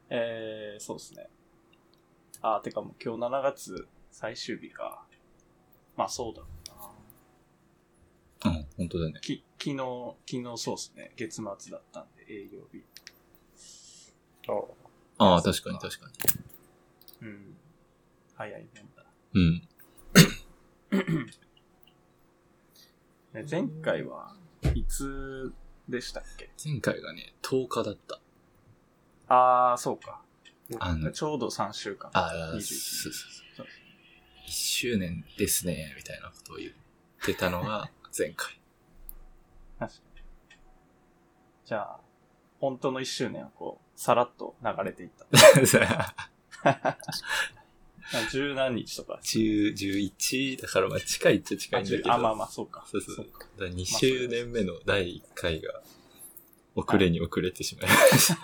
そうですね。てかもう今日7月最終日か。まあそうだろうな。 うん、本当だね。 昨日そうですね。月末だったんで、営業日。 ああ、確かに。 うん。早いもんだ。 うん。 前回はいつでしたっけ？ 前回がね、10日だった。 そうか。ちょうど3週間。 そう。1周年ですね、みたいなことを言ってたのが前回。 確かに。じゃあ、本当の1周年はこう、さらっと流れていった。十何日とか。 11だからまあ近いっちゃ近いんだけど。 まあそうか。 そう。だ2周年目の第1回が遅れに遅れてしまいました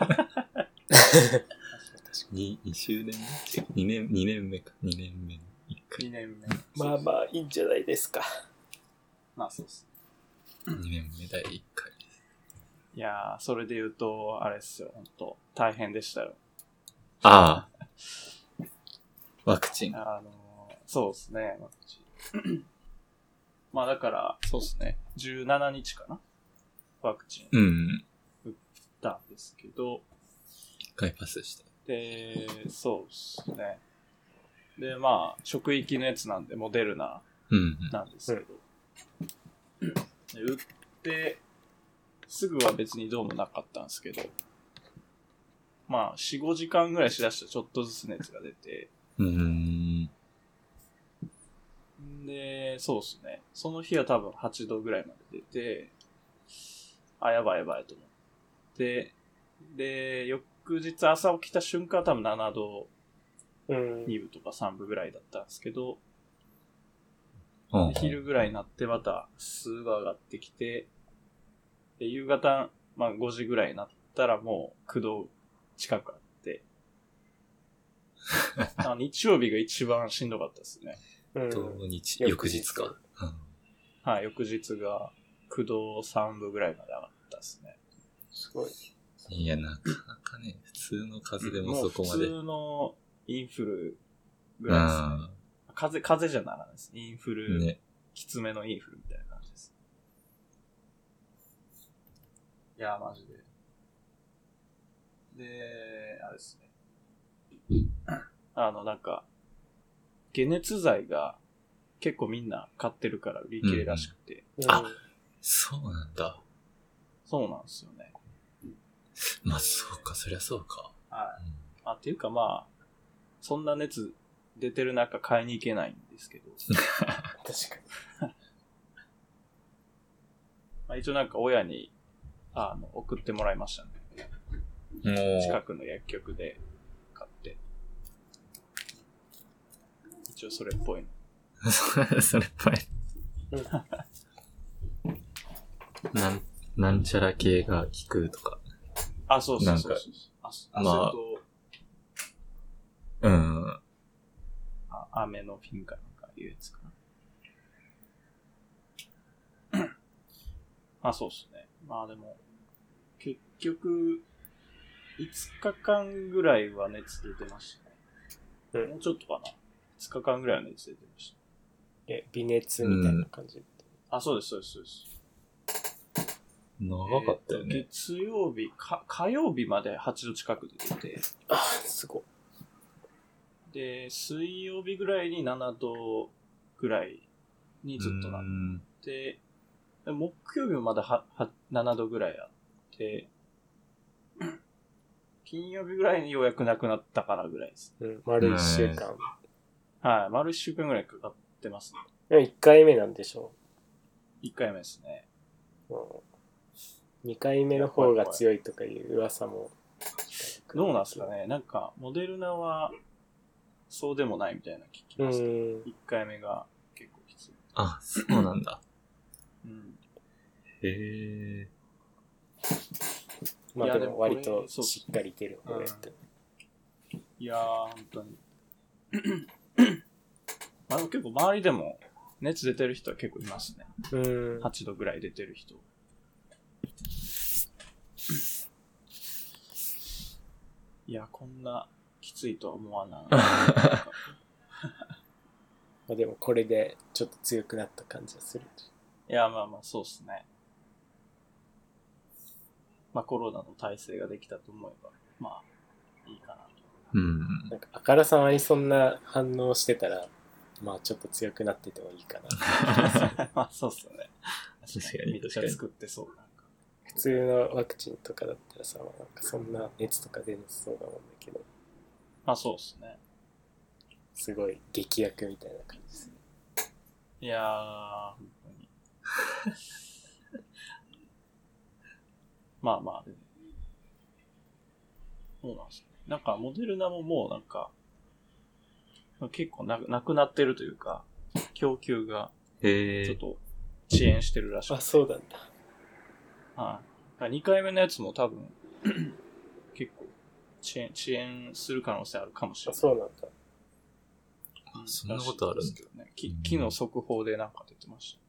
。2周年目違う 2年目か。2年目の1回。 2年目。 まあまあいいんじゃないですか。 まあそうっす。 2年目第1回。 いやー、それで言うと、あれっすよ、ほんと、大変でしたよ。 ああ。ワクチン。 そうっすね、ワクチン。まあだから、そうっすね、17日かな？ワクチン。打ったんですけど。 1回パスした。 で、そうっすね。で、まあ、職域のやつなんで、モデルナなんですけど。で打って、すぐは別にどうもなかったんですけど、まあ、4、5時間ぐらいしだしたらちょっとずつ熱が出て、で、そうっすね。その日は多分8度ぐらいまで出て、やばいと思って、で、翌日朝起きた瞬間は多分7度2分とか3分ぐらいだったんですけど、昼ぐらいになってまた数が上がってきて、で夕方、まあ5時ぐらいになったらもう9度近くあって、日曜日が一番しんどかったですね。 翌日か。 はい、翌日が9度3分ぐらいまで上がったですね。 すごい。 いや、なかなかね、普通の風邪でもそこまで。 普通のインフルぐらいですね。風邪じゃならないです。インフル、ね、きつめのインフルみたいな感じです。いや、マジで。で、あれですね。なんか、解熱剤が結構みんな買ってるから売り切れらしくて。 そうなんだ。 そうなんですよね。 まあ、そうか、そりゃそうか。 はい。っていうかまあ、そんな熱出てる中買いに行けないんですけど。 確かに。 まあ、一応なんか親に、送ってもらいましたね。近くの薬局で買って。一応それっぽいの。それっぽい。なんちゃら系が効くとか。 そう。なんか、 まあ、アメノフィンかなんかいうやつかな。そうっすね。まあでも、結局、5日間ぐらいは熱出てましたね。もうちょっとかな。5日間ぐらいは熱出てました。 微熱みたいな感じ。 そうです。 長かったよね。 月曜日、火曜日まで8度近く出てて。 すごい。 で、水曜日ぐらいに7度ぐらいにずっとなって、木曜日もまだ7度ぐらいあって、金曜日ぐらいにようやくなくなったかなぐらいです。 丸1週間。 はい、丸1週間ぐらいかかってますね。1回目なんでしょう ?1 回目ですね。 2回目の方が強いとかいう噂も。 どうなんですかね。なんか、モデルナは、そうでもないみたいな聞きますけど、1回目が結構きつい。 そうなんだ。 へえ。 まあでも割としっかりいける方やって。 いやー、本当に。でも結構周りでも熱出てる人は結構いますね。8度ぐらい出てる人。いいや、こんなきついとは思わない。 まあでもこれでちょっと強くなった感じがする。 いや、まあまあ、そうっすね。まあコロナの耐性ができたと思えば、まあ、いいかなと。 うん。 なんかあからさまにそんな反応してたら、まあちょっと強くなっててもいいかな。 まあそうっすよね。 確かにめっちゃ作ってそう。なんか普通のワクチンとかだったらさ、なんかそんな熱とか出なそうだもんだけど、 まあそうっすね。 すごい劇薬みたいな感じですね。 いやー、本当に。まあまあ、でもそうなんですね。なんか、モデルナももうなんか、結構なくなってるというか、供給がちょっと遅延してるらしくて。 あ、そうなんだ。 はい。2回目のやつも多分、結構遅延する可能性あるかもしれあ、 ない。 そうなんだ。 そんなことあるんですけどね。昨日速報でなんか出てました。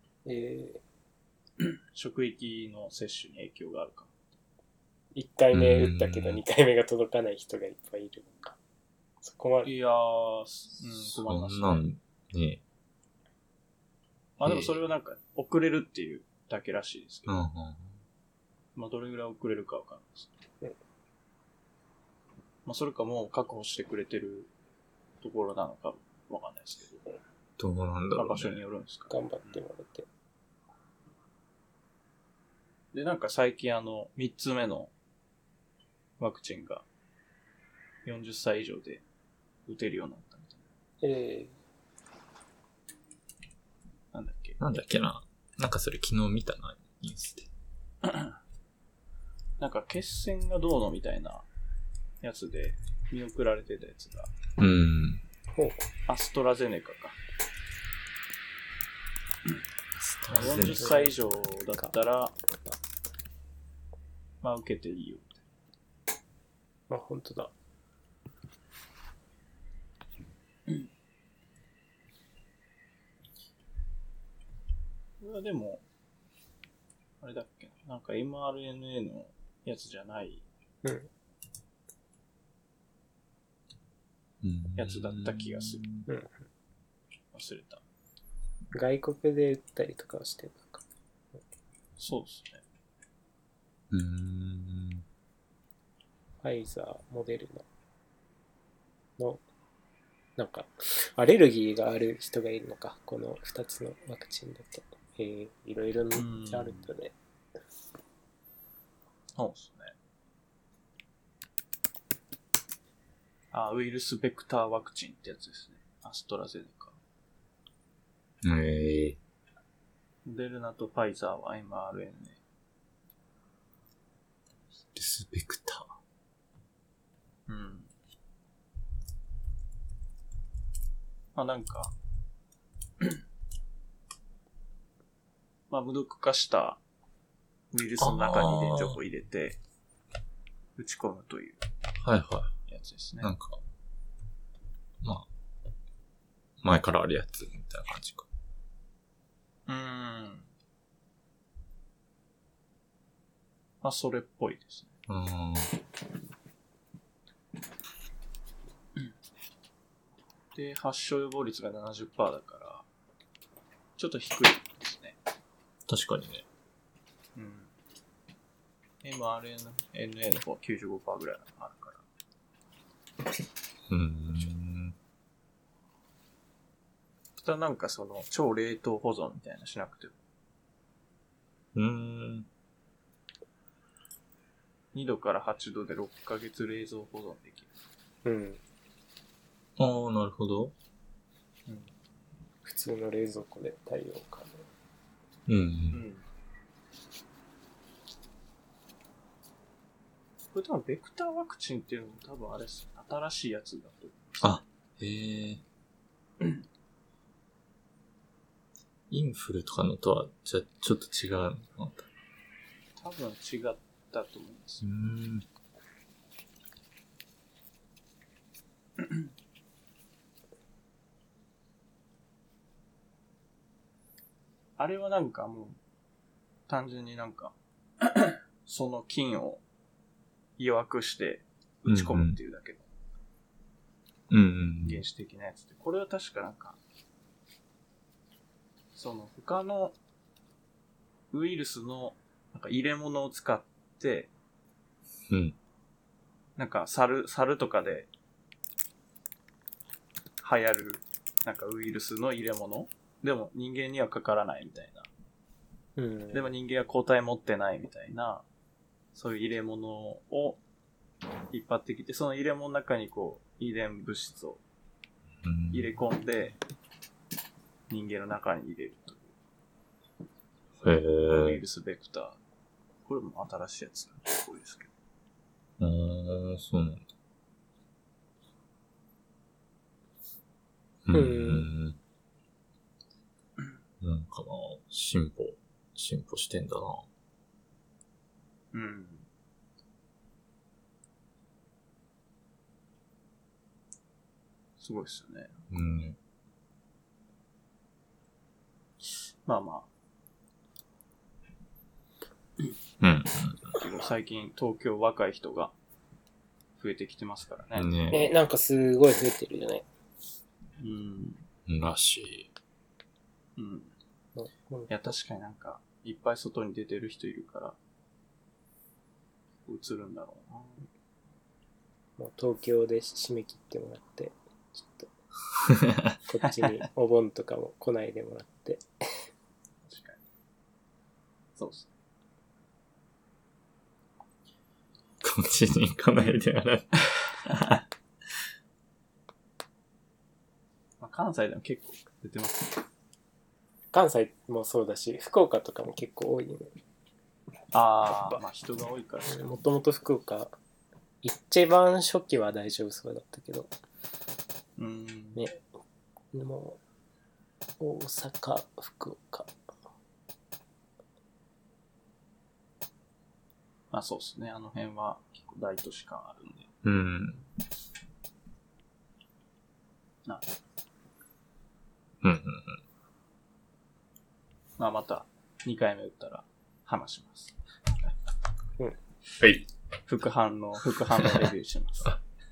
職域の接種に影響があるかも。 1回目打ったけど2回目が届かない人がいっぱいいるのか。そこまで。 いやー、困りますね。 そんなんね。 まあでもそれはなんか遅れるっていうだけらしいですけど。 うんうん。 まあどれぐらい遅れるかわかんないです。まあそれかもう確保してくれてるところなのかわかんないですけど。 どうなんだろう、ね。 場所によるんですか、 頑張ってもらって。 で、なんか最近3つ目のワクチンが40歳以上で打てるようになったみたいな。なんだっけな。なんかそれ昨日見たな、ニュースで。 なんか血栓がどうのみたいなやつで見送られてたやつが。アストラゼネカか。40歳以上だったら、まあ受けていいよ。 あ、本当だ。 これはでも、あれだっけな、なんか mRNA のやつじゃないやつだった気がする。忘れた。 外国で打ったりとかはしてるのか。 そうですね。 ファイザー、モデルナの、なんか、アレルギーがある人がいるのか、この2つのワクチンだと。いろいろめっちゃあるんだね。 そうですね。ウイルスベクターワクチンってやつですね。アストラゼネカ。モデルナとファイザーは mRNA。 ウイルスベクター。 まあなんか、まあ無毒化したウイルスの中に遺伝情報を入れて、打ち込むというやつですね。 なんか、まあ、前からあるやつみたいな感じか。 まあそれっぽいですね。で、発症予防率が 70% だから、ちょっと低いですね。 確かにね。 mRNA の方は 95% ぐらいあるから。ただなんかその、超冷凍保存みたいなしなくても。2度から8度で6ヶ月冷蔵保存できる。 なるほど。 普通の冷蔵庫で対応可能。これ多分ベクターワクチンっていうのも多分あれです。新しいやつだと思います。 インフルとかのとは、じゃあちょっと違うのかな。 多分違ったと思います。あれはなんかもう、単純になんか、その菌を弱くして打ち込むっていうだけの原始的なやつで、これは確かなんか、その他のウイルスのなんか入れ物を使って、なんか猿とかで流行るなんかウイルスの入れ物でも人間にはかからないみたいな、でも人間は抗体持ってないみたいな、そういう入れ物を引っ張ってきて、その入れ物の中にこう遺伝物質を入れ込んで人間の中に入れるというウイルスベクター。これも新しいやつなんですごいですけど。 そうなんだ。なんかな、進歩してんだな。 すごいですよね。まあまあ。最近東京若い人が増えてきてますからね。 なんかすごい増えてるよね。 らしい。 いや、確かになんか、いっぱい外に出てる人いるから、映るんだろうな。 もう東京で締め切ってもらって、ちょっと、こっちにお盆とかも来ないでもらって。 確かに。そうっすね。 こっちに来ないでもらって。 関西でも結構出てますね。 関西もそうだし、福岡とかも結構多いね。 まあ人が多いから。 もともと福岡、一番初期は大丈夫そうだったけど、ね、もう大阪、福岡。 まあそうですね。あの辺は結構大都市感あるんで。まあまた2回目打ったら話します。 はい。 副反応レビューします。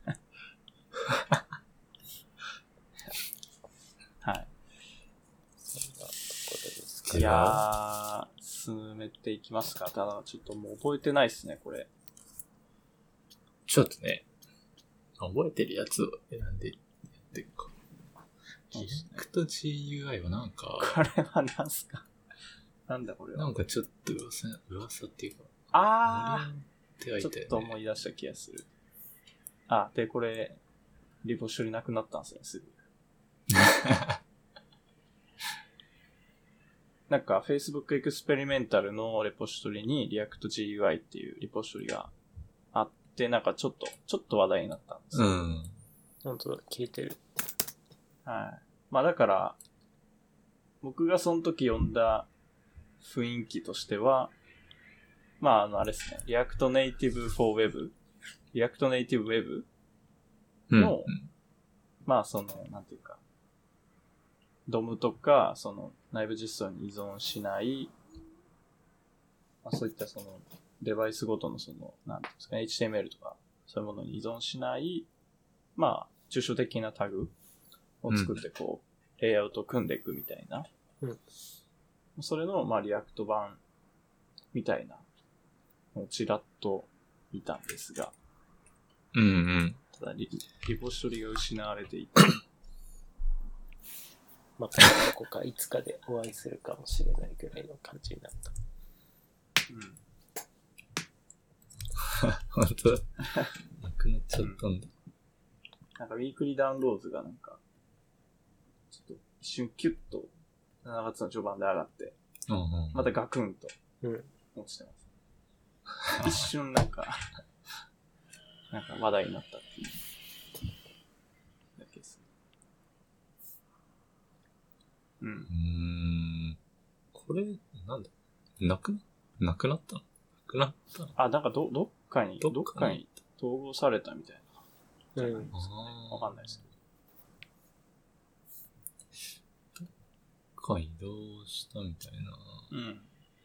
はい。 そんなところですか。いやー、進めていきますか。ただちょっともう覚えてないっすね、これ。 ちょっとね、覚えてるやつを選んでやっていくか。リアクト GUI はなんか、 これは何すか？なんだこれは。 なんかちょっと噂っていうか。 ちょっと思い出した気がする。で、これ、リポ処理なくなったんですね、すぐ。なんか、Facebook エクスペリメンタルのレポジトリに React.GUI っていうリポジトリがあって、なんかちょっと話題になったんですよ。 本当だ、消えてる。 はい。まあだから、僕がその時読んだ雰囲気としては、まああれですね、React Native for Web、React Native Web の、まあその、なんていうか、DOM とか、その内部実装に依存しない、まあそういったその、デバイスごとのその、なんていうんですかね、HTML とか、そういうものに依存しない、まあ、抽象的なタグを作ってこう、レイアウトを組んでいくみたいな。それの、まあ、リアクト版みたいな、ちらっと見たんですが。ただリポジトリが失われていて。 またどこかいつかでお会いするかもしれないぐらいの感じになった。 本当だ。なくなっちゃったんだ。 なんかウィークリーダウンローズがなんか、ちょっと一瞬キュッと7月の序盤で上がって、またガクンと落ちてます。一瞬なんか話題になったっていうだけです。 これ、なんだなくなったなんかどっかに統合されたみたいな。わかんないですけど。どっか移動したみたいな。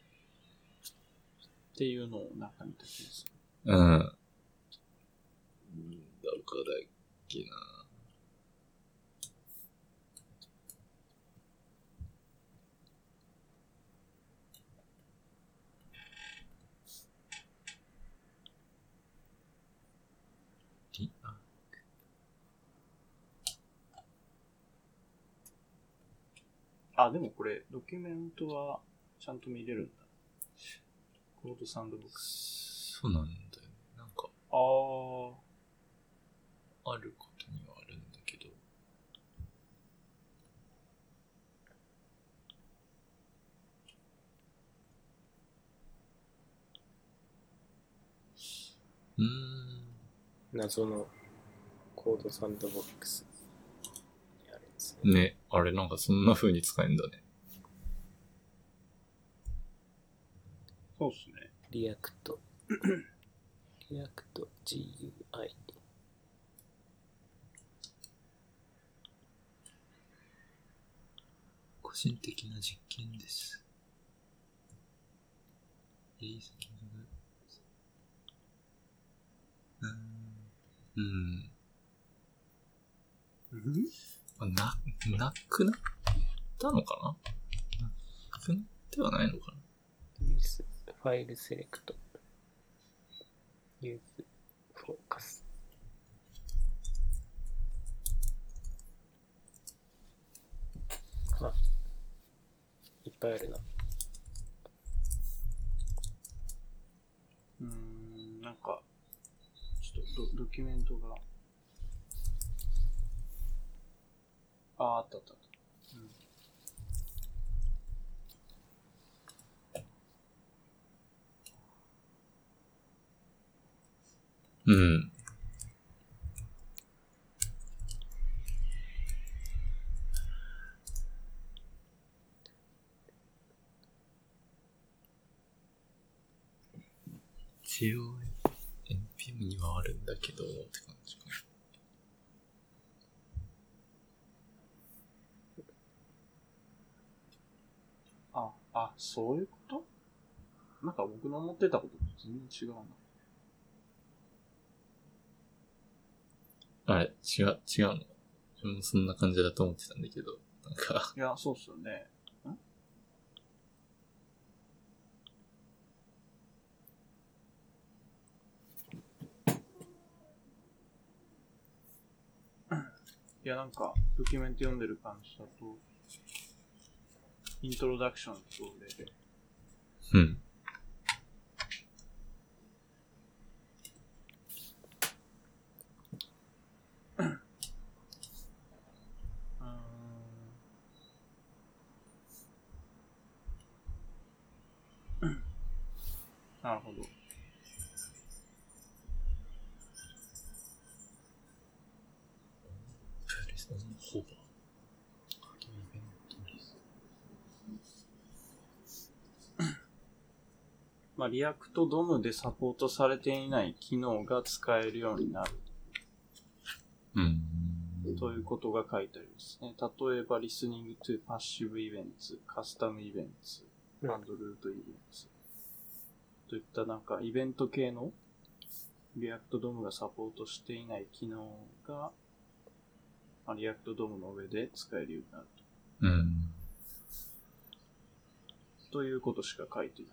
っていうのをなんか見た気がする。 だからっけな。 あ、でもこれ、ドキュメントはちゃんと見れるんだ。コードサンドボックス。 そうなんだよね。なんか、あることにはあるんだけど。 謎のコードサンドボックスにあるんですね。 ね、あれなんかそんな風に使えるんだね。 そうっすね。 リアクト GUI。 個人的な実験です。なくなったのかな？なくなってはないのかな？ ファイルセレクト。ユーズフォーカス。あ、いっぱいあるな。 なんか、ちょっとドキュメントが。あった。 うん。一応 NPM にはあるんだけどって感じかな。あ、そういうこと？なんか僕の思ってたことと全然違うな。 あれ違うの？自分もそんな感じだと思ってたんだけど、なんか。 いや、そうっすよね。いや、なんか、ドキュメント読んでる感じだと、イントロダクションとで、 うん。 なるほど。 ほぼ。 まあ、リアクトドムでサポートされていない機能が使えるようになる。ということが書いてありますね。例えば、listening to passive events, custom events, and root events。といったなんかイベント系のリアクトドムがサポートしていない機能が、まあ、リアクトドムの上で使えるようになると。ということしか書いてない。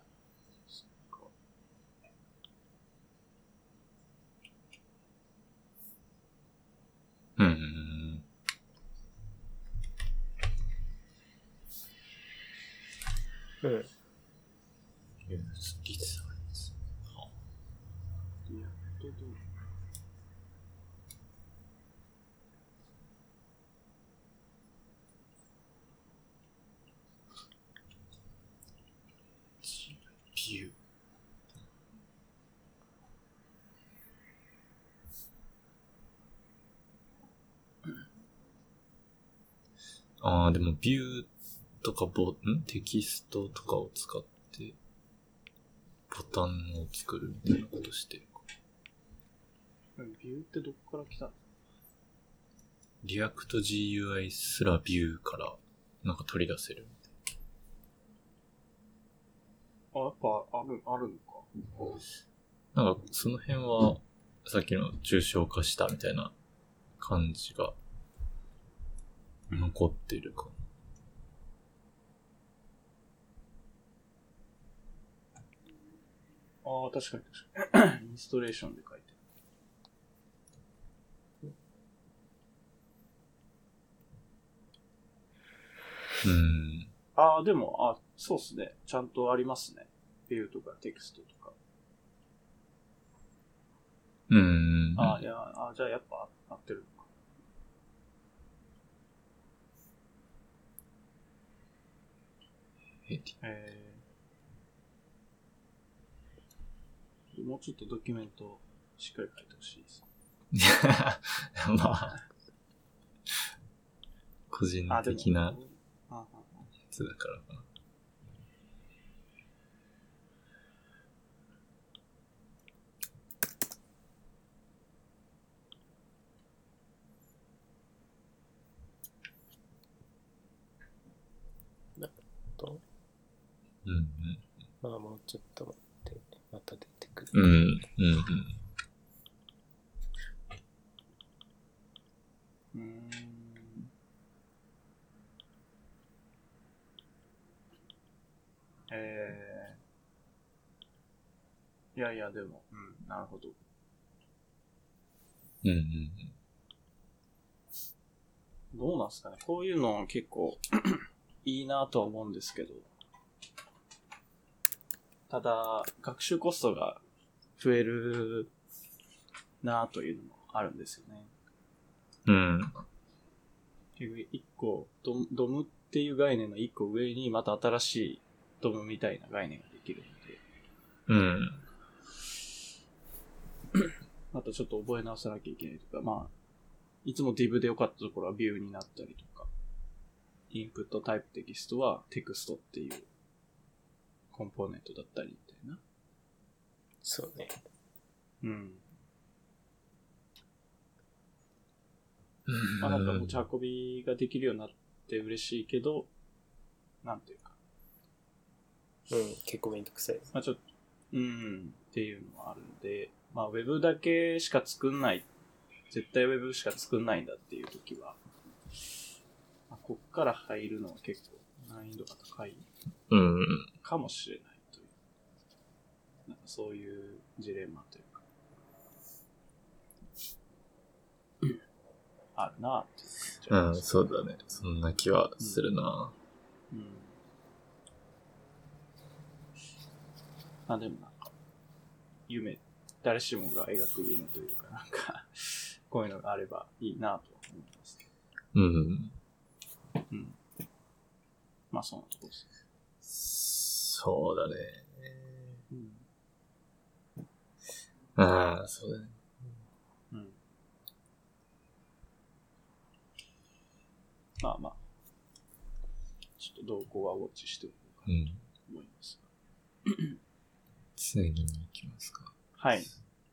ユースリサイズ。 リアクトドム。 ビュー。でもビューとかテキストとかを使ってボタンを作るみたいなことしてるか。 ビューってどっから来たの？ リアクト GUI すらビューからなんか取り出せるみたいな。 やっぱあるのか。 なんかその辺はさっきの抽象化したみたいな感じが残ってるかな。ああ、確かに確かに。インストレーションで書いてる。 ああ、でも、そうっすね。ちゃんとありますね。ビューとかテキストとか。ああ、いや、じゃあやっぱ合ってるのか。もうちょっとドキュメントしっかり書いてほしいです。 まあ、個人的なやつだからかな。 まあもうちょっと待って、また出てくる。 いやいや、でも、なるほど。どうなんすかね。こういうの結構いいなとは思うんですけど、ただ、学習コストが増えるなというのもあるんですよね。一個、ドムっていう概念の一個上にまた新しいドムみたいな概念ができるので、またちょっと覚え直さなきゃいけないとか、まあ、いつも div で良かったところは view になったりとか、インプットタイプテキストはテクストっていうコンポーネントだったりみたいな。 そうね。 まあなんか持ち運びができるようになって嬉しいけど、なんていうか。 結構めんどくさい。 まあちょっと、っていうのもあるんで、まあ Web だけしか作んない、絶対 Web しか作んないんだっていう時は、まあ、こっから入るのは結構難易度が高いかもしれないという、なんかそういうジレンマというか、あるなっていう感じ、 そうだね。そんな気はするな。 まあでもなんか、誰しもが描く夢というか、なんか、こういうのがあればいいなと思いますけど。まあそんなところです。 そうだね。そうだね。 まあまあ、ちょっと動向はウォッチしておこうかなと思います。 次に行きますか。 はい。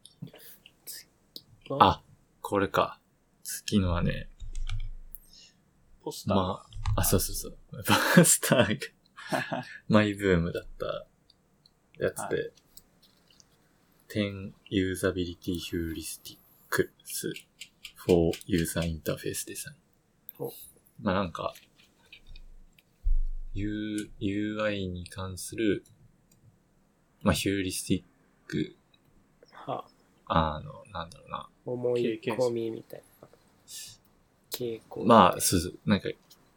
これか。次のはね。 ポスター。 そう。ポスターがマイブームだったやつで、10 Usability Heuristics for User Interface Design。まあなんか、UI に関する、まあヒューリスティック、なんだろうな。 思い込みみたいな。傾向。 まあ、そう。なんか、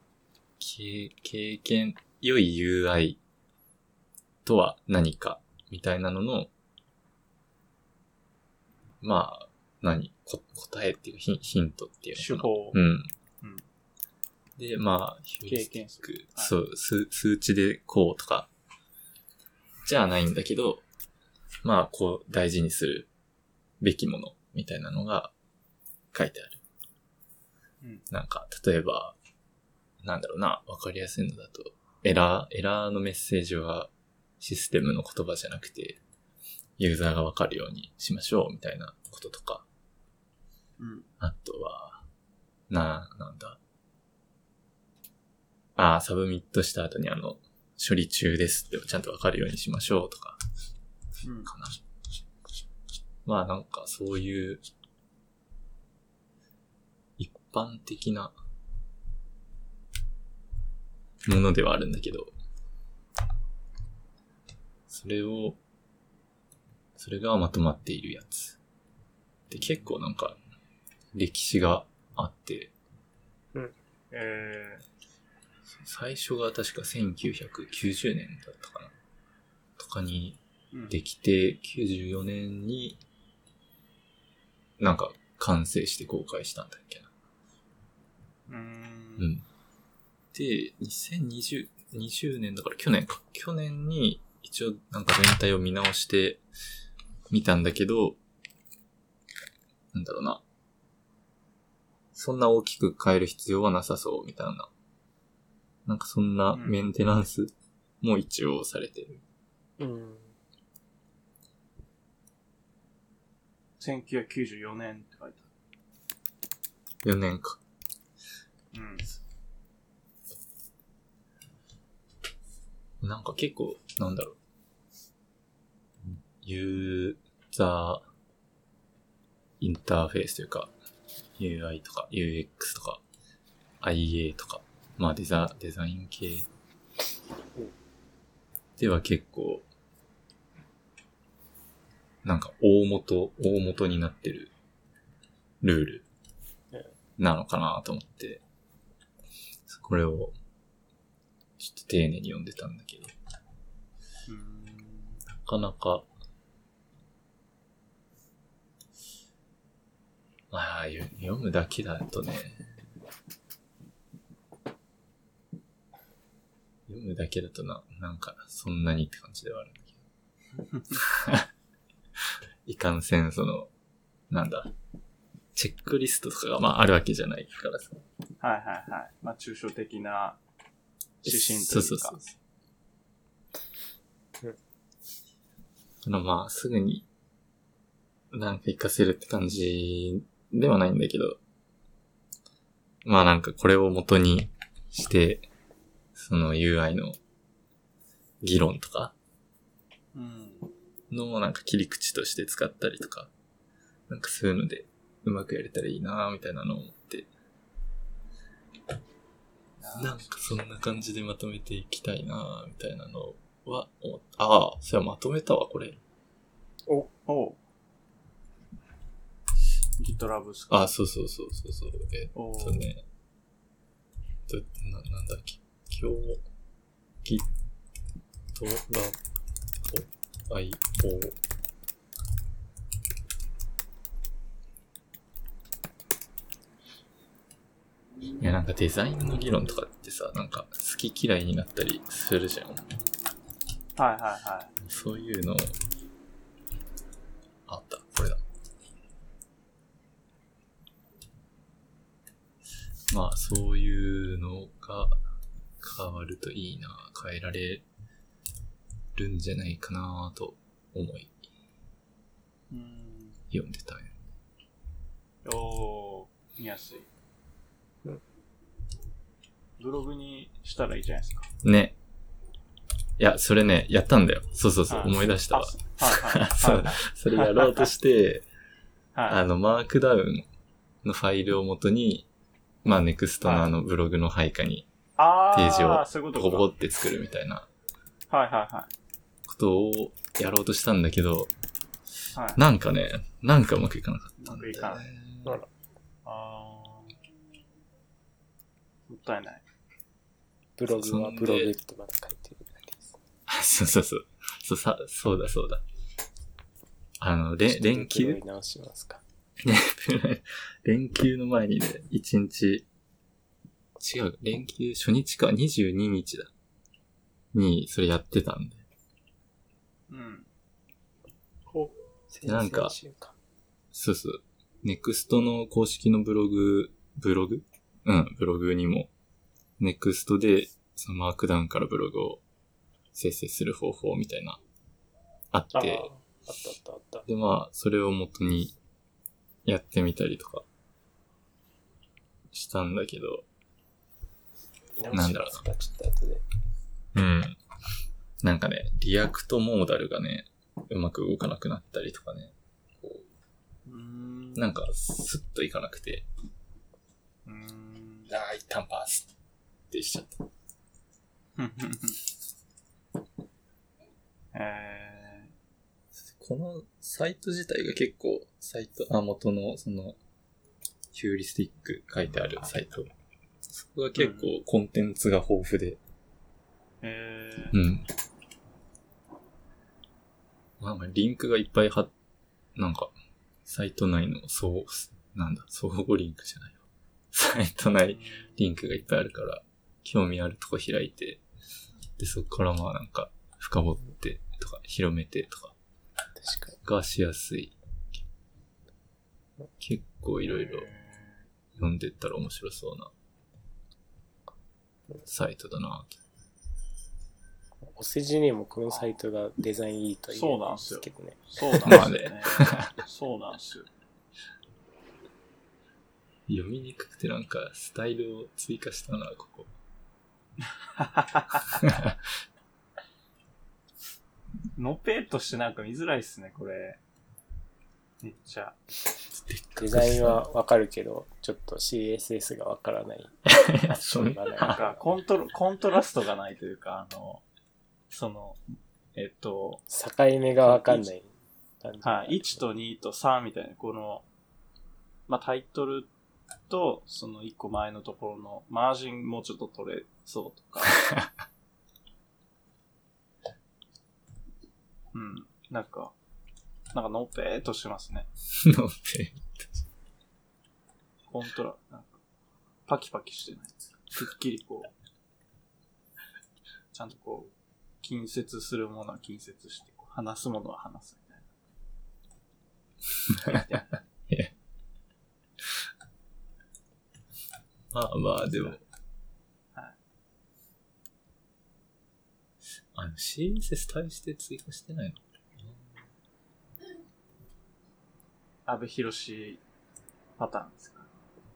良い UI とは何か、みたいなのの、まあ、答えっていうヒントっていうのかな。手法。 で、まあ、 経験数。 そう、数値でこうとか、じゃないんだけど、まあ、こう大事にするべきものみたいなのが書いてある。なんか、例えば、なんだろうな、わかりやすいのだと、エラーのメッセージはシステムの言葉じゃなくて、ユーザーがわかるようにしましょうみたいなこととか。あとは、なんだ。サブミットした後に処理中ですってちゃんとわかるようにしましょうとか。かな。 まあなんかそういう一般的なものではあるんだけど、それがまとまっているやつ。で、結構なんか歴史があって、最初が確か1990年だったかなとかにできて、94年になんか完成して公開したんだっけな。で、2020年だから去年に一応なんか全体を見直してみたんだけど、なんだろうな。そんな大きく変える必要はなさそうみたいな。なんかそんなメンテナンスも一応されてる。 1994年って書いてある。4年か。なんか結構、なんだろう。ユーザーインターフェースというか、UI とか UX とか IA とか、まあデザイン系では結構、なんか大元になってるルールなのかなと思って、これをちょっと丁寧に読んでたんだけど、なかなか、まあ読むだけだとね、なんかそんなにって感じではあるんだけど。いかんせんなんだ、チェックリストとかがまああるわけじゃないからさ。 はい。まあ抽象的な指針というか。 まあすぐになんか活かせるって感じではないんだけど、まあなんかこれを元にして、その UI の議論とかのなんか切り口として使ったりとか、なんかそういうのでうまくやれたらいいなみたいなのを思って、なんかそんな感じでまとめていきたいなみたいなのは思った。それはまとめたわ、これ。 GitLab ですか？ そう。なんだっけ。今日、GitLab.io。いや、なんかデザインの議論とかってさ、なんか好き嫌いになったりするじゃん。 はい。 そういうの、あった。これだ。まあ、そういうのが変わるといいな、変えられるんじゃないかなと思い、読んでたよ。見やすい。ブログにしたらいいじゃないですか。 ね。いや、それね、やったんだよ。そう、思い出したわ。それやろうとして、マークダウンのファイルを元に、まあ、ネクストのブログの配下に、ページをボコボコって作るみたいな、ことをやろうとしたんだけど、なんかうまくいかなかったんだよね。 もったいない。 ブログはブログってまだ書いてるだけです。 そうだ。連休直しますか。 連休の前にね、1日、違う、連休初日か、22日だ。に、それやってたんで。なんか、そう。ネクストの公式のブログにも、ネクストで、そのマークダウンからブログを生成する方法みたいな、あって、 あった。 で、まあ、それを元にやってみたりとか、したんだけど、なんだろうな。なんかね、リアクトモーダルがね、うまく動かなくなったりとかね、こうなんかスッといかなくて、一旦パスってしちゃった。このサイト自体が結構、元のその、ヒューリスティック書いてあるサイト。そこが結構コンテンツが豊富で。なんかリンクがいっぱいなんか、サイト内の相互リンクじゃないわ。サイト内リンクがいっぱいあるから、興味あるとこ開いて、で、そこからまあなんか、深掘ってとか、広めてとか、がしやすい。結構いろいろ読んでったら面白そうなサイトだなと。 お世辞にもこのサイトがデザインいいと言うんですけどね。 そうなんですよね。そうなんですよ。 読みにくくてなんかスタイルを追加したな、ここ。 のぺーとしてなんか見づらいっすね、これ。めっちゃ。 デザインはわかるけど、ちょっと CSS がわからない。 なんかコントラストがないというか、境目がわかんない感じ。 はい、1と2と3みたいな、この、まあ、タイトルと、その1個前のところのマージンもうちょっと取れそうとか。なんかのっぺーっとしますね。 のっぺーっと。 コントラ、なんか、パキパキしてない。くっきりこう、ちゃんとこう、近接するものは近接して、話すものは話すみたいな。 まあまあ、でも。はい、CSS 対して追加してないの？ 阿部寛パターンですか？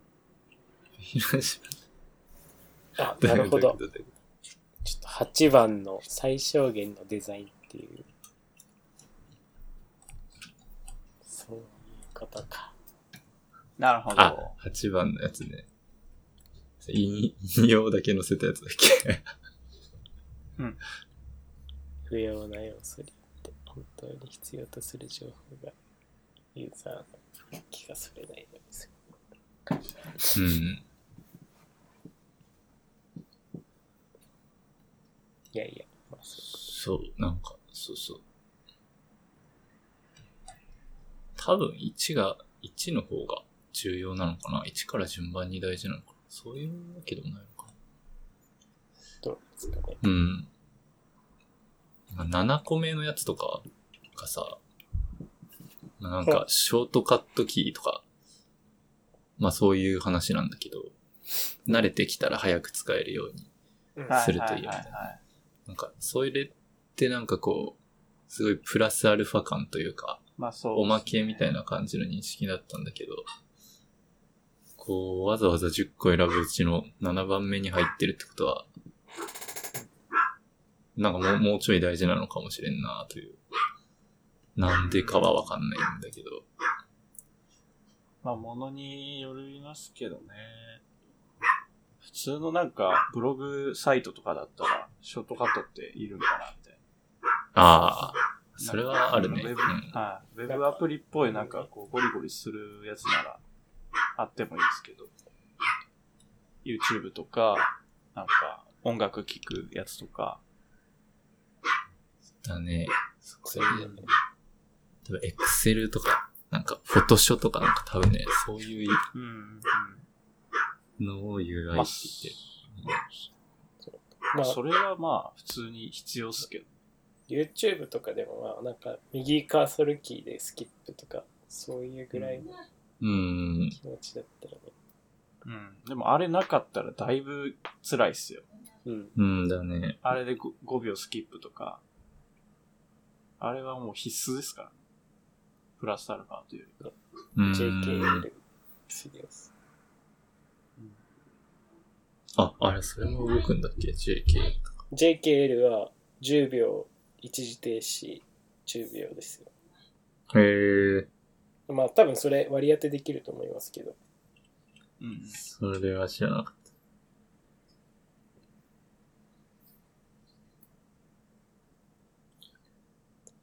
あ、なるほど。ちょっと8番の最小限のデザインっていう。そういうことか。 なるほど。 あ、8番のやつね。引用だけ載せたやつだっけ？ 不要な要素によって本当に必要とする情報がユーザーの気がそれないのですよ。いやいや、まあそう、なんか、そう。多分1の方が重要なのかな？ 1 から順番に大事なのかな？そういうわけでもないのかな？ どうですかね。 7個目のやつとかがさ、なんかショートカットキーとか、まあそういう話なんだけど、慣れてきたら早く使えるようにするといいみたいな。なんかそれってなんかこう、すごいプラスアルファ感というか、 まあそう、 おまけみたいな感じの認識だったんだけど、こうわざわざ10個選ぶうちの7番目に入ってるってことは、なんかもうちょい大事なのかもしれんなという。なんでかはわかんないんだけど。 まあ、ものによりますけどね。普通のなんか、ブログサイトとかだったら、ショートカットっているんかなみたいな。 ああ、それはあるね。 ウェブアプリっぽいなんかこう、ゴリゴリするやつなら、あってもいいですけど。YouTube とか、なんか、音楽聴くやつとか。 だね。そういうね。多分 Excel とか、なんか Photoshop とかなんか多分ね、そういうのを UI って言って。 まあ、それはまあ、普通に必要っすけど。 YouTube とかでもまあ、なんか、右カーソルキーでスキップとか、そういうぐらいの気持ちだったらね。 でもあれなかったらだいぶ辛いっすよ。 だね。 あれで 5秒スキップとか、あれはもう必須ですから。プラスアルファというか。 JKL 次です。 あれ、それも動くんだっけ ?JKL。 JKL は10秒一時停止10秒ですよ。 へえ。 まあ多分それ割り当てできると思いますけど。 うん。 それは知らなかった。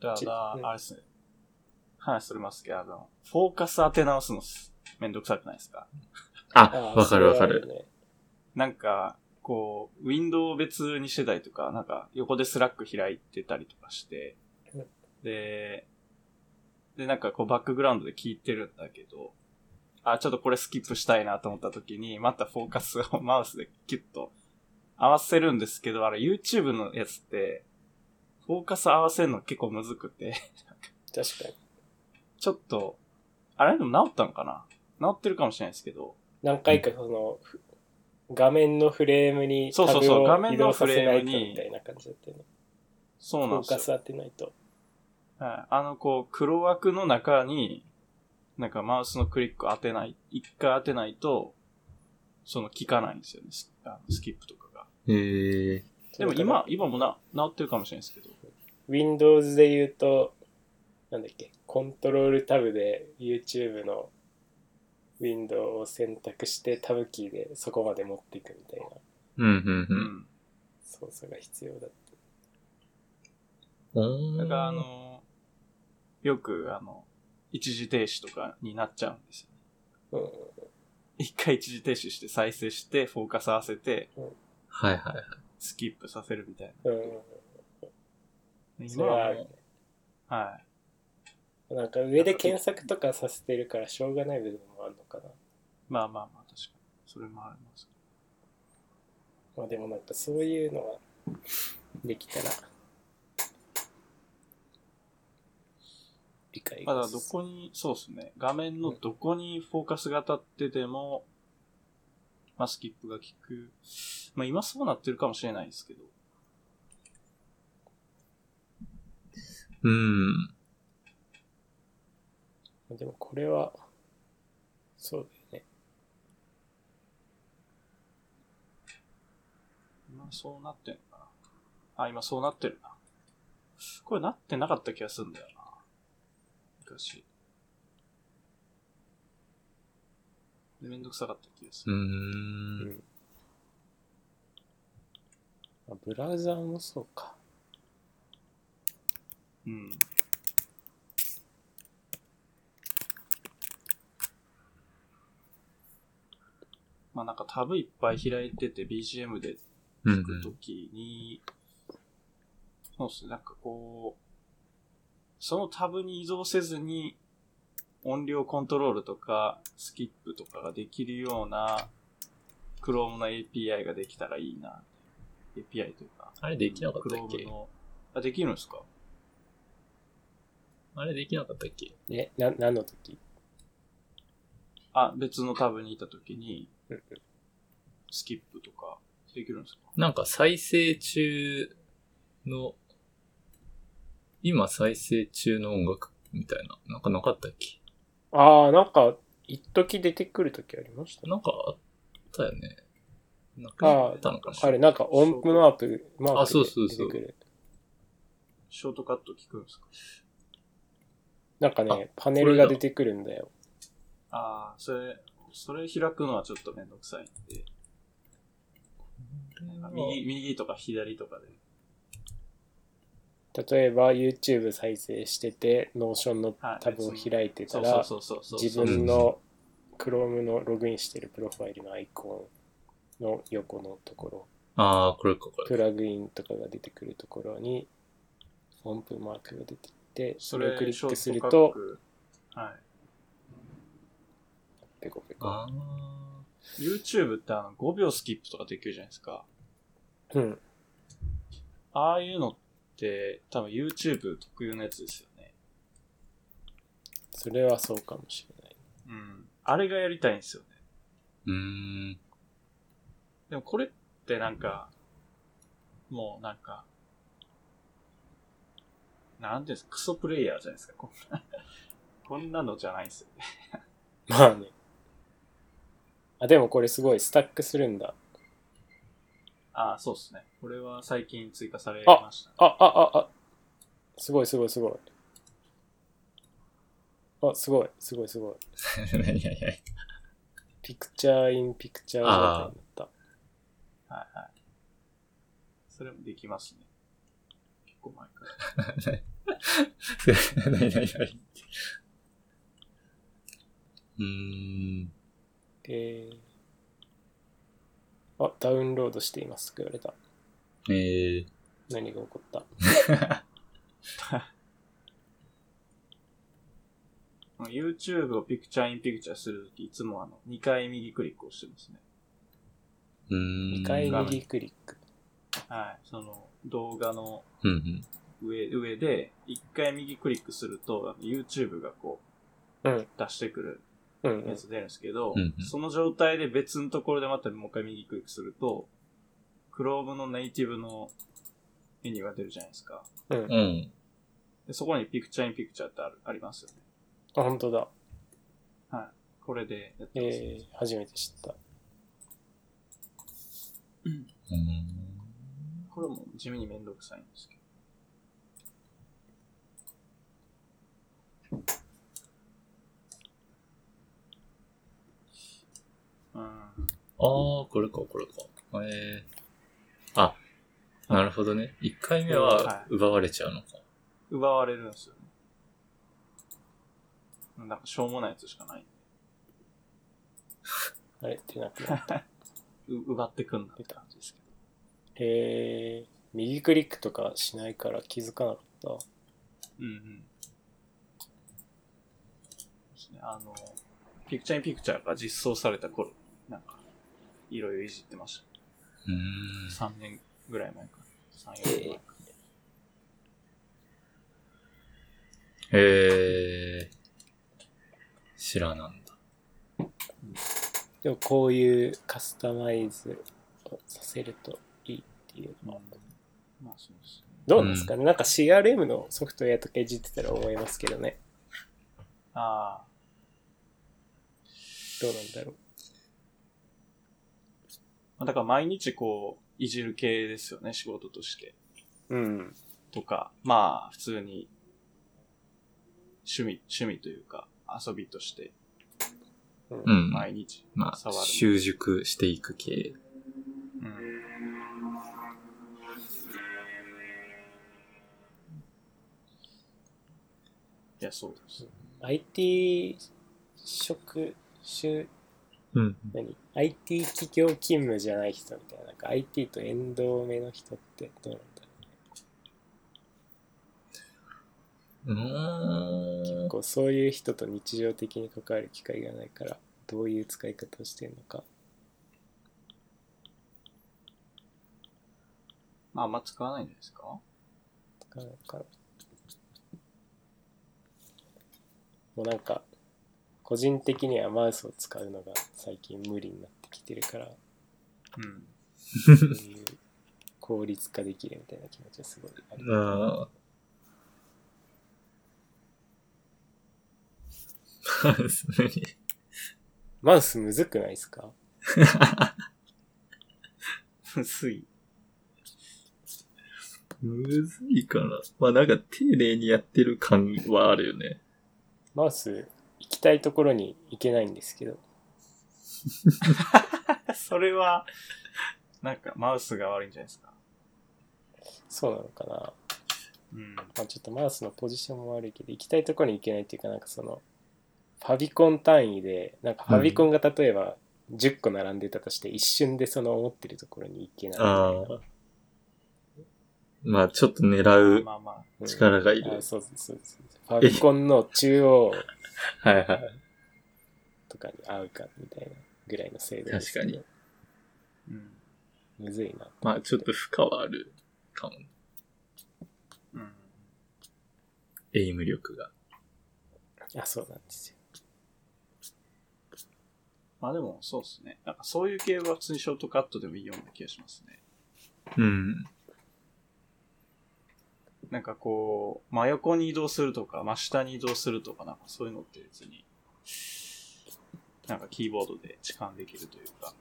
ただ、あれですね。話それますけど、フォーカス当て直すのめんどくさくないですか？ あ、わかるわかる。 ね、 なんか、こう、ウィンドウ別にしてたりとか、なんか、横でスラック開いてたりとかして、で、なんかこう、バックグラウンドで聞いてるんだけど、あ、ちょっとこれスキップしたいなと思った時に、またフォーカスをマウスでキュッと合わせるんですけど、YouTube のやつって、フォーカス合わせるの結構むずくて。 確かに。 ちょっと、あれでも治ったのかな？治ってるかもしれないですけど。 何回かその、画面のフレームにタブを移動させないとみたいな感じだったよね。 そうなんですよ。 フォーカス当てないと。 はい。こう、黒枠の中に、なんかマウスのクリック当てない、一回当てないと、効かないんですよね。スキップとかが。 へえ。 でも今も治ってるかもしれないですけど。 Windows で言うと、なんだっけ、コントロールタブで YouTube のウィンドウを選択してタブキーでそこまで持っていくみたいな。操作が必要だった。 なんかよく一時停止とかになっちゃうんですよね。一回一時停止して再生してフォーカス合わせて、 はいはいはい。 スキップさせるみたいな。 今はね。 はい。 なんか上で検索とかさせてるからしょうがない部分もあるのかな。 まあまあまあ確かに。それもあります。 まあでもなんかそういうのはできたら理解が。 まだどこに、そうですね。画面のどこにフォーカスが当たってても、まあスキップが効く。まあ今そうなってるかもしれないですけど。 でもこれは、そうだよね。 今そうなってんのかな。あ、今そうなってるな。これなってなかった気がするんだよな。昔。めんどくさかった気がする。 ブラウザーもそうか。 うん。まあなんかタブいっぱい開いてて BGM で聞くときに、そうですね、なんかこう、そのタブに依存せずに音量コントロールとかスキップとかができるような Chrome の API ができたらいいな。API というか。 あれできなかったっけ？ Chrome の、あ、できるんですか？ あれできなかったっけ？ 何の時？ あ、別のタブにいた時に、スキップとかできるんですか？ なんか再生中の、今再生中の音楽みたいな、なんかなかったっけ？ ああ、なんか、一時出てくる時ありましたね。 なんかあったよね。なんかあったのかな。 あれ、なんか音符マークで出てくる。 あ、そうそうそう。 ショートカット聞くんですか？ なんかね、パネルが出てくるんだよ。 ああ、それ開くのはちょっとめんどくさいんで。右とか左とかで。 例えば YouTube 再生してて、Notion のタブを開いてたら、自分の Chrome のログインしてるプロファイルのアイコンの横のところ。 ああ、これか、これ。 プラグインとかが出てくるところに、音符マークが出てきて、それをクリックすると、 はい。 ペコペコ。 YouTube って5秒スキップとかできるじゃないですか。 うん。 ああいうのって多分 YouTube 特有のやつですよね。 それはそうかもしれない。 うん。あれがやりたいんですよね。でもこれってなんか、もうなんか、なんですか、クソプレイヤーじゃないですか。こんなのじゃないですよね。 まあね。あ、でもこれすごいスタックするんだ。 ああ、そうですね。これは最近追加されました、ね。 すごいすごいすごい。 あ、すごい。 何ピクチャーインピクチャー状態になった。 はいはい。それもできますね。結構前から。 あ、ダウンロードしていますと言われた。何が起こった？ YouTube をピクチャーインピクチャーするとき、いつも2回右クリックをしてますね。 2回右クリック。 はい。その動画の上で、1回右クリックすると、YouTube がこう、出してくるやつ出るんですけど、その状態で別のところでまたもう一回右クリックすると、Chrome のネイティブのメニューが出るじゃないですか。でそこにピクチャーインピクチャーってありますよね。 あ、本当だ。 はい。これでやってます。 初めて知った。 これも地味にめんどくさいんですけど。 これか。あ、なるほどね。1回目は奪われちゃうのか。 奪われるんですよね。なんかしょうもないやつしかない。 あれってなくなった。 奪ってくんだって感じですけど。右クリックとかしないから気づかなかった。 ですね。ピクチャーインピクチャーが実装された頃、なんか、いろいろいじってました。3年ぐらい前か。3、4年前か。 知らなんだ。 でもこういうカスタマイズをさせるといいっていうのは、 まあそうですね。 どうなんですかね、なんか CRM のソフトウェアとかいじってたら思いますけどね。 ああ。 どうなんだろう。だから毎日こう、いじる系ですよね、仕事として。とか、まあ普通に趣味というか遊びとして、毎日まあ習熟していく系。 いや、そうです。 IT IT 企業勤務じゃない人みたいな、なんか IT と縁遠めの人ってどうなんだろうね。結構そういう人と日常的に関わる機会がないから、どういう使い方をしてるのか。 まあ、あんま使わないんですか？ 使わないから。もうなんか、個人的にはマウスを使うのが最近無理になってきてるから、そういう効率化できるみたいな気持ちはすごいある。マウスむずくないですか？ むずい。 むずいかな。まあなんか丁寧にやってる感はあるよね。 マウス行きたいところに行けないんですけど。 それはなんかマウスが悪いんじゃないですか。 そうなのかな。まあちょっとマウスのポジションも悪いけど、行きたいところに行けないっていうか、なんかそのファビコン単位で、なんかファビコンが例えば10個並んでたとして、一瞬でその思ってるところに行けないみたいな。 まあちょっと狙う力がいる。 そう。ファビコンの中央とかに合うかみたいなぐらいの精度ですけど。 確かに。むずいな。 まあちょっと負荷はあるかも。エイム力が。 そうなんですよ。 まあでもそうですね。なんかそういう系は普通にショートカットでもいいような気がしますね。なんかこう、真横に移動するとか、真下に移動するとか、なんかそういうのって別に、なんかキーボードで置換できるというか、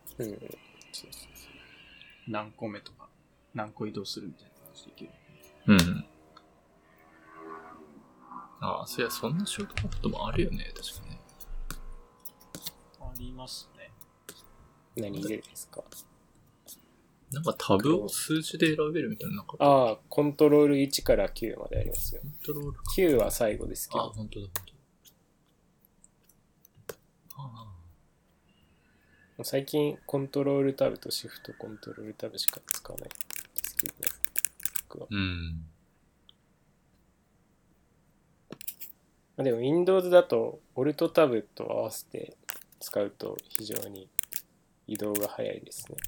何個目とか、何個移動するみたいな感じできる。 ああ、そりゃそんなショートカットもあるよね、確かに。 ありますね。 何でですか？ なんかタブを数字で選べるみたいなのなかった？ ああ、コントロール1から9までありますよ。 コントロール 9は最後ですけど。 あ、本当だ、本当だ。ああ、最近コントロールタブとシフトコントロールタブしか使わないですけどね。僕は。 うん。 でも Windows だと Alt タブと合わせて使うと非常に移動が早いですね。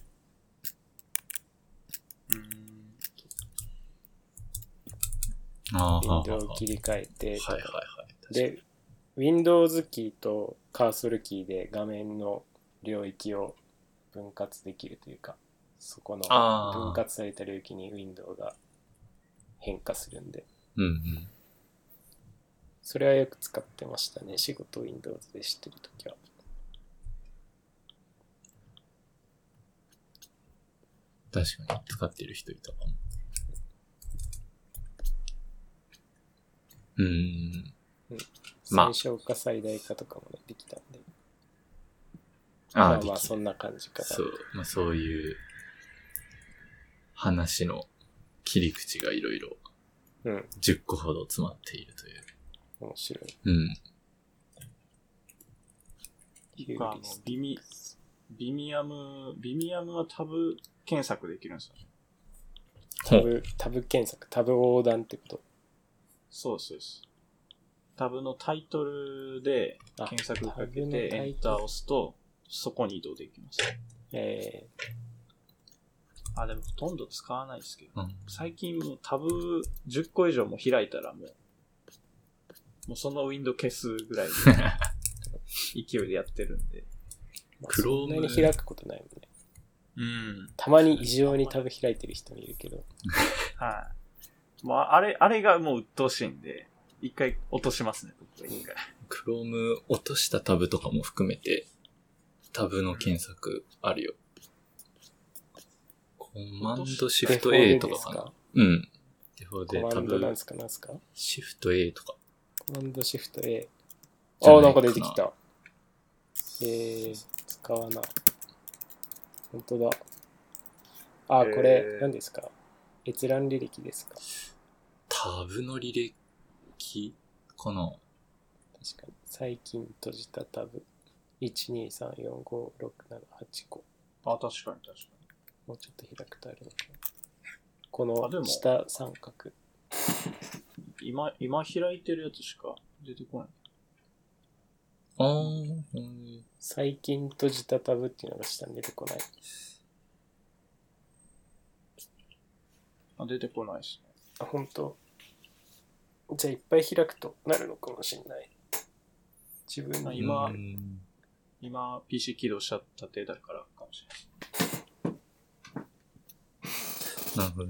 ああ、 ウィンドウを切り替えてとか、 はいはいはい。 で Windows キーとカーソルキーで画面の領域を分割できるというか、そこの分割された領域にウィンドウが変化するんで、 うんうん、 それはよく使ってましたね。仕事 Windows でしてるときは。 確かに使ってる人いたかも。うん。 最小化最大化とかもできたんで。 まあそんな感じかな。 そう、まあそういう話の切り口がいろいろ10個ほど詰まっているという。 面白い。 うん。 ビミアムはタブ検索できるんですよね。タブ検索、タブ横断ってこと？ そうです。タブのタイトルで検索かけてエンターを押すとそこに移動できます。でもほとんど使わないですけど、最近もうタブ10個以上も開いたらもうそのウィンドウ消すぐらいの勢いでやってるんで。 そんなに開くことないもんね。 うん。 たまに異常にタブ開いてる人もいるけど。 はい。まあ、あれがもう鬱陶しいんで、一回落としますね、僕は一回。 Chrome 落としたタブとかも含めて、タブの検索あるよ。コマンドシフト A とかかな。うん。デフォでタブ。なんすかシフト A とか。 コマンドシフト A。あ、なんか出てきた。使わな。本当だ。あ、これ、何ですか？閲覧履歴ですか？ タブの履歴かな？ 確かに。最近閉じたタブ。1、2、3、4、5、6、7、8個。 あ、確かに。 もうちょっと開くとあるのかな。この下三角。 今開いてるやつしか出てこない。 最近閉じたタブっていうのが下に出てこない。 出てこないですね。 あ、本当。じゃあいっぱい開くとなるのかもしれない。自分の今 PC 起動しちゃったてだからかもしれない。 なるほど。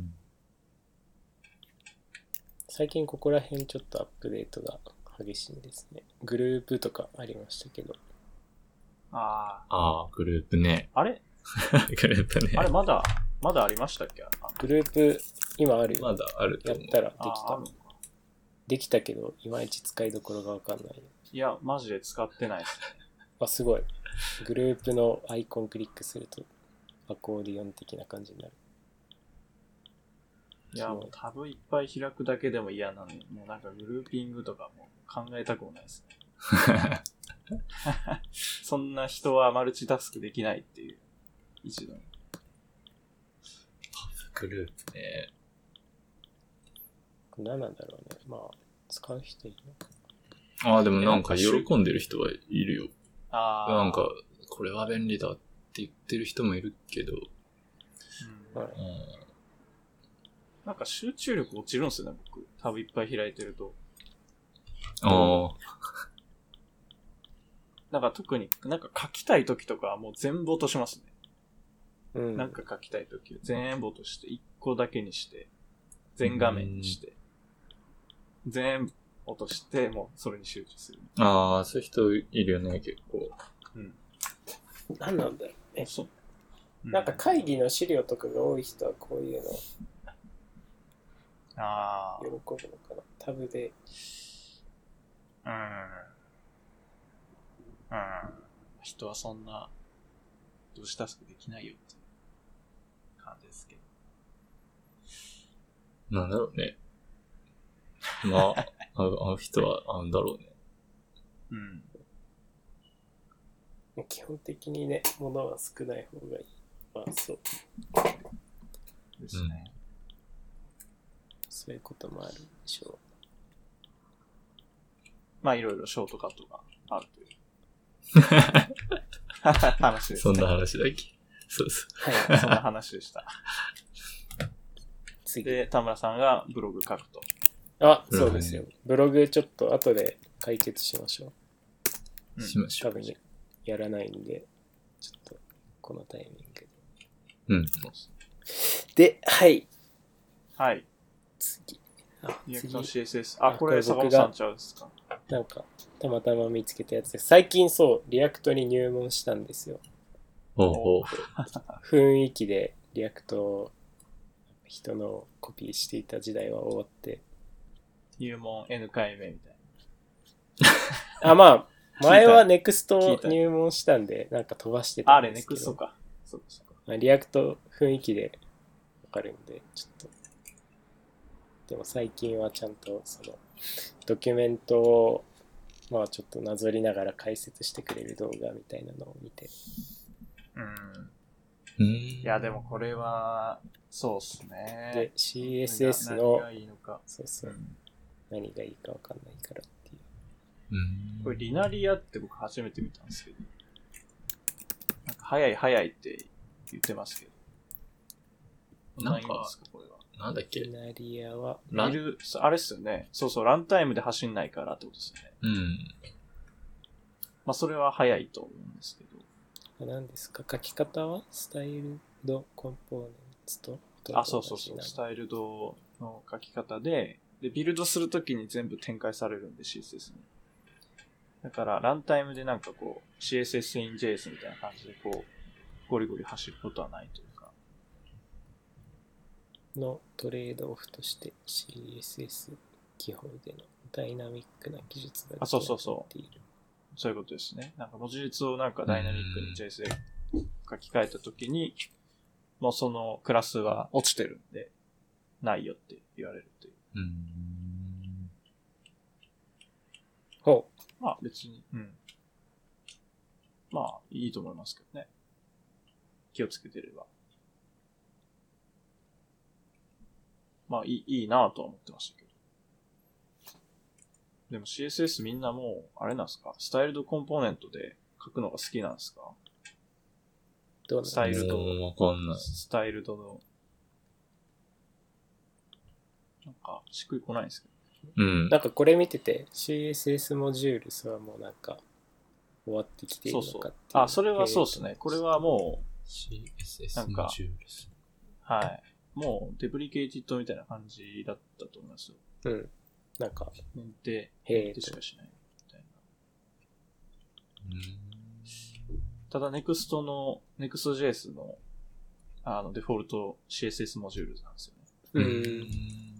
最近ここら辺ちょっとアップデートが激しいんですね。グループとかありましたけど。 ああ、グループね。 あれグループね。 あれまだありましたっけ？ グループ今あるよ。 まだあると思う。やったらできた。できたけど、いまいち使いどころがわかんない。 いや、マジで使ってないですね。 あ、すごい。グループのアイコンクリックするとアコーディオン的な感じになる。 いや、もうタブいっぱい開くだけでも嫌なのに、もうなんかグルーピングとかも考えたくもないですね。そんな人はマルチタスクできないっていう、一度に。 グループね。 何なんだろうね。まあ、使う人いるの。ああ、でもなんか喜んでる人はいるよ。なんか、これは便利だって言ってる人もいるけど。 なんか集中力落ちるんですよね、僕。タブいっぱい開いてると。なんか特に、なんか書きたい時とかはもう全部落としますね。なんか書きたい時は全部落として、1個だけにして、全画面にして、全部落として、もうそれに集中する。 ああ、そういう人いるよね、結構。 何なんだろう。なんか会議の資料とかが多い人はこういうの喜ぶのかな。タブで人はそんな、同時タスクできないよって感じですけど。 なんだろうね。まあ、あの人はあんだろうね。 基本的にね、物は少ない方がいい。まあ、そう。 ですね。 そういうこともあるでしょまあ、いろいろショートカットがあるという。話ですね。 そんな話だっけ。そうそう。 う。はい。 そんな話でした。 次。 で、田村さんがブログ書くと。 あ、そうですよ。ブログちょっと後で解決しましょう。しましょう。 多分やらないんで、ちょっとこのタイミングで。 うん。 で、はい。 はい。 次。 リアクション CSS。あ、これ坂本さんちゃうですか。 なんか、たまたま見つけたやつです。最近そう、リアクトに入門したんですよ。 ほう。 雰囲気でリアクトを人のコピーしていた時代は終わって。 入門 N 回目みたいな。あ、まあ、前は NEXT 入門したんで、なんか飛ばしてたんですけど。 あれ NEXT か。そうか。 まあ、リアクト雰囲気でわかるんで、ちょっと。でも最近はちゃんとそのドキュメントをまあちょっとなぞりながら解説してくれる動画みたいなのを見て。 いやでもこれはそうっすね。 で CSS の何がいいのか。 そうそう、何がいいかわかんないからっていう。 これリナリアって僕初めて見たんですけど、なんか早いって言ってますけど。 なんか何ですかこれは。 なんだっけ。 リナリアはあれっすよね。そうランタイムで走んないからってことですよね。まあそれは早いと思うんですけど。 何ですか書き方はスタイルドコンポーネンツと。 そう。スタイルドの書き方で、ビルドするときに全部展開されるんで CSS に。だからランタイムでなんかこう CSS in JS みたいな感じでこうゴリゴリ走ることはないというか。 のトレードオフとして CSS 基本でのダイナミックな技術がそういうことですね。なんか文字列をなんかダイナミックに JS で書き換えたときに、もうそのクラスは落ちてるんで、ないよって言われるという。 ほう。 まあ別に、まあいいと思いますけどね。気をつけてれば。まあいいなぁとは思ってましたけど。でも CSS みんなもう、あれなんですか？スタイルドコンポーネントで書くのが好きなんですか？ どうなんですか？ スタイルド。わかんない。 スタイルドの、なんか、しっくりこないんですけど。なんかこれ見てて、CSS モジュールスはもうなんか、終わってきているのかっていう。 そうそれはそうですね。これはもう、 CSS モジュールス。 はい。もう、デプリケイティッドみたいな感じだったと思いますよ。 なんか、 メンテしかしないみたいな。ただ Next.js のデフォルト CSS モジュールなんですよね。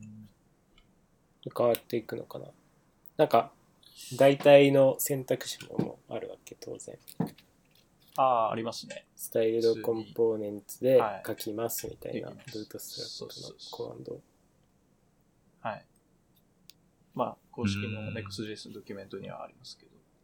変わっていくのかな。なんか、大体の選択肢もあるわけ、当然。 ありますね。 スタイルドコンポーネンツで書きますみたいな、ブートストラップのコマンド。 はい。まあ、公式の Next.js のドキュメントにはありますけ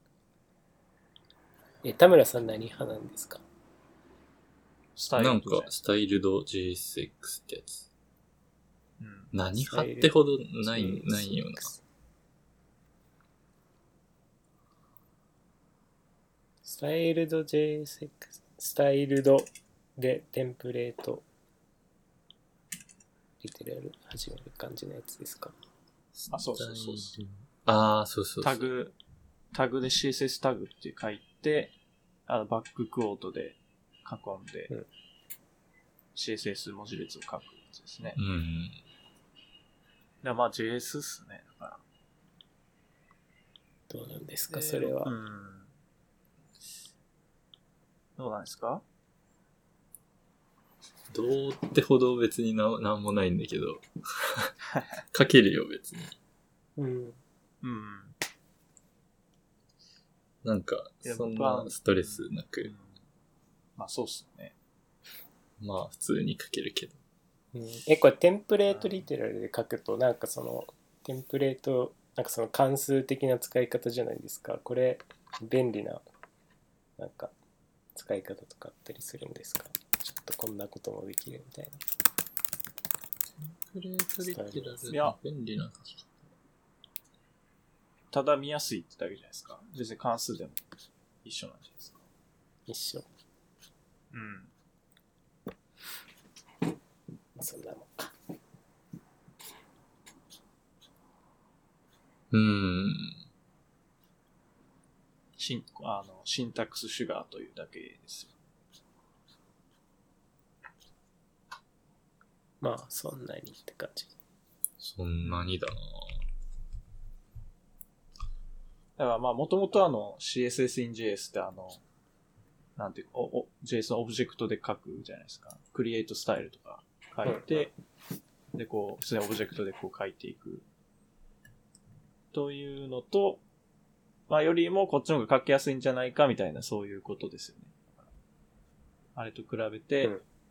ど。 田村さん何派なんですか？ なんか、スタイルド JSX ってやつ。何派ってほどないような。 スタイルド JSX、スタイルドでテンプレートリテラル始まる感じのやつですか？ そう。 そう。 タグで CSS タグって書いて、バッククォートで囲んで、CSS 文字列を書くやつですね。まあ JS っすね。だから。 どうなんですか、それは。 どうなんですか？ どうってほど別になんもないんだけど。書けるよ、別に。 なんか、そんなストレスなく。 まあそうっすね。 まあ普通に書けるけど。 これテンプレートリテラルで書くと、なんかその、テンプレート、なんかその関数的な使い方じゃないですか。これ、便利な、なんか、使い方とかあったりするんですか？ちょっとこんなこともできるみたいな。テンプレートリテラルいや便利な書き方。 ただ見やすいってだけじゃないですか。別に関数でも一緒なんじゃないですか。 一緒。 うん。 そんなもんか。 シンタックスシュガーというだけですよ。 まあ、そんなにって感じ。 そんなにだな。 だからまあ、もともとCSS in JS ってなんていうか、JS のオブジェクトで書くじゃないですか。クリエイトスタイルとか書いて、で、こう、普通にオブジェクトでこう書いていく。というのと、まあ、よりもこっちの方が書きやすいんじゃないかみたいな、そういうことですよね。あれと比べて、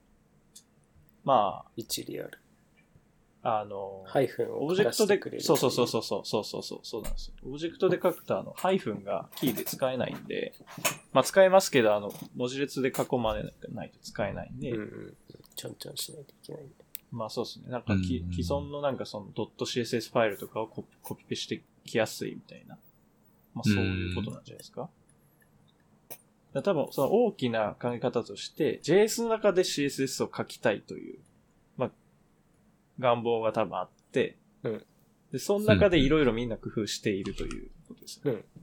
まあ、 一理ある。 ハイフンをオブジェクトで、そうなんですよ。オブジェクトで書くと、ハイフンがキーで使えないんで、まあ使えますけど、文字列で囲まれないと使えないんで、 ちょんちょんしないといけないんで。 まあそうですね。なんか既存のなんかその .css ファイルとかをコピペしてきやすいみたいな、まあそういうことなんじゃないですか。多分その大きな考え方として、JS の中で CSS を書きたいという、まあ、願望が多分あって、で、その中でいろいろみんな工夫しているということですよね。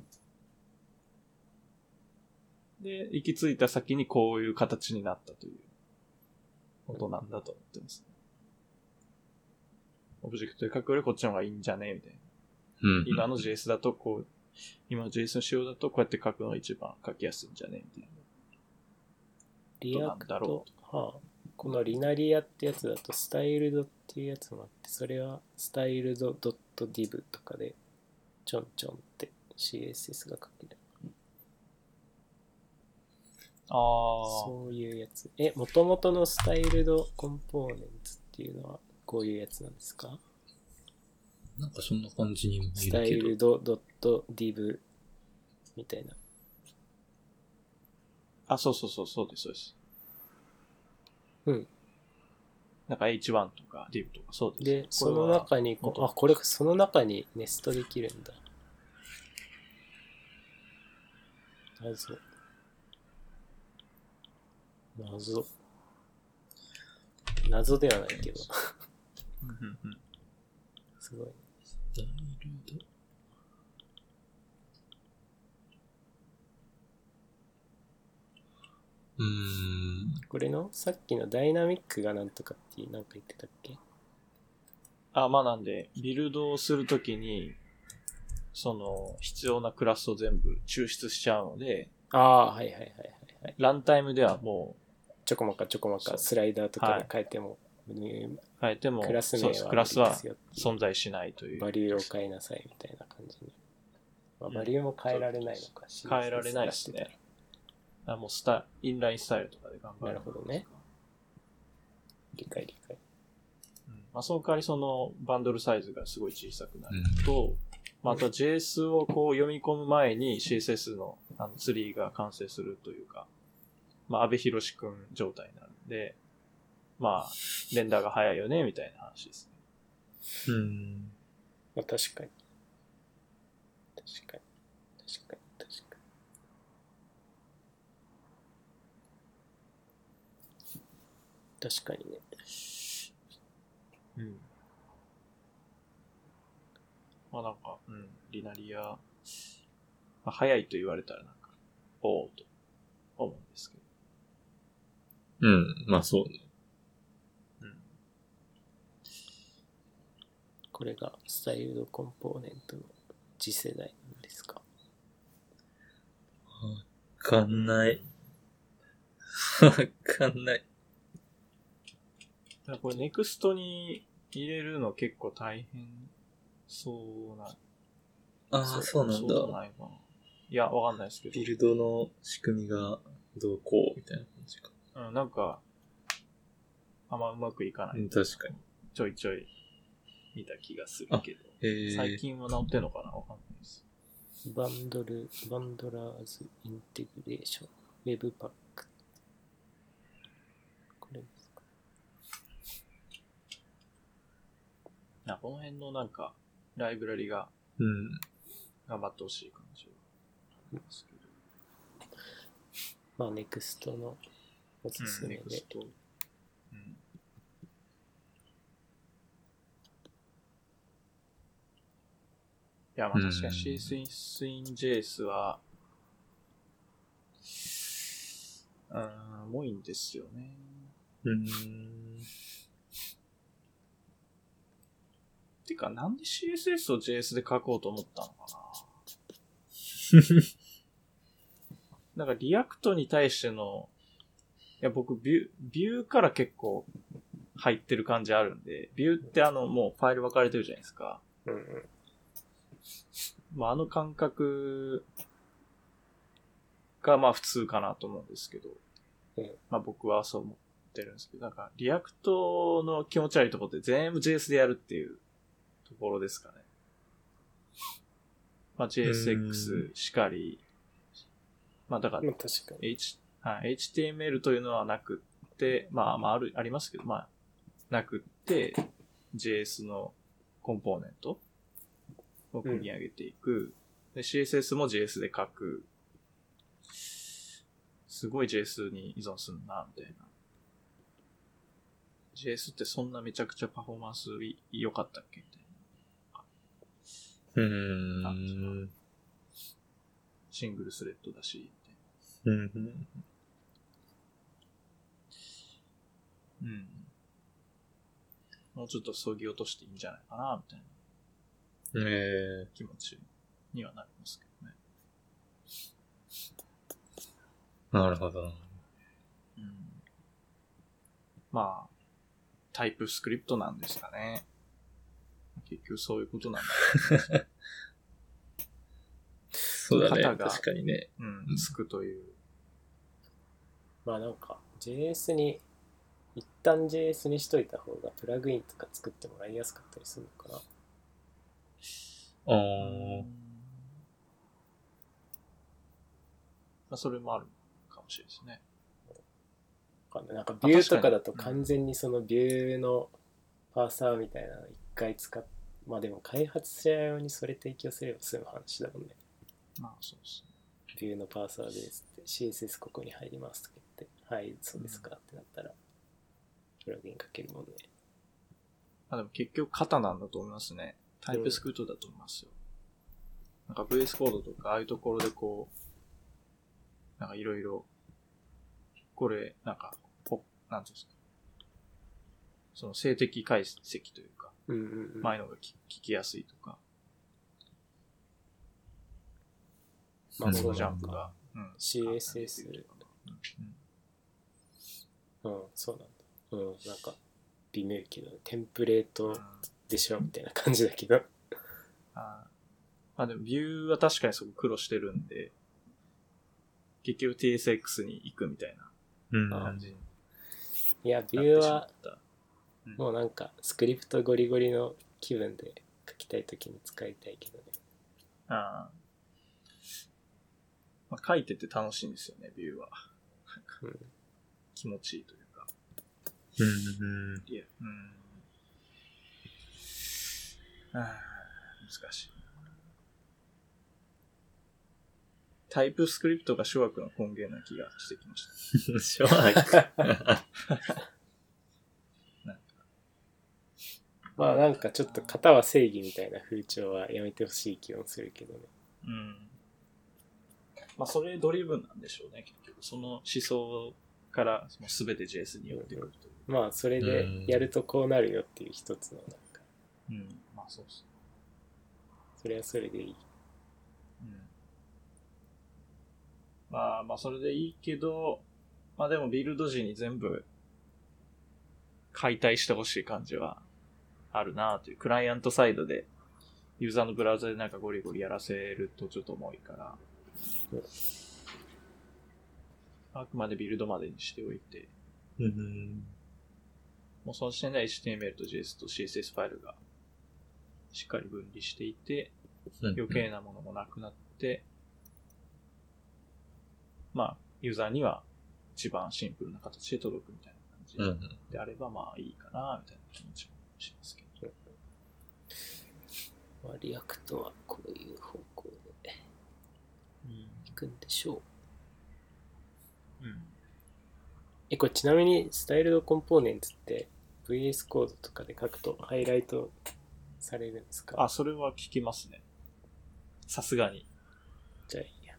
で、行き着いた先にこういう形になったということなんだと思ってます、ね。オブジェクトで書くよりこっちの方がいいんじゃねみたいな。今の JS だとこう、今の JS の仕様だとこうやって書くのが一番書きやすいんじゃねみたいな。 リアクト、このリナリアってやつだとスタイルドっていうやつもあって、それはスタイルド .div とかでちょんちょんって CSS が書ける。そういうやつ。元々のスタイルドコンポーネンツっていうのはこういうやつなんですか？ なんかそんな感じに見えるけど。 スタイルド .div みたいな。 そうです。 うん。 なんか H1 とか div とかそうです。 で、その中にこれその中にネストできるんだ。謎ではないけどすごい。これのさっきのダイナミックがなんとかってなんか言ってたっけ？ まあなんで、ビルドをするときに、その、必要なクラスを全部抽出しちゃうので、 はい。 ランタイムではもう、 ちょこまかスライダーとかで変えても、クラス名はクラスは存在しないという。 バリューを変えなさいみたいな感じに。バリューも変えられないのか。 変えられないですね。もうインラインスタイルとかで頑張る。 なるほどね。理解。 まあ、その代わりそのバンドルサイズがすごい小さくなると、まあ、あとは JS をこう読み込む前に CSS のツリーが完成するというか、まあ、安部寛くん状態になるんで、まあ、レンダーが早いよね、みたいな話ですね。 まあ、確かに。確かにね。 まあなんか、リナリア、まあ、早いと言われたらなんか、おーと思うんですけど。 まあそうね。 これがスタイルドコンポーネントの次世代なんですか？ わかんない。 これネクストに入れるの結構大変そうな。 そうなんだ。 そうじゃないかな。 いや、わかんないですけど。 ビルドの仕組みがどうこうみたいな感じか。 うん、なんか、あんまうまくいかない。 確かに。 ちょいちょい見た気がするけど。最近は治ってんのかなわかんないです。 バンドラーズインテグレーション、ウェブパック。これですか。 この辺のなんか、ライブラリが、頑張ってほしい感じはありますけど。 まあ、ネクストのおすすめで。 ネクスト。いや、まあ確かに CS in JS は、重いんですよね。てか、なんで CSS を JS で書こうと思ったのかな。なんかリアクトに対しての、いや僕ビューから結構入ってる感じあるんで、ビューってもうファイル分かれてるじゃないですか。まあ感覚がまあ普通かなと思うんですけど、まあ僕はそう思ってるんですけど、なんかリアクトの気持ち悪いところって全部 JS でやるっていうところですかね。まあ JSX しかり、まあだから、 確かにHTML というのはなくって、まあありますけど、まあなくって JS のコンポーネントを組み上げていく。で CSS も JS で書く。すごい JS に依存するな、みたいな。JS ってそんなめちゃくちゃパフォーマンス良かったっけみたいな。シングルスレッドだし、もうちょっと削ぎ落としていいんじゃないかな、みたいな。気持ちにはなりますけどね。 なるほど。 まあ、タイプスクリプトなんですかね。結局そういうことなんだ。 そうだね。確かにね。 つくという。 まあなんか JS に一旦 JS にしといた方がプラグインとか作ってもらいやすかったりするのかな。 まあそれもあるかもしれないですね。 なんかビューとかだと完全にそのビューのパーサーみたいなの一回使っ、まあでも開発者用にそれ提供すれば済む話だもんね。 まあそうですね。 ビューのパーサーですって CSS ここに入りますとか言って、はいそうですかってなったらプラグインかけるもんね。 でも結局型なんだと思いますね。タイプスクリプトだと思いますよ。なんか VS コードとかああいうところでこうなんかいろいろこれなんかなんていうんですか、その静的解析というか、前のが聞きやすいとか、まあそのジャンプが、 CSS、そうなんだ。なんか微妙けどテンプレートでしょみたいな感じだけど。 まあでもビューは確かにすごく苦労してるんで、結局 TSX に行くみたいな感じ。 いや、ビューはもうなんかスクリプトゴリゴリの気分で書きたいときに使いたいけどね。 まあ、書いてて楽しいんですよね、ビューは。気持ちいいというか。いや、難しい。タイプスクリプトが諸悪の根源な気がしてきました。 諸悪まあなんかちょっと型は正義みたいな風潮はやめてほしい気もするけどね。 まあそれドリブンなんでしょうね、結局。その思想からその全て JS に寄ってくるという。 まあそれでやるとこうなるよっていう一つのなんか。 まあそうですね。 それはそれでいい。 まあそれでいいけど、まあでもビルド時に全部解体してほしい感じはあるなという。クライアントサイドでユーザーのブラウザでなんかゴリゴリやらせるとちょっと重いから。 あくまでビルドまでにしておいて、 うんもうその時点では HTML と JS と CSS ファイルがしっかり分離していて、余計なものもなくなって、まあ、ユーザーには一番シンプルな形で届くみたいな感じであれば、まあいいかな、みたいな気持ちもしますけど。 まあ、リアクトはこういう方向でいくんでしょう。これちなみにスタイルドコンポーネンツって VS コードとかで書くとハイライトされるんですか？ あ、それは聞きますね。さすがに。 じゃあいいや。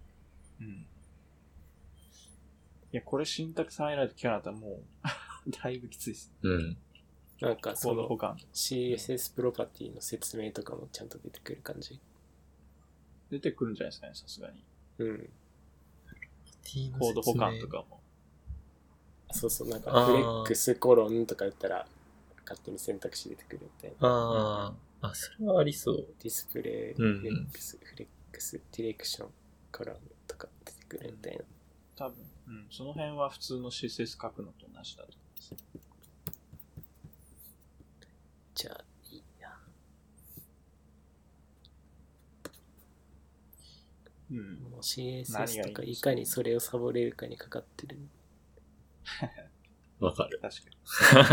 いや、これシンタックスハイライト聞かなかったらもう、だいぶきついです。 なんかその CSS プロパティの説明とかもちゃんと出てくる感じ？ 出てくるんじゃないですかね、さすがに。 ココード保管とかも。 そうそう、なんかフレックスコロンとか言ったら勝手に選択肢出てくるみたいな。それはありそう。 ディスプレイ、フレックス、ディレクション、コラムとか出てくるみたいな。 多分、その辺は普通の CSS 書くのと同じだと思います。 じゃあ、いいや。もう CSS とかいかにそれをサボれるかにかかってる。 わかる。 確かに。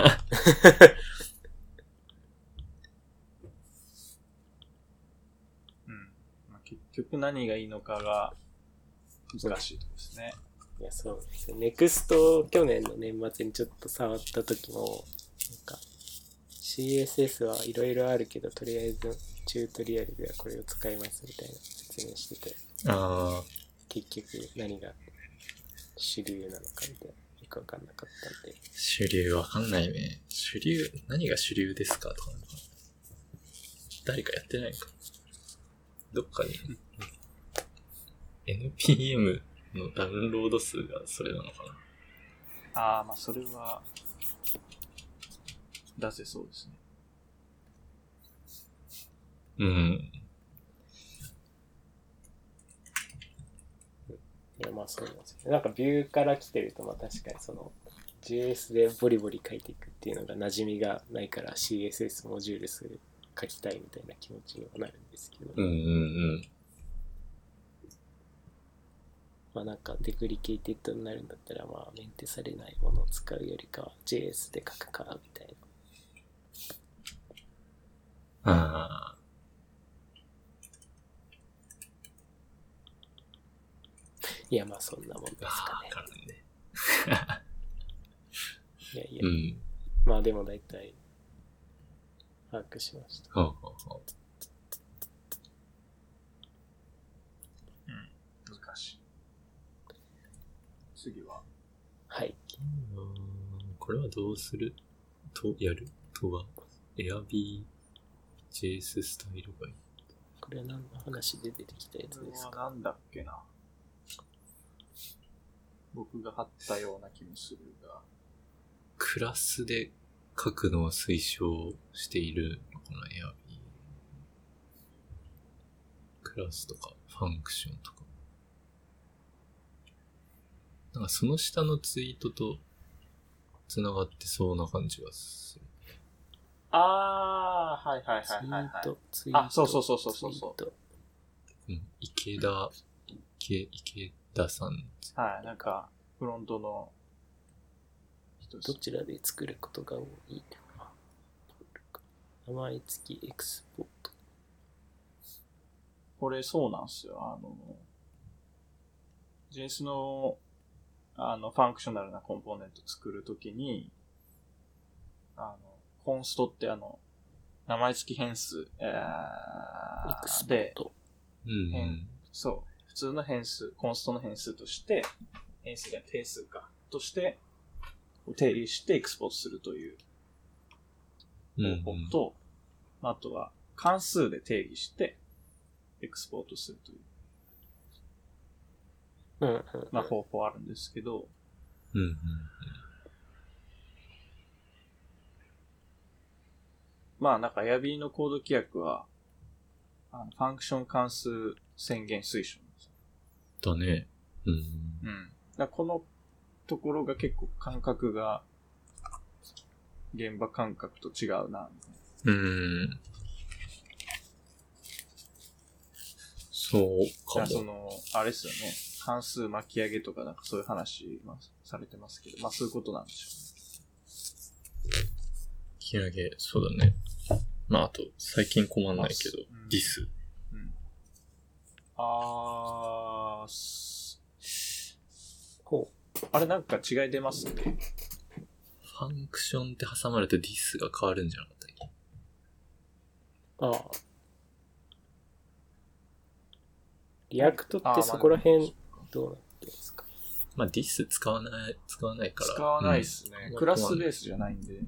まあ、結局何がいいのかが難しいところですね。 いや、そうですね。ネクスト去年の年末にちょっと触った時も、なんか CSS はいろいろあるけど、とりあえずチュートリアルではこれを使いますみたいな説明してて、結局何が主流なのかみたいな。よくわかんなかったんで。 主流わかんないね。何が主流ですかとかなんか。誰かやってないか。どっかに、NPM のダウンロード数がそれなのかな。 まあそれは、出せそうですね。 いや、まあそうなんですよ。なんかビューから来てると、まあ確かにその JS でボリボリ書いていくっていうのが馴染みがないから CSS モジュール数書きたいみたいな気持ちにはなるんですけど。まあなんかデプリケイテッドになるんだったら、まあメンテされないものを使うよりかは JS で書くかみたいな。 いや、まあそんなもんですかね。いやいや、まあでも大体把握しました。 難しい。次は。 はい。 これはどうするとやるとは Airb JS スタイルがいい。 これは何の話で出てきたやつですか？ これはなんだっけな。僕が貼ったような気もするが。 クラスで書くのは推奨しているのかな、Airb。クラスとか、ファンクションとか。なんかその下のツイートと繋がってそうな感じがする。 はいはいはいはい、はい。 ツイート。 そう。 池田さん。 はい、なんか、フロントの人どちらで作ることが多い？名前付きエクスポート。 これそうなんですよ。JS の、ファンクショナルなコンポーネント作るときに、コンストって名前付き変数、で、そう、普通の変数、コンストの変数として、変数が定数か、として、定義してエクスポートするという方法と、あとは関数で定義してエクスポートするという、まあ方法あるんですけど、まあなんか Airb のコード規約は、ファンクション関数宣言推奨なんですよ。 だね。うん。 うん。だからこのところが結構感覚が、現場感覚と違うな。 そうかも。 その、あれですよね。関数巻き上げとかなんかそういう話されてますけど、まあそういうことなんでしょうね。 巻き上げ、そうだね。まああと、最近困んないけど、ディス。 うん。ほう。あれなんか違い出ますね。 ファンクションって挟まるとディスが変わるんじゃなかったっけ？ ああ。リアクトってそこら辺どうなってるんですか？ まあディス使わないから。 使わないっすね。クラスベースじゃないんで。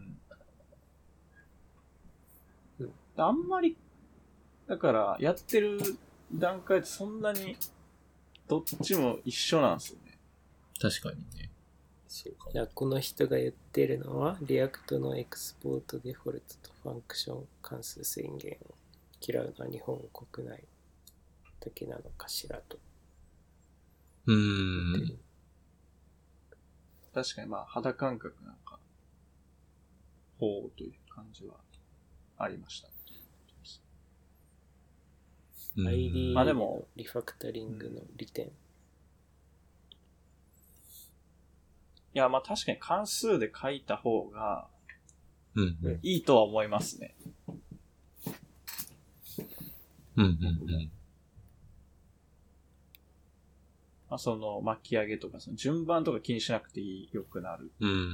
あんまり、だからやってる段階でそんなにどっちも一緒なんですよね。 確かにね。そうかも。 じゃあこの人が言ってるのは、リアクトのエクスポートデフォルトとファンクション関数宣言を嫌うのは日本国内だけなのかしらと。 確かにまあ肌感覚なんか、ほうという感じはありました。 ID のリファクタリングの利点。 いや、まあ確かに関数で書いた方がいいとは思いますね。まあその巻き上げとかその順番とか気にしなくてよくなる。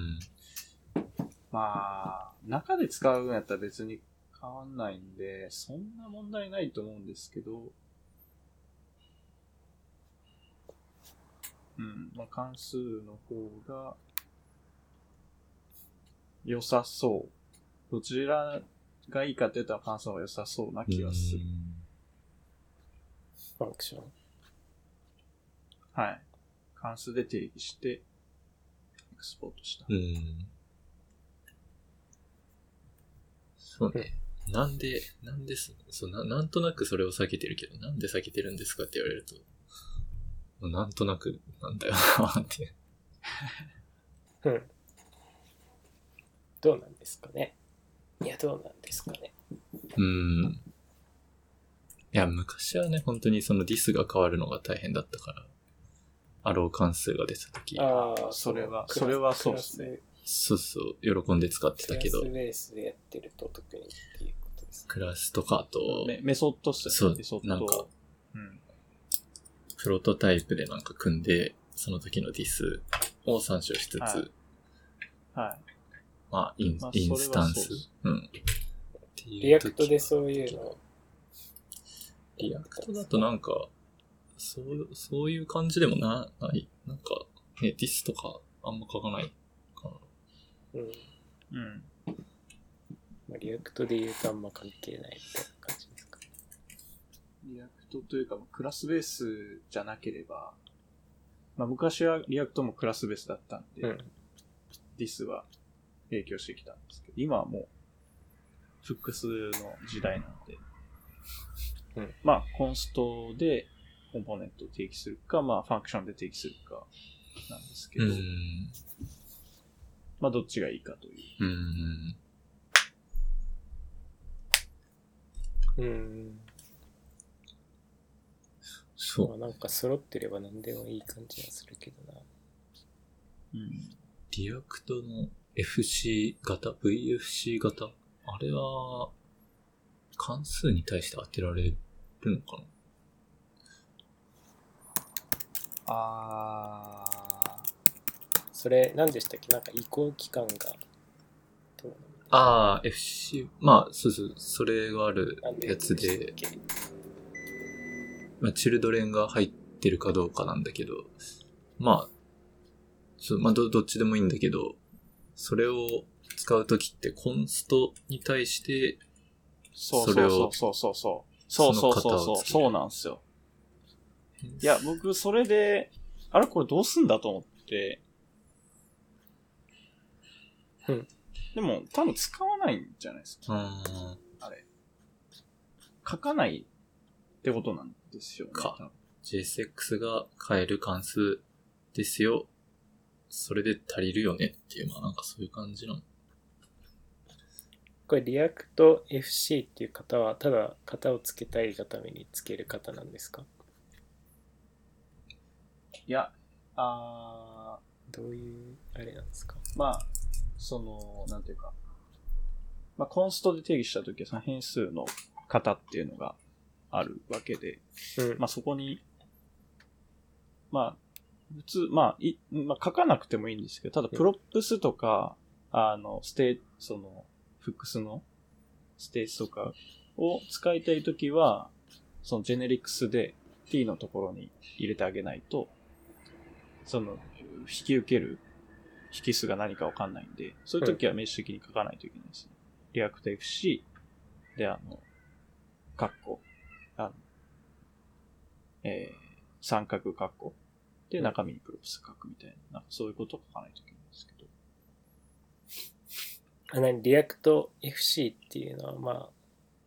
まあ中で使うんやったら別に変わんないんでそんな問題ないと思うんですけど。まあ、関数の方が良さそう。どちらがいいかって言ったら関数の方が良さそうな気がする。 ファンクション。 はい。関数で定義して、エクスポートした。 そうね。なんなんとなくそれを避けてるけど、なんで避けてるんですかって言われると、なんとなくなんだよなって。 どうなんですかね。いや、どうなんですかね。 いや、昔はね、本当にそのディスが変わるのが大変だったから、アロー関数が出たとき。 それはそうですね。 そうそう、喜んで使ってたけど。 クラスベースでやってると特にっていうことです、ね。 クラスとか、あと、 メソッドっすよね。そう、なんか、プロトタイプでなんか組んで、その時のディスを参照しつつ、 はい。 まあ、インスタンス。 リアクトでそういうのリアクトだとなんか、そういう感じでもない。なんか、ね、ディスとかあんま書かないかな。 まあ、リアクトで言うとあんま関係ないみたいな感じですか。 リアクトというか、クラスベースじゃなければ、まあ昔はリアクトもクラスベースだったんで、ディスは影響してきたんですけど、今はもう、フックスの時代なんで、まあ、コンストでコンポーネントを定義するか、まあ、ファンクションで定義するか、なんですけど、まあ、どっちがいいかという。 そう。なんか揃ってれば何でもいい感じはするけどな。 リアクトの FC 型 VFC 型あれは、関数に対して当てられるのかな？ それ、何でしたっけ？なんか移行期間が。 FC、まあ、そう、それがあるやつで、まあ、チルドレンが入ってるかどうかなんだけど、まあ、どっちでもいいんだけど、それを使うときってコンストに対して、 そうなんですよ。いや、僕、それで、あれこれどうすんだと思って、でも、多分使わないんじゃないですか。あれ。書かないってことなんですよね。 JSX が変える関数ですよ。それで足りるよねっていう、まあなんかそういう感じの。 これ React FC っていう方はただ型をつけたいがためにつける方なんですか？ いや、 どういうあれなんですか？ まあ、なんていうか、まあ、コンストで定義したときは、その変数の型っていうのがあるわけで、まあそこに、まあ、普通、まあ書かなくてもいいんですけど、ただプロップスとか、フックスのステージとかを使いたいときは、そのジェネリクスで t のところに入れてあげないと、引き受ける引数が何かわかんないんで、そういうときはメッシュ的に書かないといけないですね。React FC でカッコ、三角カッコで中身にプロップス書くみたいな、なんかそういうことを書かないといけないんですけど。 React FC っていうのはまあ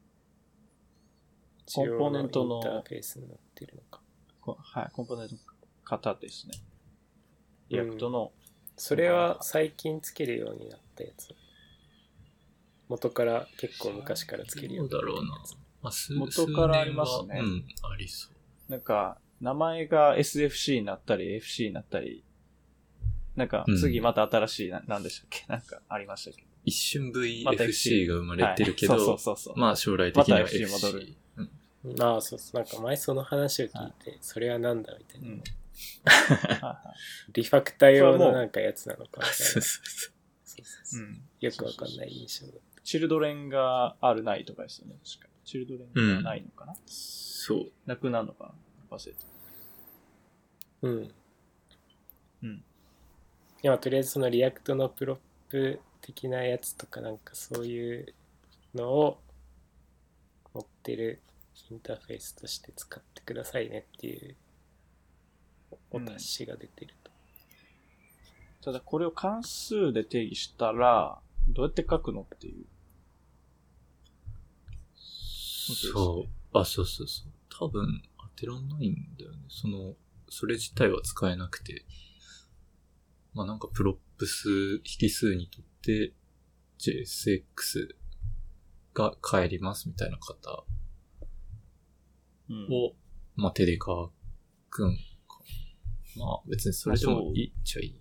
コンポーネントのインターフェースになってるのか。 はい、コンポーネントの型ですね。React の、 それは最近つけるようになったやつ。元から結構昔からつけるようになったやつ。 どうだろうな。まあ、 元からありますね。 ありそう。 なんか、名前が SFC になったり、FC になったり、なんか、次また新しい、なんでしたっけ？なんかありましたけど。 一瞬 VFC が生まれてるけど、 そうまあ将来的には FC 戻る。 そう。なんか前その話を聞いて、それはなんだみたいな。リファクター用のなんかやつなのかみたいな。よくわかんない印象だった。 チルドレンがあるないとかですよね、確か。チルドレンがないのかな、 そう。 なくなるのかな忘れた。 いや、とりあえずそのリアクトのプロップ的なやつとかなんかそういうのを持ってるインターフェースとして使ってくださいねっていうお達しが出てると。 ただこれを関数で定義したらどうやって書くのっていう。 そう。そう。多分当てらんないんだよね。それ自体は使えなくて。まあなんかプロップス引数にとって JSX が返りますみたいな型を、まあ手で書くんか。まあ別にそれでもいいっちゃいい。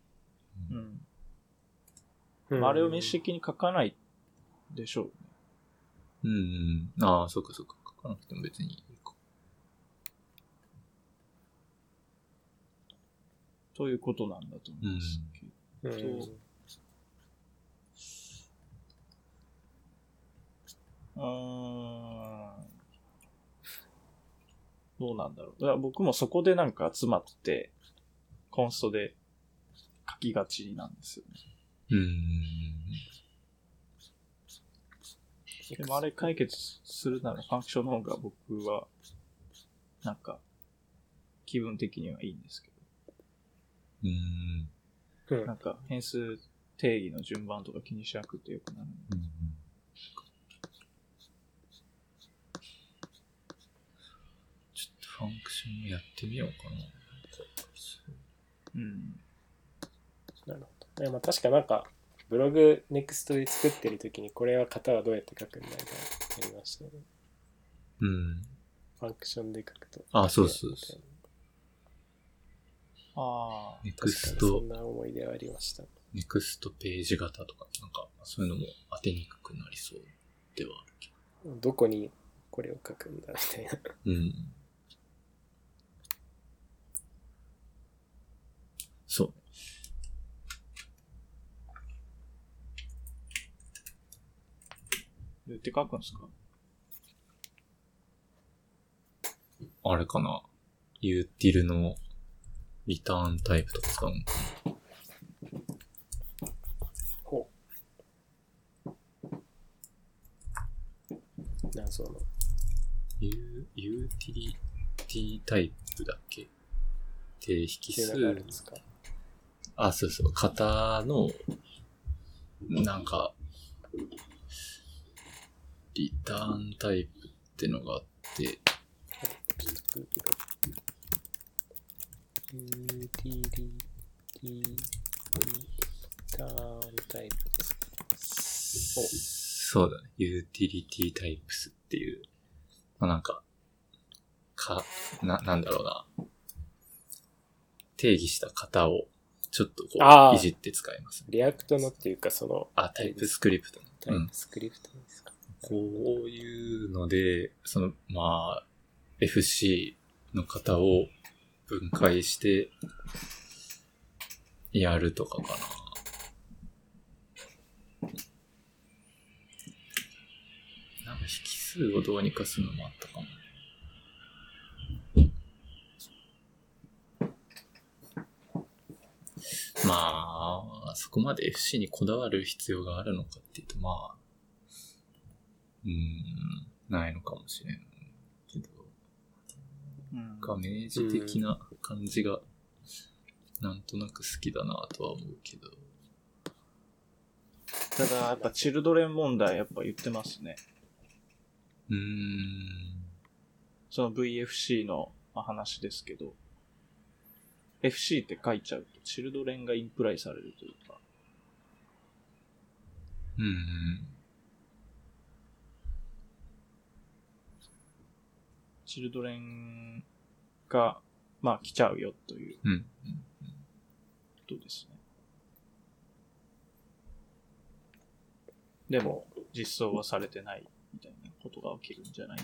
あれをメッシュ的に書かないでしょうね。そうか。書かなくても別にいいか。 ということなんだと思いますけど。どうなんだろう。いや僕もそこでなんか集まってコンストで書きがちなんですよね。でもあれ解決するならファンクションの方が僕はなんか気分的にはいいんですけど。なんか変数定義の順番とか気にしなくてよくなる。 ちょっとファンクションやってみようかな。 なるほど。まあ確かなんかブログネクストで作ってるときにこれは型はどうやって書くんだみたいなありましたね。ファンクションで書くと。 そう。 ネクスト。そんな思い出はありました。 ネクストページ型とか、なんかそういうのも当てにくくなりそうではあるけど。どこにこれを書くんだみたいな。 そう。 どうやって書くんですか？ あれかな。ユーティルのリターンタイプとか使うのかな。 ほう。なんその。 ユーティリティタイプだっけ？で、引数。そう。型の、なんか、リターンタイプってのがあって、 ユーティリティリターンタイプですね。 そうだね。ユーティリティタイプスっていう、まあ、なんだろうな。定義した型をちょっとこういじって使います、ね。 リアクトのっていうかタイプスクリプト。 タイプスクリプトですか。 こういうので、まあ、FC の型を分解してやるとかかな。なんか引数をどうにかするのもあったかも。まあ、そこまで FC にこだわる必要があるのかっていうと、まあ、ないのかもしれんけど、明示的な感じが、なんとなく好きだなとは思うけど。 ただ、やっぱチルドレン問題やっぱ言ってますね。その VFC の話ですけど、FC って書いちゃうと、チルドレンがインプライされるというか。チルドレンが、まあ来ちゃうよということですね。でも、実装はされてないみたいなことが起きるんじゃないと。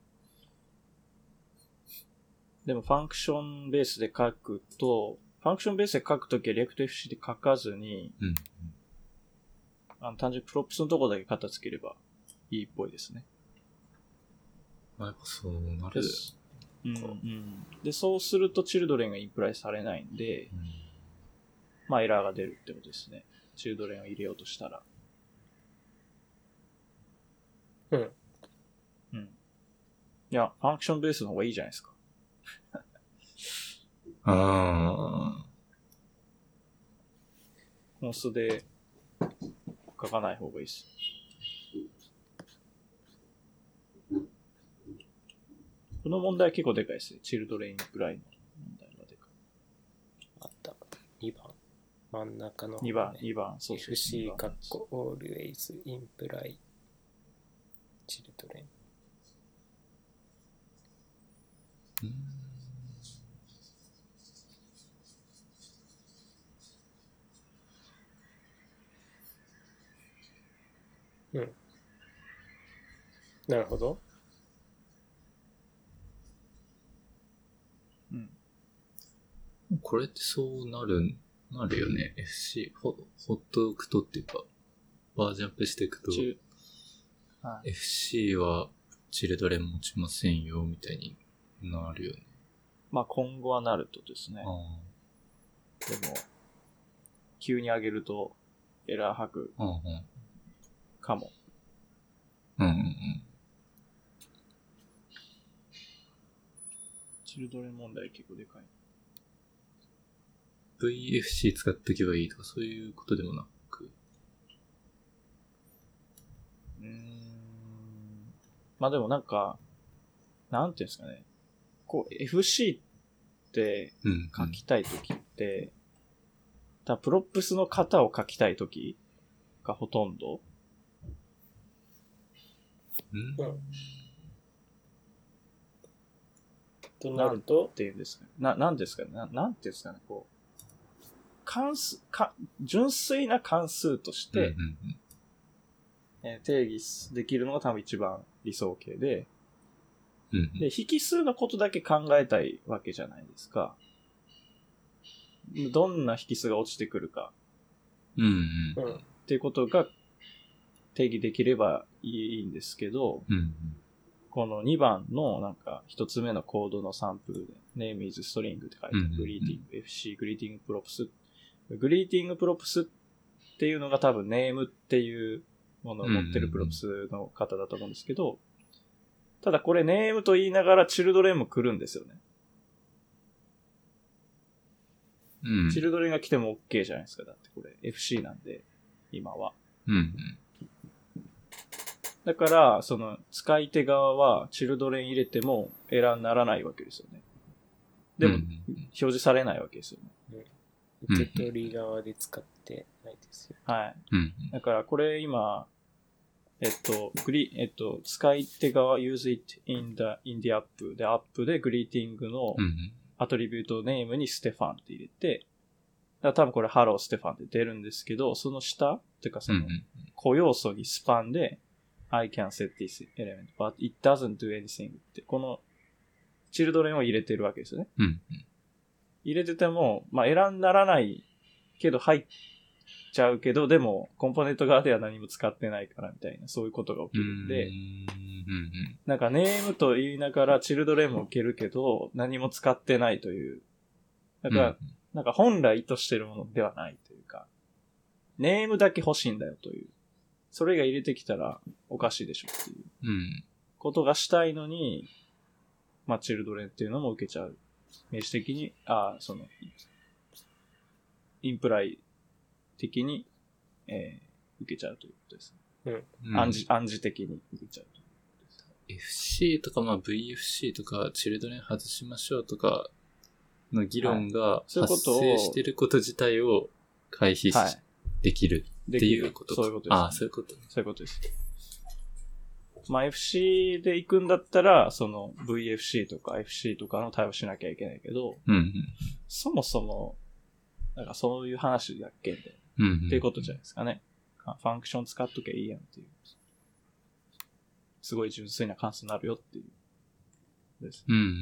でも、ファンクションベースで書くと、ファンクションベースで書くときは ReactFC で書かずに、単純にプロップスのところだけ片付ければいいっぽいですね。 やっぱそうなる。 で、そうするとチルドレンがインプライされないんで、まあエラーが出るってことですね。チルドレンを入れようとしたら。いや、ファンクションベースの方がいいじゃないですか。コンスで書かない方がいいです。この問題は結構でかいですね。チルドレインプライの問題がでかい。 あった。2番。真ん中の、 2番、そうそう。FC カッコ always imply children。なるほど。 これってそうなるよね。FC、ほっとくとっていうか、バージョンアップしていくと、FC はチルドレン持ちませんよ、みたいになるよね。 まあ今後はなるとですね。でも、急に上げるとエラー吐くかも。チルドレン問題結構でかい。 VFC 使っとけばいいとかそういうことでもなく。 まあでもなんか、なんていうんですかね。こう FC って書きたいときって、プロップスの型を書きたいときがほとんど。 となるとっていうんですかね。なんですかね。なんていうんですかね。こう、純粋な関数として、定義できるのが多分一番理想形で、で、引数のことだけ考えたいわけじゃないですか。どんな引数が落ちてくるか。っていうことが定義できればいいんですけど、この2番のなんか一つ目のコードのサンプルで name is string って書いてある。greeting, FC, greeting props。greeting props っていうのが多分 name っていうものを持ってるプロプスの方だと思うんですけど、ただこれ name と言いながらチルドレンも来るんですよね。チルドレンが来ても OK じゃないですか。だってこれ FC なんで、今は。 だから、その、使い手側は、チルドレン入れてもエラーにならないわけですよね。でも、表示されないわけですよね。 受け取り側で使ってないですよ。 はい。だから、これ今、使い手側 use it in the app で、アップでグリーティングのアトリビュートネームにステファンって入れて、だから多分これハローステファンって出るんですけど、その下っていうかその、個要素にスパンで、I can set this element, but it doesn't do anything って、この、チルドレンを入れてるわけですよね。入れてても、まあ、エラーにならないけど入っちゃうけど、でも、コンポーネント側では何も使ってないからみたいな、そういうことが起きるんで、なんかネームと言いながらチルドレンも受けるけど、何も使ってないという。だから、なんか本来意図してるものではないというか、ネームだけ欲しいんだよという。それが入れてきたらおかしいでしょっていうことがしたいのに、まあ、チルドレンっていうのも受けちゃう。名詞的に、その、インプライ的に、受けちゃうということです。暗示的に受けちゃうということです。 FC とか、まあ VFC とか、チルドレン外しましょうとかの議論が発生していること自体を回避できるっていうことか。 そういうことです、ね。 そういうこと。 そういうことです。まあ FC で行くんだったら、その VFC とか FC とかの対応しなきゃいけないけど、そもそも、なんかそういう話だっけみたいな、っていうことじゃないですかね。ファンクション使っときゃいいやんっていう。すごい純粋な関数になるよっていう。です。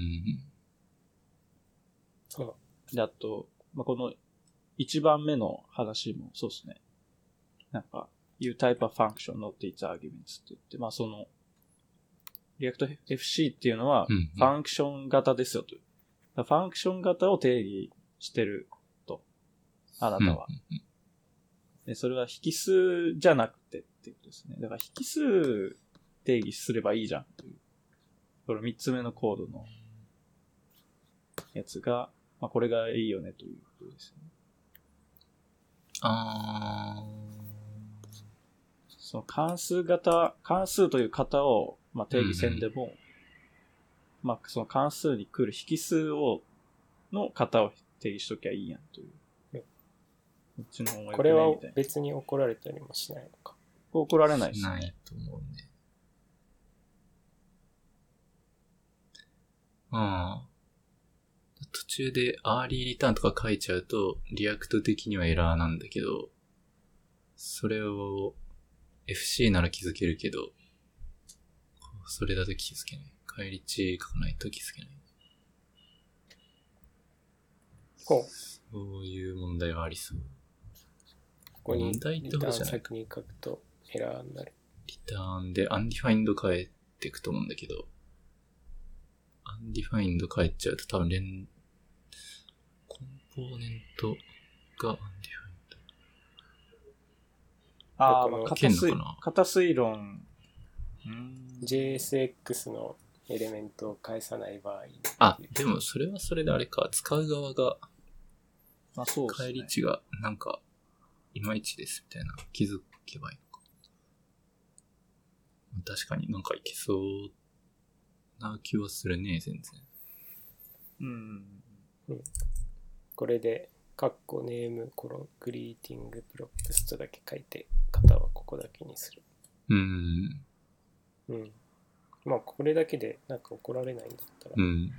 そう。で、あと、まあ、この1番目の話もそうですね。なんか、you type a function not its arguments って言って、まあその、リアクト FC っていうのは、ファンクション型ですよという。ファンクション型を定義してると。あなたは。で、それは引数じゃなくてっていうことですね。だから引数定義すればいいじゃんという。これ3つ目のコードのやつが、まあこれがいいよねということですね。その関数という型を、まあ、定義せんでも、まあ、その関数に来る引数の型を定義しときゃいいやんという。 これは別に怒られたりもしないのか。 怒られないですね。 ないと思うね。途中でアーリーリターンとか書いちゃうと、リアクト的にはエラーなんだけど、それをFC なら気づけるけど、それだと気づけない。返り値書かないと気づけない。そういう問題はありそう。 ここにリターン先に書くとエラーになる。 リターンでアンディファインド変えていくと思うんだけど、アンディファインド変えちゃうと多分コンポーネントがアンディファインド。 型推論。 JSX のエレメントを返さない場合。でもそれはそれであれか、使う側が、 そうですね。 返り値がなんか、いまいちですみたいな気づけばいいのか。確かになんかいけそうな気はするね、全然。 これで、カッコネームコログリーティングプロプストだけ書いて、型はここだけにする。まあこれだけでなんか怒られないんだったら。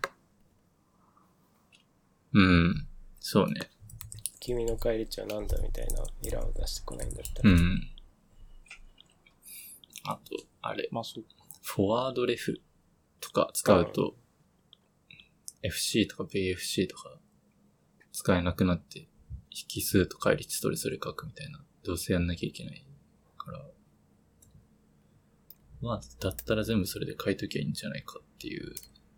そうね。 君の返り値はなんだみたいなエラーを出してこないんだったら。 あと、あれ。 まあそう。 フォワードレフとか使うと、FC とか VFC とか使えなくなって、引数と返り値それぞれ書くみたいな、どうせやんなきゃいけないから、まあ、だったら全部それで書いときゃいいんじゃないかっていう、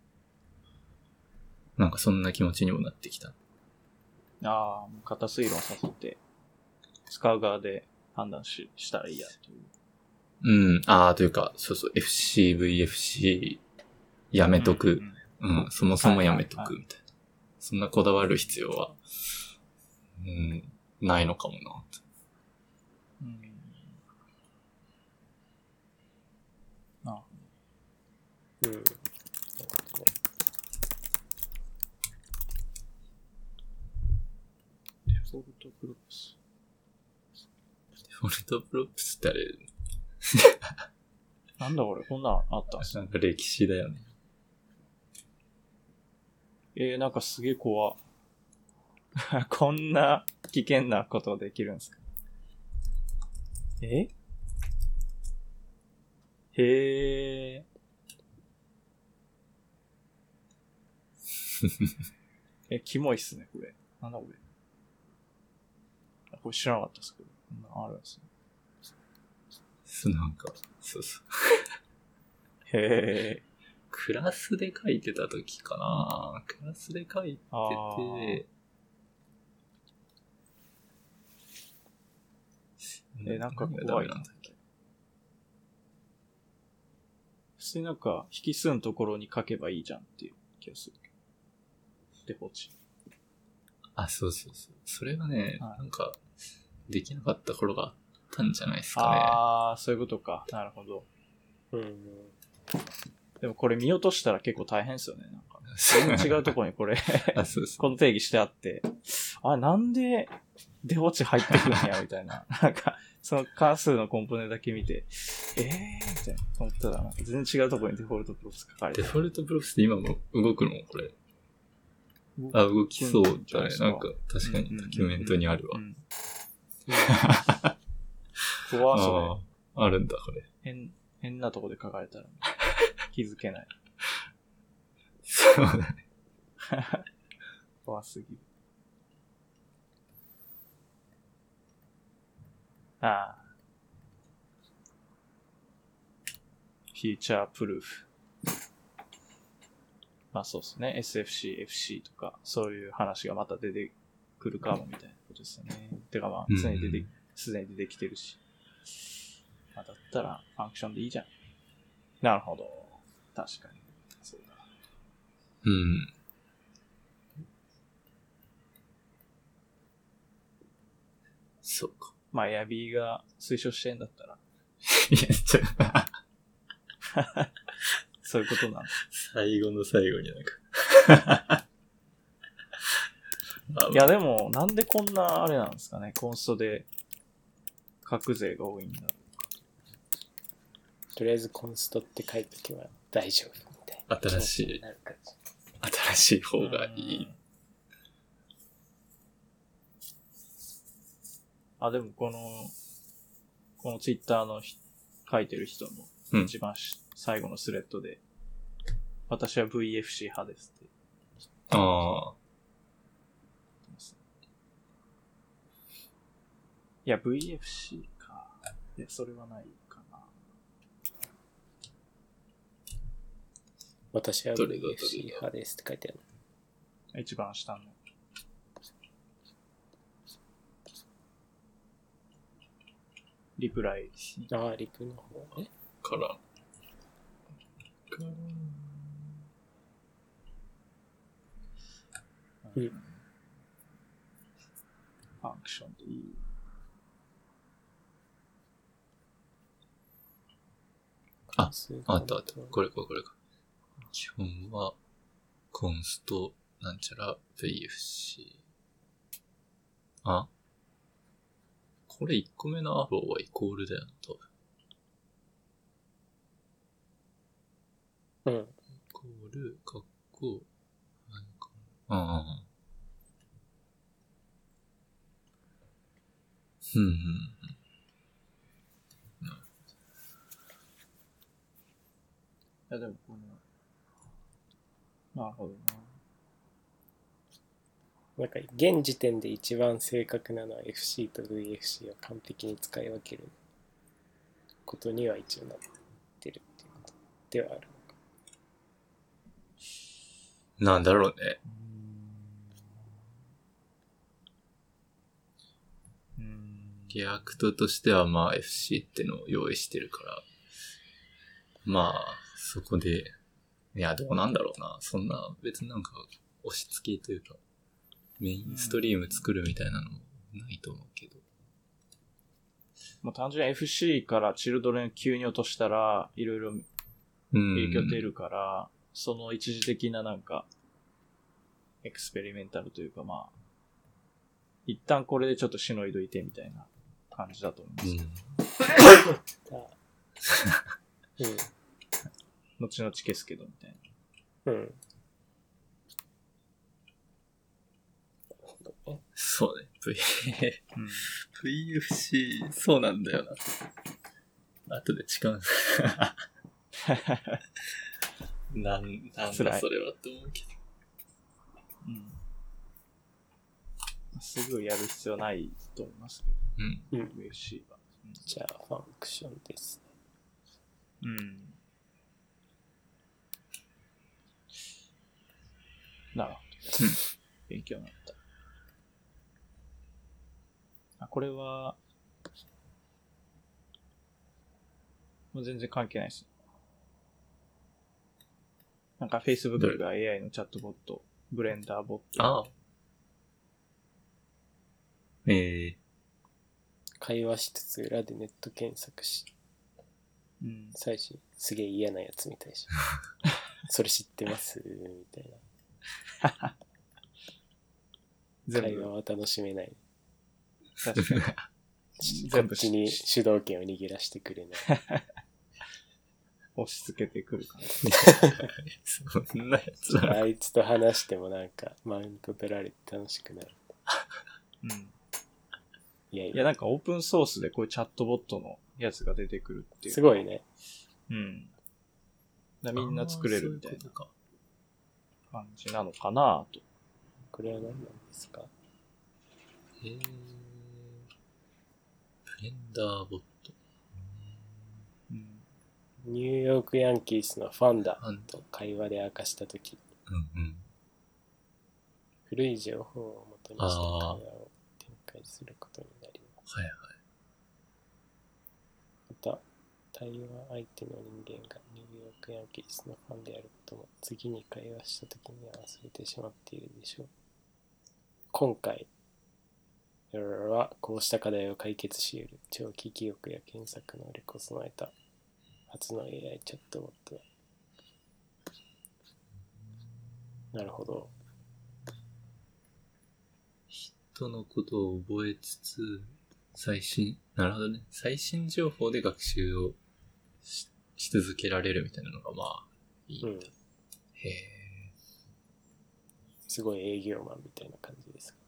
なんかそんな気持ちにもなってきた。 型推論させて、使う側で判断したらいいやという。 というか、そうそう、FC、VFC、やめとく。そもそもやめとくみたいな。そんなこだわる必要は、ないのかもな。 フォルトプロプス。 デフォルトプロプスってあれ、 なんだこれ、こんなんあったんすなんか歴史だよね。 なんかすげえ怖こんな危険なことできるんですか？へえ。キモいっすね、これ。なんだこれ。これ知らなかったっすけど。こんなあるんですね。 なんか、そう。 へえ。 クラスで書いてた時かな。クラスで書いてて、 なんか怖いな。普通になんか引数のところに書けばいいじゃんっていう気がするけど。デフォチ。 あ、そう。それがね、なんか、できなかった頃があったんじゃないですかね。 ああ、そういうことか。なるほど。でもこれ見落としたら結構大変ですよね。なんか全然違うところにこれこの定義してあって、なんでデフォチ入ってくるんやみたいな。なんか、その関数のコンポーネントだけ見て、みたいな思ったら、なんか全然違うところにデフォルトプロプス書かれてる。 デフォルトプロプスって今も動くのこれ。動きそうだね。なんか、確かにドキュメントにあるわ。 怖そう。 あるんだ、これ。 変なとこで書かれたら気づけない。 そうだね。 怖すぎる。フューチャープルーフ。まあそうですね。SFC、FC とか、そういう話がまた出てくるかもみたいなことですよね。てかまあ、すでに出てきてるし。だったら、ファンクションでいいじゃん。なるほど。確かに。そうだ。 そうか。 まあ、エアビーが推奨してんだったら。 いや、ちょっと。 そういうことなんです。 最後の最後になんか。 いや、でも、なんでこんなあれなんですかね。コンストで、核勢が多いんだろうか。 とりあえずコンストって書いとけば大丈夫みたいな。 新しい方がいい。 でもこのツイッターの書いてる人の一番最後のスレッドで、私は VFC 派ですって。いや、VFC か。いや、それはないかな。 私は VFC 派ですって書いてある。 一番下の。リプライ。 リプの方ね。 から。 ファンクションでいい。 あった。これか。基本は、コンスト、なんちゃら、VFC。これ1個目のアローはイコールだよな、多分。イコール、カッコ、 いや、でもなるほどな。 なんか現時点で一番正確なのは FC と VFC を完璧に使い分けることには一応なってるっていうことではあるのか。 なんだろうね。リアクトとしてはまあ FC ってのを用意してるから、まあそこで、いやどうなんだろうな。そんな別になんか押し付けというか、メインストリーム作るみたいなのもないと思うけど。 もう単純に FC からチルドレン急に落としたら、いろいろ影響出るから、その一時的ななんか、エクスペリメンタルというかまあ、 一旦これでちょっとしのいどいてみたいな感じだと思いますけど。後々消すけどみたいな。 そうね。VFC、そうなんだよな。後で誓う。なんだそれはって思うけど。 すぐやる必要ないと思いますけど。VFC は。 じゃあ、ファンクションですね。なるほど。勉強になった。これは、もう全然関係ないです。なんか Facebook が AI のチャットボット、ブレンダーボット。 ああ。 会話しつつ裏でネット検索し。最初すげえ嫌なやつみたいじゃん。それ知ってますみたいな。会話は楽しめない。 確かに。 こっちに主導権を握らせてくれない。 押し付けてくるから。 そんなやつだ。 あいつと話してもなんかマウント取られて楽しくなる。いやなんかオープンソースでこういうチャットボットのやつが出てくるっていう。 すごいね。 みんな作れるみたいな感じなのかなと。 これは何なんですか？ ブレンダーボット。 ニューヨークヤンキースのファンだと会話で明かしたとき、古い情報を元にした会話を展開することになります。また、対話相手の人間がニューヨークヤンキースのファンであることも次に会話したときには忘れてしまっているでしょう。今回はこうした課題を解決し得る長期記憶や検索能力を備えた初の AI チャットボットだ。なるほど。 人のことを覚えつつ、なるほどね。最新情報で学習を し続けられるみたいなのがまあいいんだ。へえ。 すごい営業マンみたいな感じですか。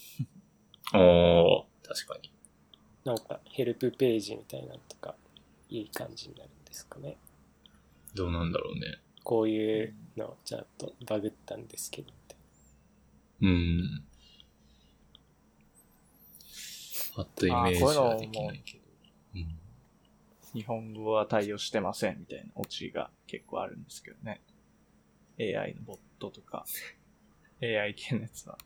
確かに。 なんかヘルプページみたいなのとかいい感じになるんですかね。 どうなんだろうね。 こういうのちゃんとバグったんですけどって。 パッとイメージはできないけど。 日本語は対応してませんみたいなオチが結構あるんですけどね。AI のボットとか AI 系のやつは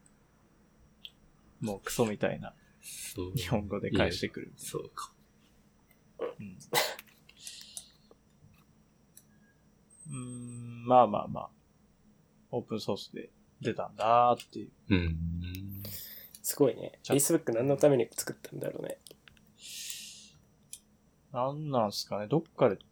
もうクソみたいな日本語で返してくる。 そうか。 まあまあまあオープンソースで出たんだーっていう。 すごいね。Facebook 何のために作ったんだろうね。 なんなんすかね。どっかで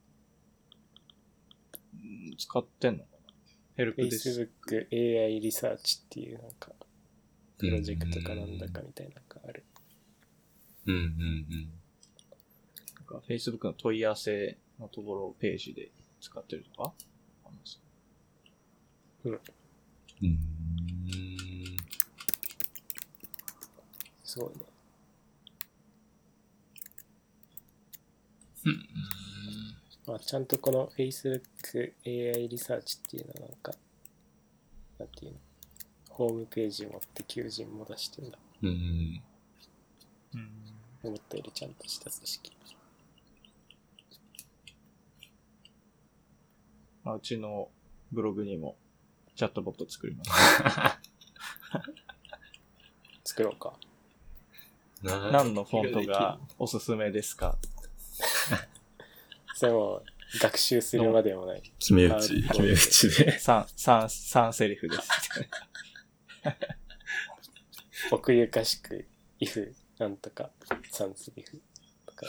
使ってんのかな。ヘルプです。 Facebook AI リサーチっていうなんかプロジェクトかなんだかみたいなのがある。 なんか Facebook の問い合わせのところをページで使ってるとかあります。 すごいね。まあ、ちゃんとこの Facebook AI リサーチっていうのはなんか、なんていうの、ホームページを持って求人も出してんだ。思ったよりちゃんとした組織。 まあ、うちのブログにもチャットボット作ります。 作ろうか。 何のフォントがおすすめですか？ それも学習するまでもない。 決め打ちで。 3セリフです。 奥ゆかしく、if なんとか3セリフとか。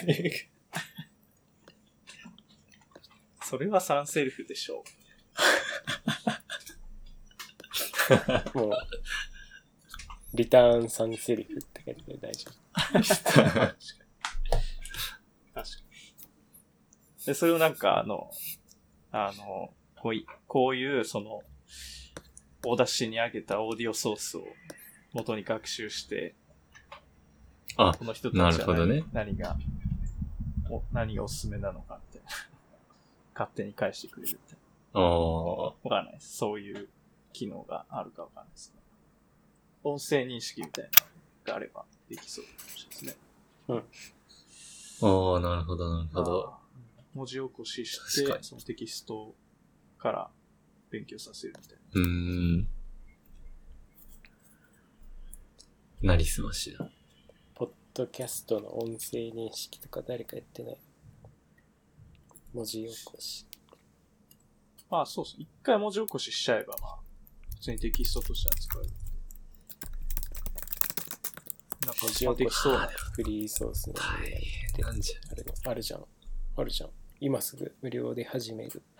それは3セリフでしょう。 もう、 リターン3セリフって書いてて大丈確かに。で、それをなんかこういうその、お出しに上げたオーディオソースを元に学習して、 あ、 この人たちはね、 何がおすすめなのかって、勝手に返してくれるって。わかんないです。そういう機能があるかわかんないですね。音声認識みたいなのがあればできそうかもしれないですね。 ああ、なるほど、なるほど。 文字起こしして、そのテキストから勉強させるみたいな。 なりすましだ。 ポッドキャストの音声認識とか誰かやってない？文字起こし。 まあそうですね。一回文字起こししちゃえば、まあ、普通にテキストとしては使える。 なんか文字起こしそうなフリーソースのなんじゃあるじゃん。今すぐ無料で始める。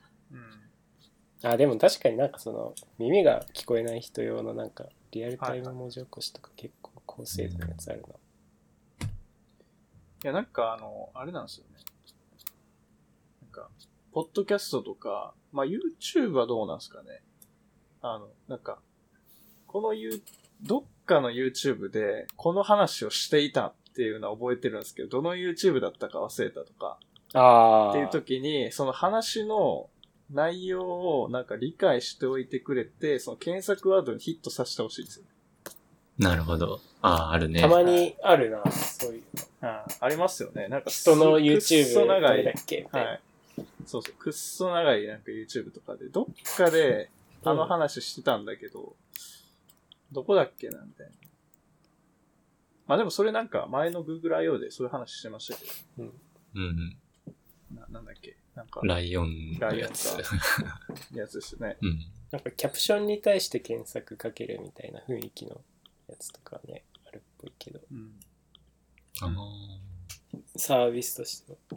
でも確かになんかその耳が聞こえない人用のなんかリアルタイム文字起こしとか結構高精度のやつあるな。 いやなんかあれなんですよね。なんか、ポッドキャストとか、まあ YouTube はどうなんですかね。なんか、どっかの YouTube でこの話をしていたっていうのは覚えてるんですけど、どの YouTube だったか忘れたとか。っていう時に、その話の内容をなんか理解しておいてくれて、その検索ワードにヒットさせてほしいですよね。 なるほど。あるね。 たまにあるな、そういうの。ありますよね。なんか人の YouTube 長いだっけ、 はい。そうそう。くっそ長いなんか YouTube とかで、どっかで話してたんだけど、どこだっけなみたいな。まあでもそれなんか前の Google I.O. でそういう話してましたけど。なんだっけなんか。 ライオンのやつ。 やつですよね。 なんかキャプションに対して検索かけるみたいな雰囲気のやつとかね、あるっぽいけど。サービスとしては。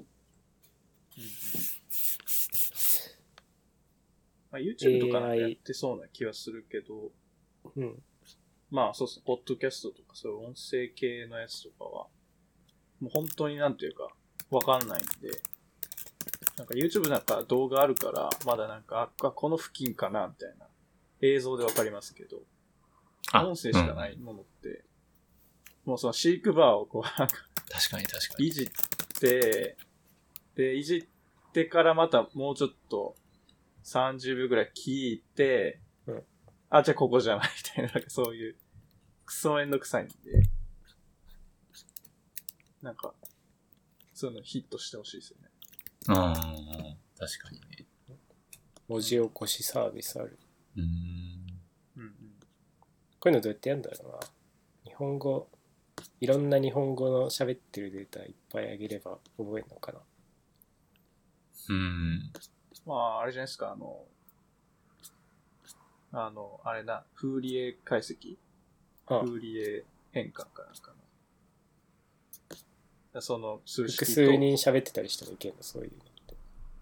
まあ、YouTube とかなんかやってそうな気はするけど、まあそうですね、ポッドキャストとかそういう音声系のやつとかは、もう本当になんていうか、わかんないんで、なんか YouTube なんか動画あるから、まだなんか、この付近かな、みたいな。映像でわかりますけど、音声しかないものって、もうその飼育バーをこうなんか、 確かに。 いじって、で、いじってからまたもうちょっと30秒ぐらい聞いて、じゃあここじゃないみたいな、なんかそういう、クソめんどくさいんで、なんか、そういうのヒットしてほしいですよね。 確かにね。 文字起こしサービスある。こういうのどうやってやるんだろうな。日本語、いろんな日本語の喋ってるデータいっぱいあげれば覚えるのかな。 まあ、あれじゃないですか、あれな、フーリエ解析、フーリエ変換かなんかの。その数式と複数人喋ってたりしてもいけるの、そういうのって。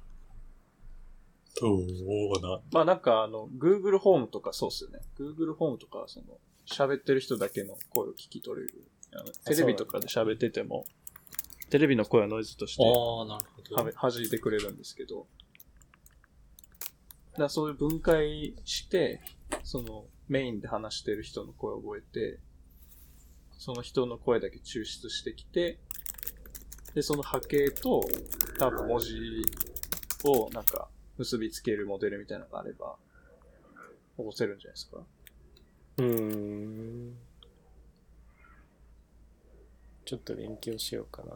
そうだ。 まあなんかGoogle ホームとかそうっすよね。Google ホームとかその喋ってる人だけの声を聞き取れる。テレビとかで喋ってても、テレビの声はノイズとして弾いてくれるんですけど、だからそういう分解して、そのメインで話してる人の声を覚えて、その人の声だけ抽出してきて、で、その波形と多分文字をなんか結びつけるモデルみたいなのがあれば、起こせるんじゃないですか。 ちょっと勉強しようかな。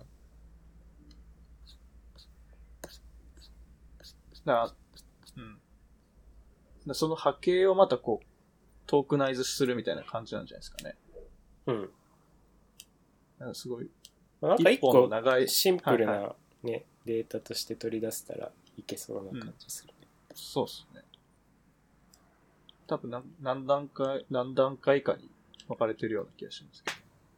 その波形をまたこう、トークナイズするみたいな感じなんじゃないですかね。なんかすごい、 なんか一個シンプルなね、データとして取り出せたらいけそうな感じするね。 そうっすね。多分何段階かに分かれてるような気がしますけ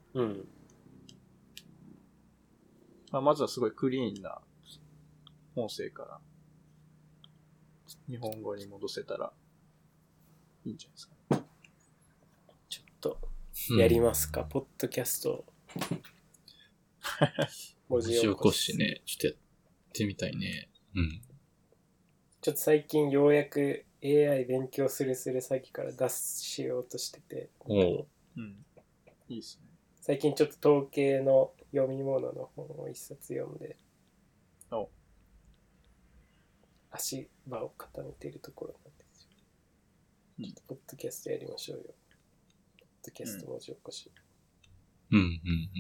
ど。まずはすごいクリーンな音声から日本語に戻せたらいいんじゃないですかね。 ちょっとやりますか、ポッドキャスト。 文字起こしね。ちょっとやってみたいね。うん。 ちょっと最近ようやく AI 勉強する詐欺から脱しようとしてて。 おうん。いいですね。 最近ちょっと統計の読み物の本を一冊読んで、足場を固めているところなんですよ。ちょっとポッドキャストやりましょうよ。ポッドキャスト文字起こし。 うんうんうん。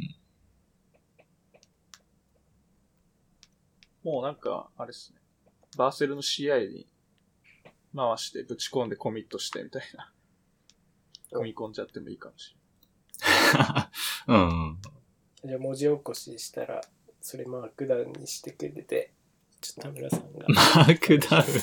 もうなんか、あれですね。バーセルの試合に回してぶち込んでコミットしてみたいな。組み込んじゃってもいいかもしれない。うん。 じゃあ文字起こししたら、それマークダウンにしてくれて、ちょっと田村さんが。 マークダウン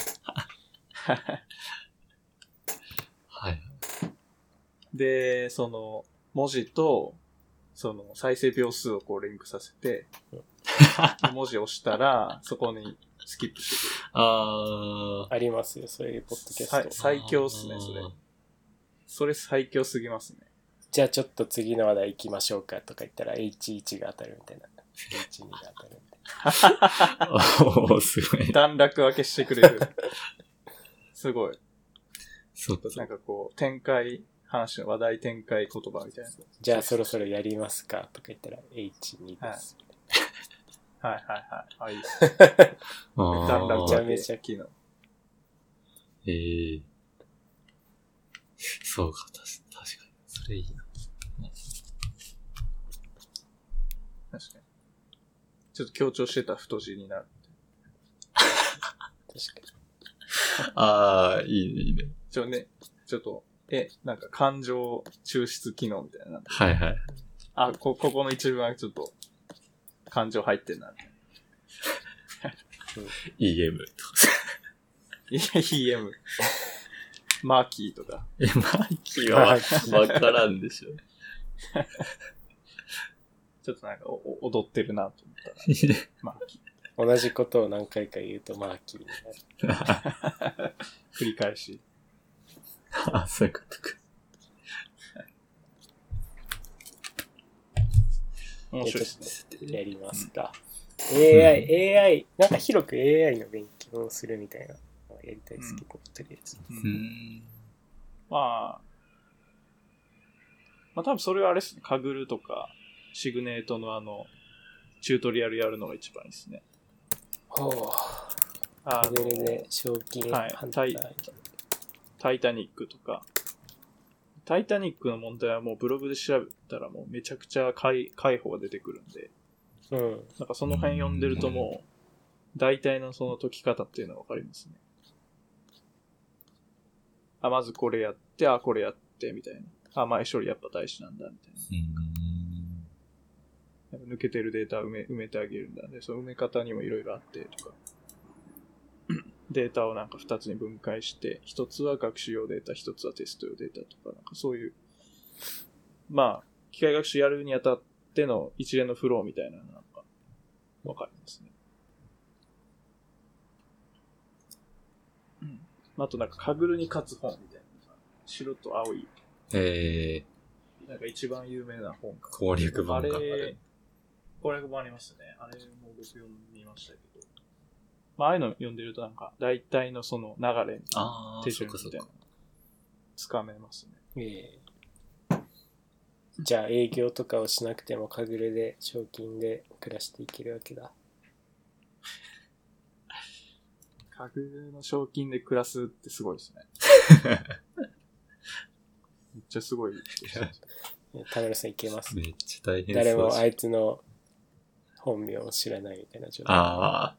はい。 で、その文字と、その再生秒数をこうリンクさせて、文字を押したら、そこにスキップしてくる。 ありますよ、そういうポッドキャスト。 最強っすね、それ。それ最強すぎますね。 じゃあちょっと次の話題行きましょうかとか言ったら H1 が当たるみたいな。H2 が当たるみたいな。 おー、すごい。 段落分けしてくれる。すごい。 そうか。 なんかこう、話の話題展開言葉みたいな。 じゃあそろそろやりますかとか言ったら H2 です。 はいはいはい。あ、いいっすね。段落分けめちゃ機能。 そうか、確かに。それいいな。 確かに。ちょっと強調してた太字になる。 確かに。 いいね。 ちょっと、なんか感情抽出機能みたいな。 はいはい。 ここの一文はちょっと、感情入ってんな。 EM とか。 EM。マーキーとか。 マーキーはわからんでしょ。 ちょっとなんか踊ってるなと思ったら。マーキー。 同じことを何回か言うとマーキーになる。 繰り返し。 そういうことか。 面白いですね。やりますか。AI、なんか広く AI の勉強をするみたいなのをやりたいですけど、とりあえず。 まあ多分それはあれですね。カグルとか、シグネートのチュートリアルやるのが一番いいですね。 ほう。カグルで賞金タイタニックとか。タイタニックの問題はもうブログで調べたらもうめちゃくちゃ解法が出てくるんで。なんかその辺読んでるともう、大体のその解き方っていうのはわかりますね。まずこれやって、これやって、みたいな。前処理やっぱ大事なんだ、みたいな。抜けてるデータを埋めてあげるんだ。で、その埋め方にもいろいろあって、とか。データをなんか2つに分解して、1つは学習用データ、1つはテスト用データとか、なんかそういう、機械学習やるにあたっての一連のフローみたいなのなんか、わかりますね。あとなんか、カグルに勝つ本みたいな。白と青い。なんか一番有名な本。 攻略本がある。 攻略本ありますね。あれも僕読みましたけど。ああいうの読んでるとなんか、大体のその流れ、手順みたいなのつかめますね。 じゃあ営業とかをしなくてもカグルで賞金で暮らしていけるわけだ。 カグルの賞金で暮らすってすごいですね。めっちゃすごい。 田村さんいけます。 めっちゃ大変そう。 誰もあいつの本名を知らないみたいな状態。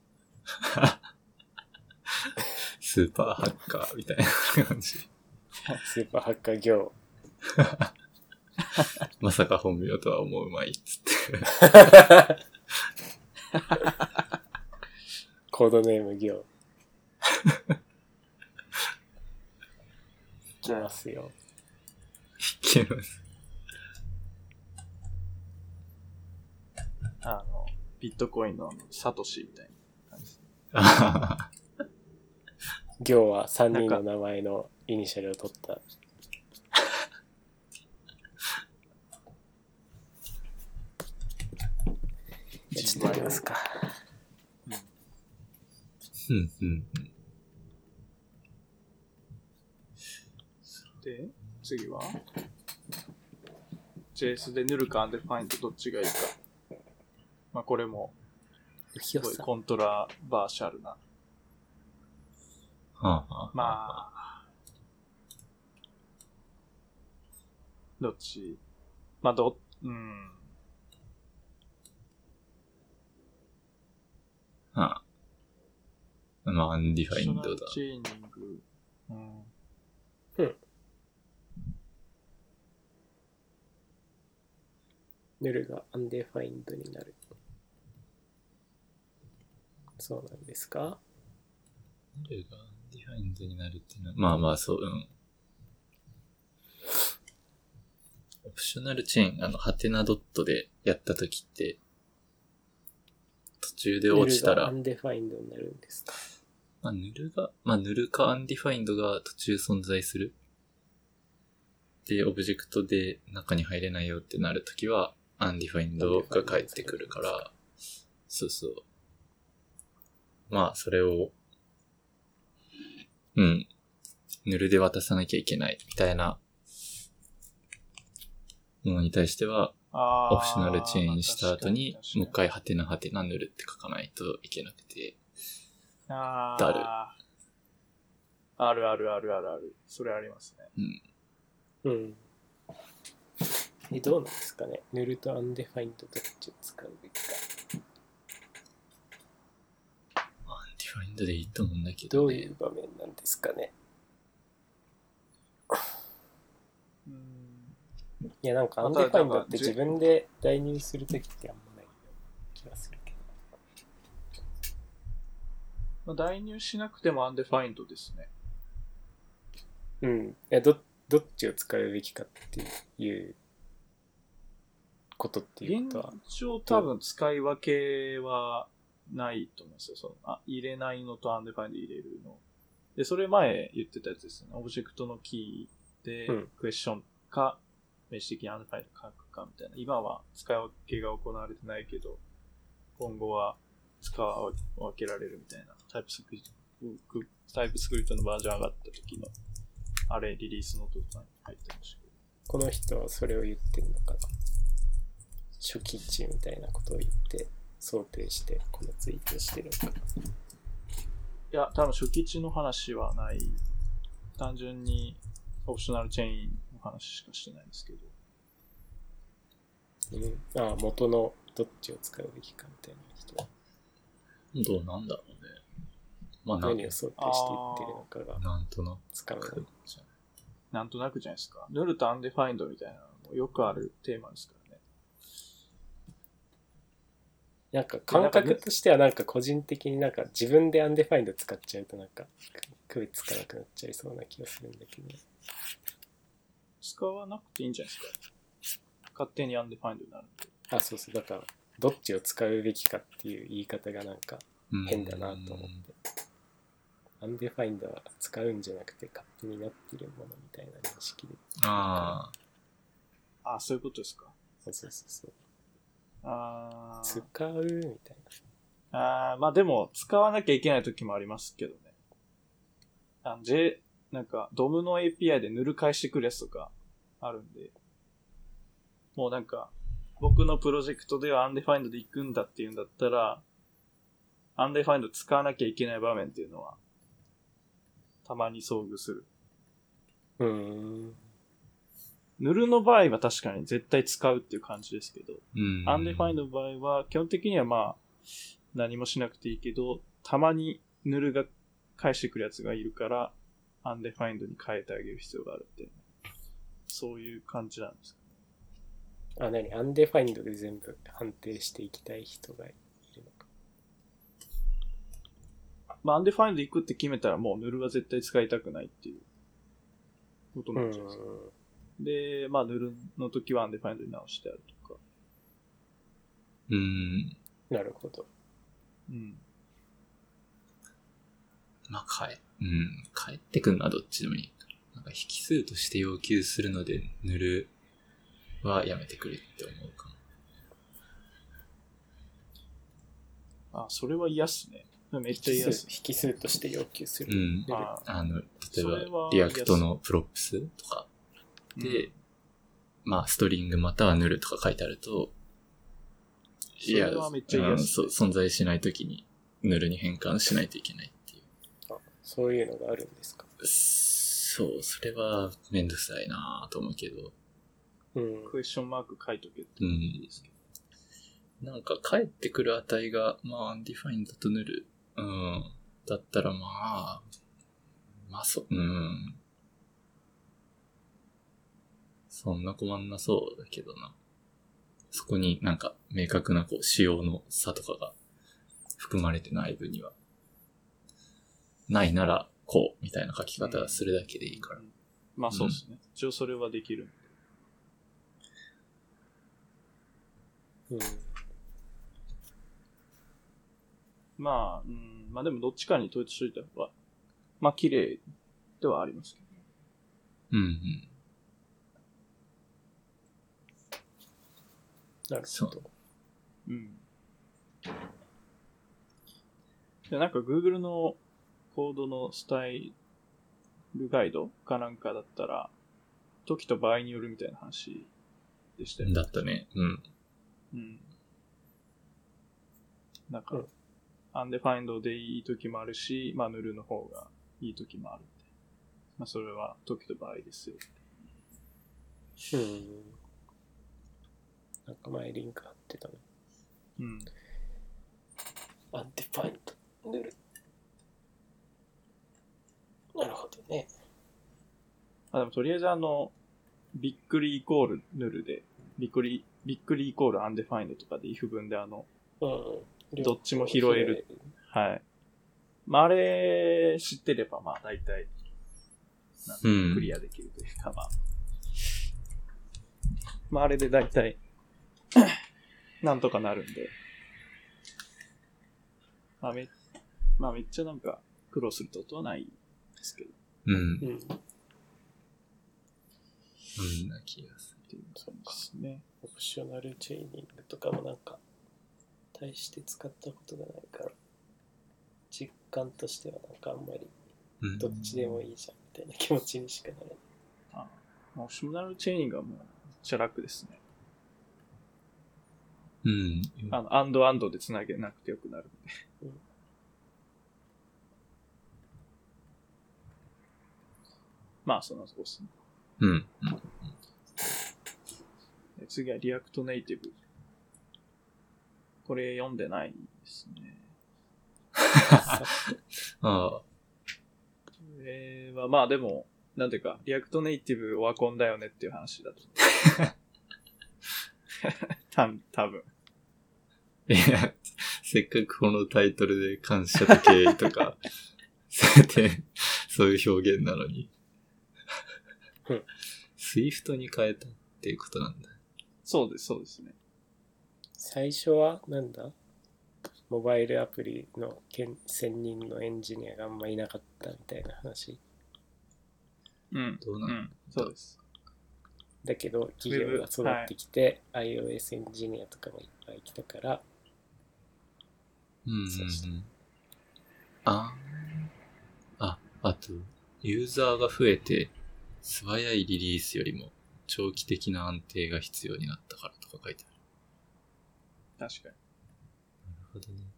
スーパーハッカーみたいな感じ。 スーパーハッカー業。 まさか本名とは思うまいっつって。 コードネーム業。いきますよ。 いきます。 ビットコインのサトシみたいな感じ。 行は3人の名前のイニシャルを取った。 ちょっとやりますか。 で、次は JS でヌルかアンデファインドどっちがいいか。まあこれもすごいコントラバーシャルな。まあどっち、まあまあアンディファインドだ。 チェーニング。 ヌルがアンデファインドになる。そうなんですか？ ヌルがアンディファインドになるっていうのは、まあまあそう、オプショナルチェーン、ハテナドットでやったときって、途中で落ちたら、 ヌルがアンデファインドになるんですか？ ヌルかアンディファインドが途中存在する。で、オブジェクトで中に入れないよってなるときは、アンディファインドが返ってくるから、そうそう。まあ、それを、ヌルで渡さなきゃいけないみたいなものに対しては、オプショナルチェーンした後に、もう一回ハテナハテナヌルって書かないといけなくて、 ある。それありますね。 どうなんですかね。ヌルとアンデファインドどっちを使うべきか。 アンディファインドでいいと思うんだけど、 どういう場面なんですかね。いや、なんかアンデファインドって自分で代入するときってあんまない気がするけど。代入しなくてもアンデファインドですね。 いや、どっちを使うべきかっていうことっていうことは。 現状多分使い分けはないと思うんですよ。入れないのとアンデファインド入れるの。で、それ前言ってたやつですね。オブジェクトのキーでクエスチョンか、名詞的にアンデファインド書くかみたいな。今は使い分けが行われてないけど、今後は使い分けられるみたいな。タイプスクリプトのバージョン上がった時のあれリリースノートとかに入ってましたけど。 この人はそれを言ってるのかな。初期値みたいなことを言って想定してこのツイートしてるのかな。 いや、多分初期値の話はない。単純にオプショナルチェーンの話しかしてないんですけど。元のどっちを使うべきかみたいな人は。 どうなんだろうね。 何を想定して言ってるのかがなんとなく使うの。 なんとなくじゃないですか。ヌルとアンデファインドみたいなのもよくあるテーマですからね。 なんか感覚としてはなんか個人的になんか自分でアンデファインド使っちゃうとなんか区別つかなくなっちゃいそうな気がするんだけど。 使わなくていいんじゃないですか。勝手にアンデファインドになるんで。 そうそう。だからどっちを使うべきかっていう言い方がなんか変だなと思って。アンデファインドは使うんじゃなくて勝手になってるものみたいな認識で。 そういうことですか。 そう。 使うみたいな。まあでも使わなきゃいけない時もありますけどね。なんかドムの API でヌル返してくるやつとかあるんで、もうなんか僕のプロジェクトではアンデファインドで行くんだっていうんだったら、アンデファインド使わなきゃいけない場面っていうのはたまに遭遇する。ヌルの場合は確かに絶対使うっていう感じですけど、アンデファインドの場合は基本的にはまあ何もしなくていいけど、たまにヌルが返してくるやつがいるからアンデファインドに変えてあげる必要があるって、そういう感じなんですかね。アンデファインドで全部判定していきたい人がいるのか。 まあアンデファインド行くって決めたらもうヌルは絶対使いたくないっていうことなんじゃないですか。で、まあヌルの時はアンデファインドに直してあるとか。 なるほど。 まあ帰ってくるのはどっちでもいい。なんか引数として要求するのでヌルはやめてくれって思うかあ、それは嫌っすね。めっちゃ嫌っす。 引数として要求する。 例えば、リアクトのプロップスとかで、ストリングまたはヌルとか書いてあると、 いや、めっちゃ嫌っす、 存在しないときにヌルに変換しないといけないっていう。 あ、そういうのがあるんですか？ そう、それはめんどくさいなぁと思うけど。 クエスチョンマーク書いとけっていいですけど。なんか返ってくる値が、undefined とヌル、だったらそんな困んなそうだけどな。そこになんか明確な仕様の差とかが含まれてない分には、ないならこうみたいな書き方をするだけでいいから。 そうですね。一応それはできる。でもどっちかに統一しといた方が、綺麗ではありますけど。 なるほど。 で、なんか Google のコードのスタイルガイドかなんかだったら、時と場合によるみたいな話でしたよね。 だったね。 なんか、undefined でいい時もあるし、ヌルの方がいい時もあるんで。それは時と場合ですよ。 なんか前リンク貼ってたね。undefined ヌル。なるほどね。 でもとりあえずびっくりイコールヌルで、びっくりイコール undefined とかで if 文でどっちも拾える。はい。あれ知ってれば大体、クリアできるというか、あれで大体、なんとかなるんで。めっちゃなんか苦労することはないですけど。 そんな気がする。 そうですね。 オプショナルチェーニングとかもなんか、大して使ったことがないから、実感としてはなんかあんまり、どっちでもいいじゃんみたいな気持ちにしかならない。 オプショナルチェーニングはもうめっちゃ楽ですね。アンドで繋げなくてよくなるんで。そのそうですね。次はリアクトネイティブ。これ読んでないですね。これはでも、なんていうか、リアクトネイティブオワコンだよねっていう話だと。多分。 いや、せっかくこのタイトルで感謝と敬意とか、そういう表現なのに。Swift に変えたっていうことなんだ。 そうですね。 最初はなんだ？モバイルアプリの専任のエンジニアがあんまいなかったみたいな話。 どうなんそうです。 だけど企業が育ってきて、iOS エンジニアとかもいっぱい来たから、 あと、ユーザーが増えて、素早いリリースよりも長期的な安定が必要になったからとか書いてある。 確かに。 なるほどね。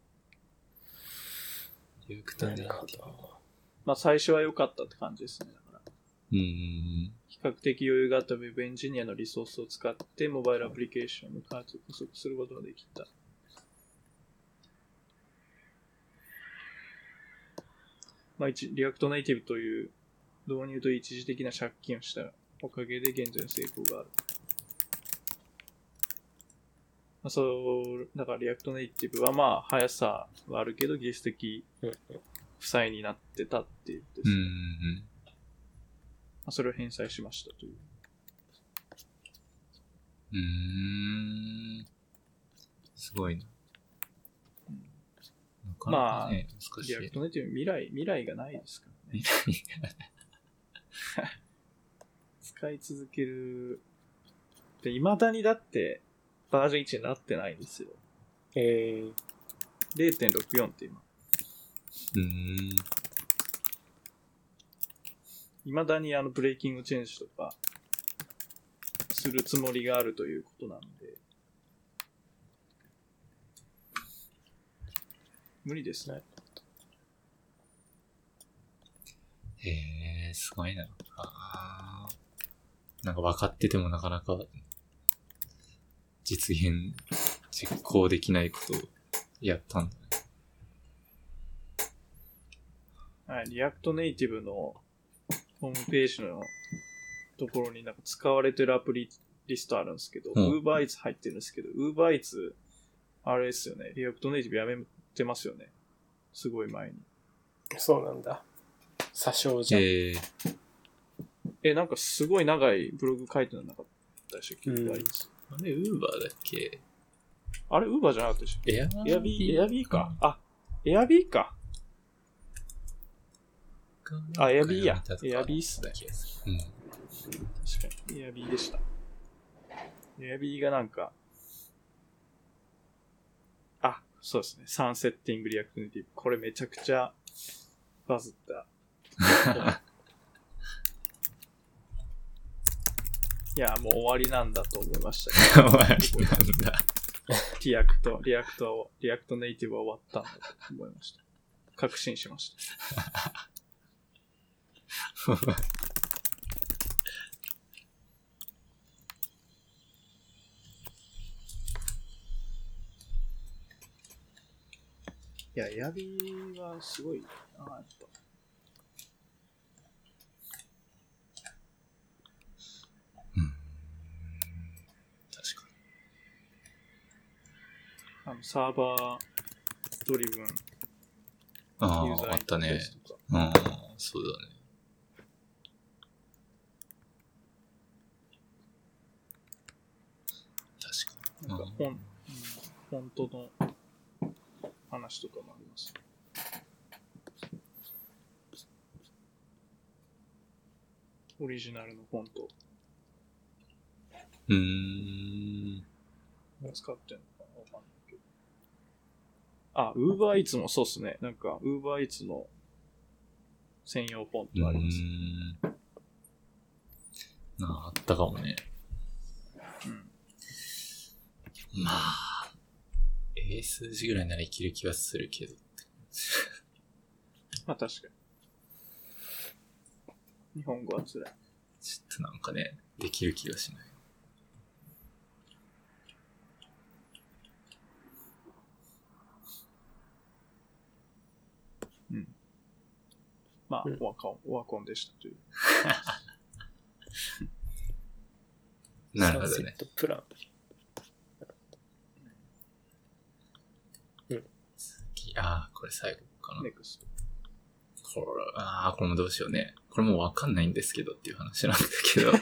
リアクトネイティブ。最初は良かったって感じですね。だから。 比較的余裕があった Web エンジニアのリソースを使ってモバイルアプリケーションの開発を加速することができた。リアクトネイティブという導入と一時的な借金をしたおかげで現在の成功がある。だからリアクトネイティブは速さはあるけど技術的負債になってたっていうですね。それを返済しましたという。 すごいな。 難しい。リアクトネイティブ未来がないですからね。使い続ける。で、未だにだってバージョン1になってないんですよ。 0.64 って今。未だにブレイキングチェンジとか、するつもりがあるということなんで、無理ですね。 へえ、すごいな。なんか分かっててもなかなか実行できないことをやったんだね。 はい、リアクトネイティブのホームページのところになんか使われてるアプリリストあるんですけど、Uber Eats 入ってるんですけど、Uber Eats、あれですよね、リアクトネイティブやめてますよね。すごい前に。 そうなんだ。詐称じゃん。 なんかすごい長いブログ書いてなかったでしょ、Uber Eats。 あれ、Uber だっけ？ あれ、Uber じゃなかったでしょ。 エアビーか。あ、エアビーか。あ、エアビーや。エアビーっすね。 うん。 確かに。エアビーでした。エアビーがなんか、あ、そうですね。サンセッティングリアクトネイティブ。これめちゃくちゃバズった。いや、もう終わりなんだと思いましたね。 終わりなんだ。 リアクトネイティブは終わったんだと思いました。確信しました。いや、エアビーはすごいな、やっぱ。 確かに。サーバードリブン。ユーザーあったね。そうだね。確かに。 なんかフォントの話とかもあります。オリジナルのフォント。使ってんのかなわかんないけど。あ、Uber Eats もそうっすね。なんか、Uber Eats の専用フォントあります。 あったかもね。まあ、数字ぐらいならいける気はするけど。 まあ確かに。日本語は辛い。 ちょっとなんかね、できる気がしない。 まあ、オワコンでしたという。 なるほどね。 サンセットプラン。 これ最後かな。 ネクスト。 これもどうしようね。これもうわかんないんですけどっていう話なんだけど。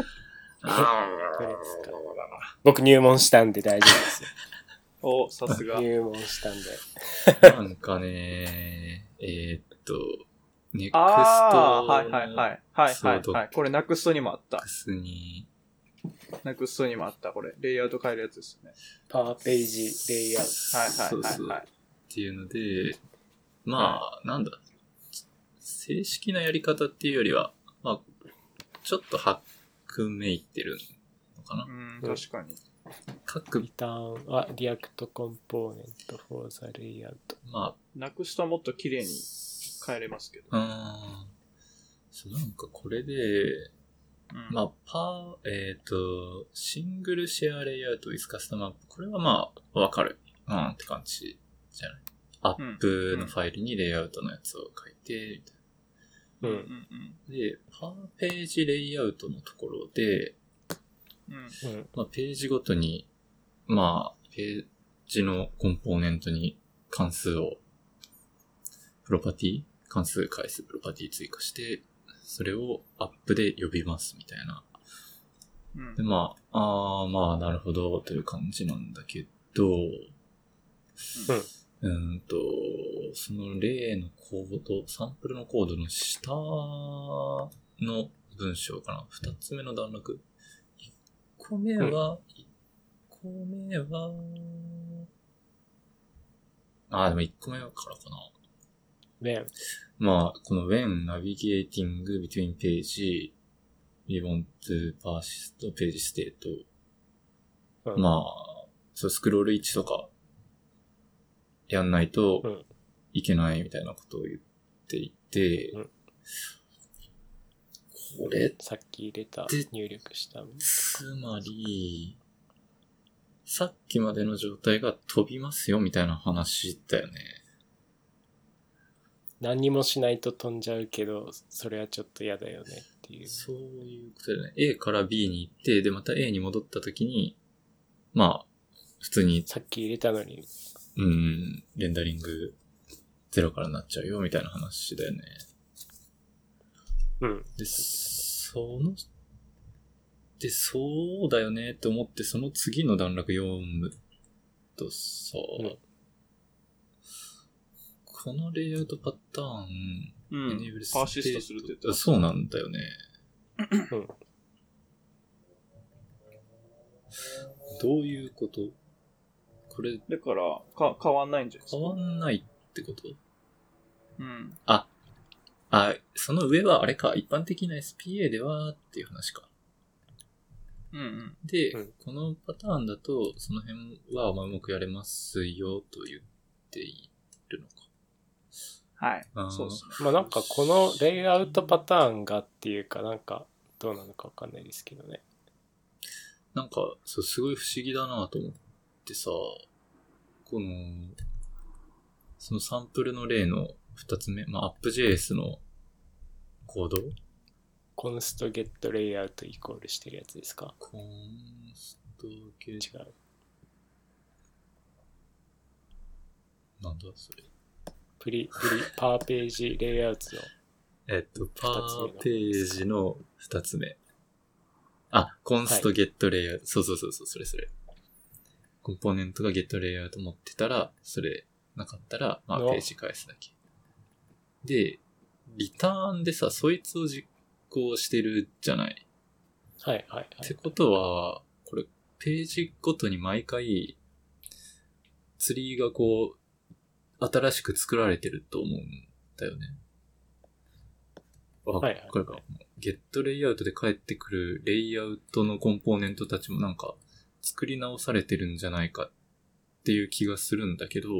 僕入門したんで大丈夫ですよ。 お、さすが。 入門したんで。 なんかね、ネクスト。 はい。これナクストにもあった。ナクストにもあった。これ、レイアウト変えるやつですね。 パワーページレイアウト。 はい。っていうので、まあ、なんだ。正式なやり方っていうよりは、まあ、ちょっと発めいってるのかな。 確かに。 リターンはリアクトコンポーネント for the layout。 まあ、 ナクストはもっと綺麗に変えれますけど。 なんかこれで、まあ、シングルシェアレイアウト with カスタムアップ。これはまあ、わかる。って感じじゃない。アップのファイルにレイアウトのやつを書いて、みたいな。で、パワーページレイアウトのところで、まあ、ページごとに、まあ、ページのコンポーネントに関数を、関数返すプロパティ追加して、それをアップで呼びますみたいな。で、まあ、なるほど、という感じなんだけど、その例のコード、サンプルのコードの下の文章かな。二つ目の段落。一個目は、 でも1個目からかな。 when。 まあ、この when navigating between page, we want to persist page state、まあ、そう、スクロール1とか、やんないといけないみたいなことを言っていて、これさっき入れた、入力した。 つまり、さっきまでの状態が飛びますよみたいな話だよね。 何にもしないと飛んじゃうけど、それはちょっと嫌だよねっていう。 そういうことだよね。A から B に行って、で、また A に戻った時に、まあ、普通に。 さっき入れたのに。 レンダリングゼロからなっちゃうよみたいな話だよね。で、そうだよねって思って、その次の段落読むとさ、このレイアウトパターン、 パーシストするって言ったらそうなんだよね。どういうこと？これだから変わんないんじゃないですか。 変わんないってこと？ うん。 その上はあれか、一般的な SPA ではっていう話か。で、このパターンだと、その辺はうまくやれますよと言っているのか。 はい。そうですね。 まあなんかこのレイアウトパターンがっていうかなんかどうなのかわかんないですけどね。 なんか、そう、すごい不思議だなと思ってさ、そのサンプルの例の二つ目、App.js のコード？ コンストゲットレイアウトイコールしてるやつですか？ コンストゲット。 違う。 なんだそれ。 パーページレイアウトの。 パーページの二つ目。コンストゲットレイアウト。そう、それ。コンポーネントがゲットレイアウト持ってたら、それなかったら、ページ返すだけ。で、リターンでさ、そいつを実行してるじゃない。 はい。 ってことは、これ、ページごとに毎回、ツリーが新しく作られてると思うんだよね。これか。ゲットレイアウトで返ってくるレイアウトのコンポーネントたちもなんか、作り直されてるんじゃないかっていう気がするんだけど、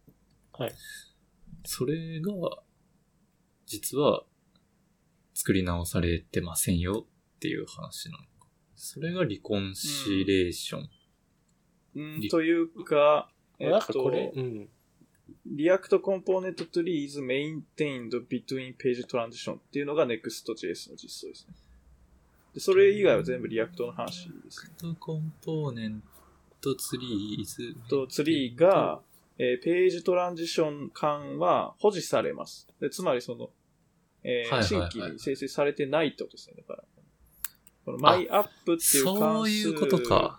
それが、実は、作り直されてませんよっていう話なのか。それがリコンシレーション。 というか、 なんかこれ、 React Component Tree is maintained between page transition っていうのが Next.js の実装ですね。でそれ以外は全部 React の話ですね。 React Component Tree is ツリーが、ページトランジション間は保持されます。でつまりその、新規に生成されてないってことですね。だから、この MyApp っていう関数。 そういうことか。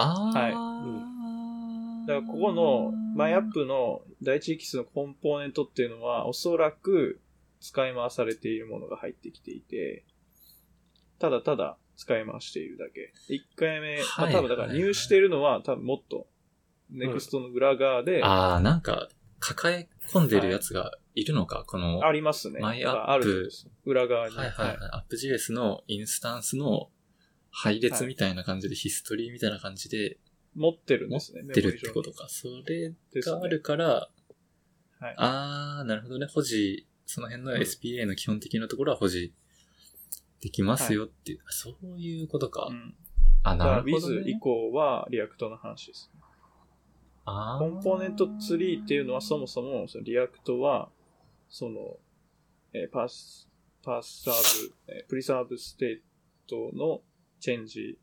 だからここの MyApp の第一引数のコンポーネントっていうのはおそらく使い回されているものが入ってきていて、ただただ使い回しているだけ。1回目、多分だから入しているのは多分もっと NEXT の裏側で、 なんか抱え込んでるやつがいるのか、このありますね。 MyApp 裏側に。 App.js のインスタンスの配列みたいな感じで、ヒストリーみたいな感じで持ってるんですね。 持ってるってことか。それがあるから、なるほどね。保持、その辺の SPA の基本的なところは保持できますよっていう、そういうことか。なるほど、ね。 With 以降はリアクトの話です、ね。コンポーネントツリーっていうのはそもそも、そのリアクトは、その、パスサーブ、プリサーブステートのチェンジ、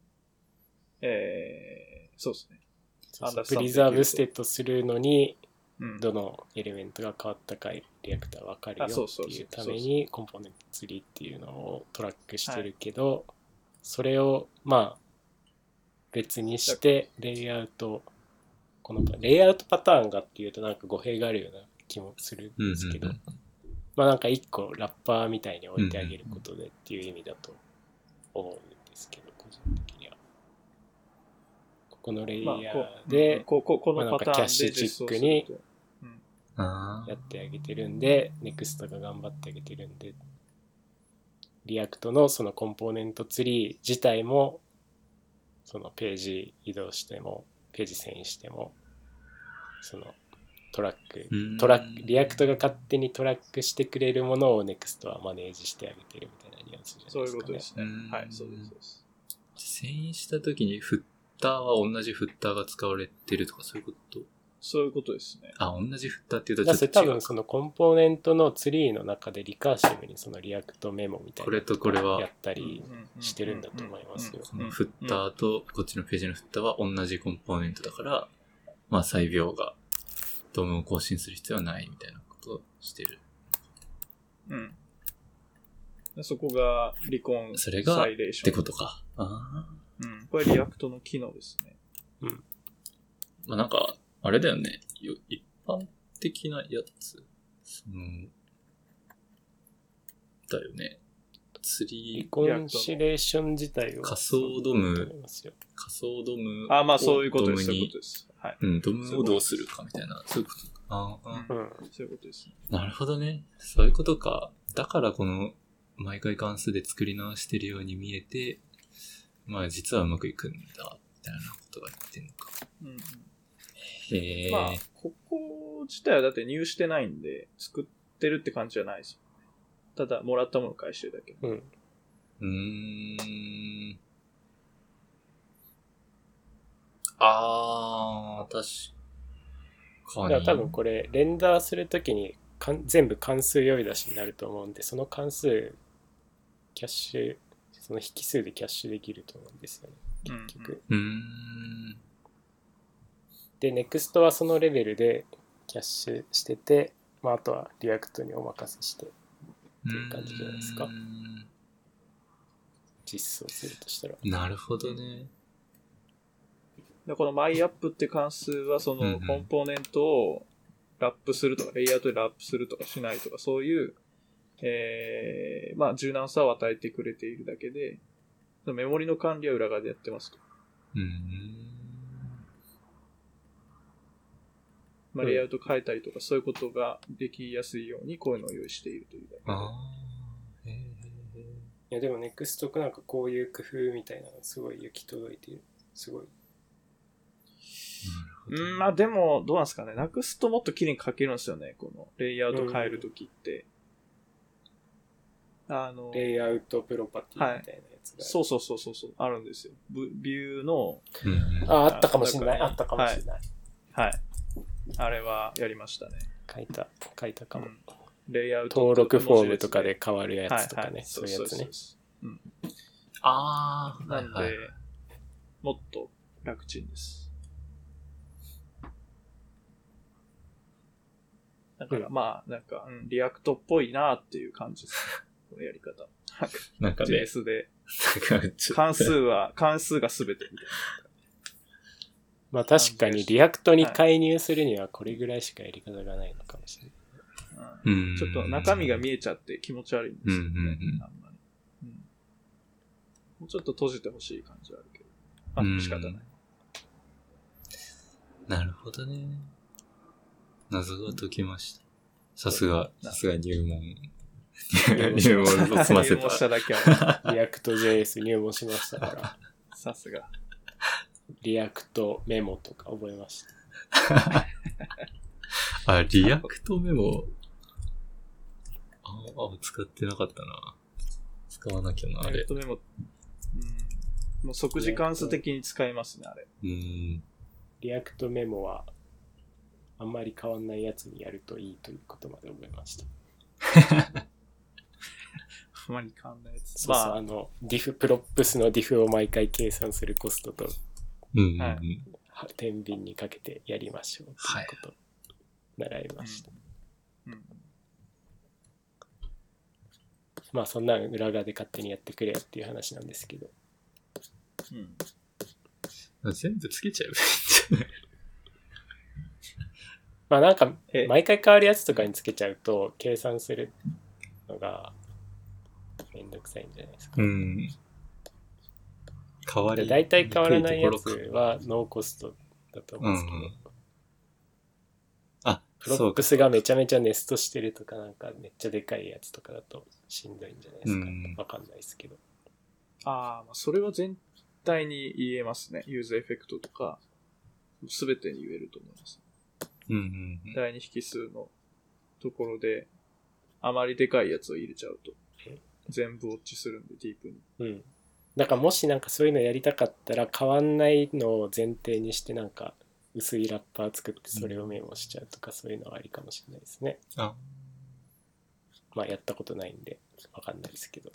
そうですね。 プリザーブステートするのに、どのエレメントが変わったかリアクター分かるよっていうためにコンポーネントツリーっていうのをトラックしてるけど、それを別にしてレイアウト、このレイアウトパターンがっていうとなんか語弊があるような気もするんですけど、なんか一個ラッパーみたいに置いてあげることでっていう意味だと思うんですけど、個人的にはこのレイヤーで、 このパターンでキャッシュチックにやってあげてるんで、Next が頑張ってあげてるんで、リアクトのそのコンポーネントツリー自体も、そのページ移動しても、ページ遷移しても、そのトラック、リアクトが勝手にトラックしてくれるものを Next はマネージしてあげてるみたいなニュアンスじゃないですかね。 そういうことですね。はい、そうです、そうです。 遷移した時にフッターは同じフッターが使われてるとかそういうこと？ そういうことですね。 同じフッターっていうとちょっと違う。 多分そのコンポーネントのツリーの中でリカーシブにそのリアクトメモみたいなこれとこれはやったりしてるんだと思いますよ。 このフッターとこっちのページのフッターは同じコンポーネントだから、まあ細秒がドームを更新する必要はないみたいなことをしてる。 うん。そこがリコンサイレーション。それがってことか。 うん。これリアクトの機能ですね。 うん。 まあなんか、あれだよね。一般的なやつ。だよね。 リコンシレーション自体は仮想ドム。 まあそういうことです。そういうことです。はい。 うん、ドムをどうするかみたいな。そういうことか。 そういうことです、ね。 なるほどね。そういうことか。だからこの、毎回関数で作り直してるように見えて、まあ実はうまくいくんだ、みたいなことが言ってんのか。 まあ、ここ自体はだって入してないんで、作ってるって感じじゃないですよ。ただ、もらったものを返してるだけ。 確かに。 多分これ、レンダーするときに全部関数呼び出しになると思うんで、その関数、キャッシュ、その引数でキャッシュできると思うんですよね、結局。で、Next はそのレベルでキャッシュしてて、まあ、あとはリアクトにお任せしてっていう感じじゃないですか。実装するとしたら。 なるほどね。 でこの MyApp って関数はそのコンポーネントをラップするとか、レイアウトでラップするとかしないとか、そういう、まあ柔軟さを与えてくれているだけで、メモリの管理は裏側でやってますと。まあ、レイアウト変えたりとか、そういうことができやすいようにこういうのを用意しているというだけで。 いやでも Next なんかこういう工夫みたいなのすごい行き届いている。すごい。 まあでも、どうなんですかね。Next もっと綺麗に書けるんですよね。このレイアウト変えるときって。 レイアウトプロパティみたいなやつが、 そう。あるんですよ。ビューの。 あったかもしれない。はい。 あれはやりましたね。 書いたかも。 レイアウト登録フォームとかで変わるやつとかね。そういうやつね。 なんで、もっと楽ちんです。だからまあ、なんか、リアクトっぽいなっていう感じですね。このやり方。 なんかね。 JS で。関数が全てみたいな。 まあ確かにリアクトに介入するにはこれぐらいしかやり方がないのかもしれない。 ちょっと中身が見えちゃって気持ち悪いんですよね。あんまり。もうちょっと閉じてほしい感じはあるけど。仕方ない。 なるほどね。謎が解きました。さすが入門を済ませた。 入門しただけは。 リアクト JS 入門しましたから。 さすが。 リアクトメモとか覚えました。 リアクトメモ。使ってなかったな。使わなきゃな、あれ。 リアクトメモ。もう即時関数的に使いますね、あれ。 リアクトメモは、あんまり変わんないやつにやるといいということまで覚えました。 あんまり変わんないやつ。 そう、ディフ、プロップスのディフを毎回計算するコストと、天秤にかけてやりましょうということを習いました。まあそんな裏側で勝手にやってくれよっていう話なんですけど。 全部つけちゃえばいいんじゃない？ まあなんか毎回変わるやつとかにつけちゃうと計算するのがめんどくさいんじゃないですか。だいたい変わらないやつはノーコストだと思うんですけど。 プロップスがめちゃめちゃネストしてるとか、なんかめっちゃでかいやつとかだとしんどいんじゃないですか。わかんないですけど。 まあそれは全体に言えますね。ユーザーエフェクトとか、すべてに言えると思います。第二引数のところで、あまりでかいやつを入れちゃうと、全部ウォッチするんで、ディープに。 だからもしなんかそういうのやりたかったら、変わんないのを前提にしてなんか、薄いラッパー作ってそれをメモしちゃうとか、そういうのはありかもしれないですね。まあやったことないんでわかんないですけど、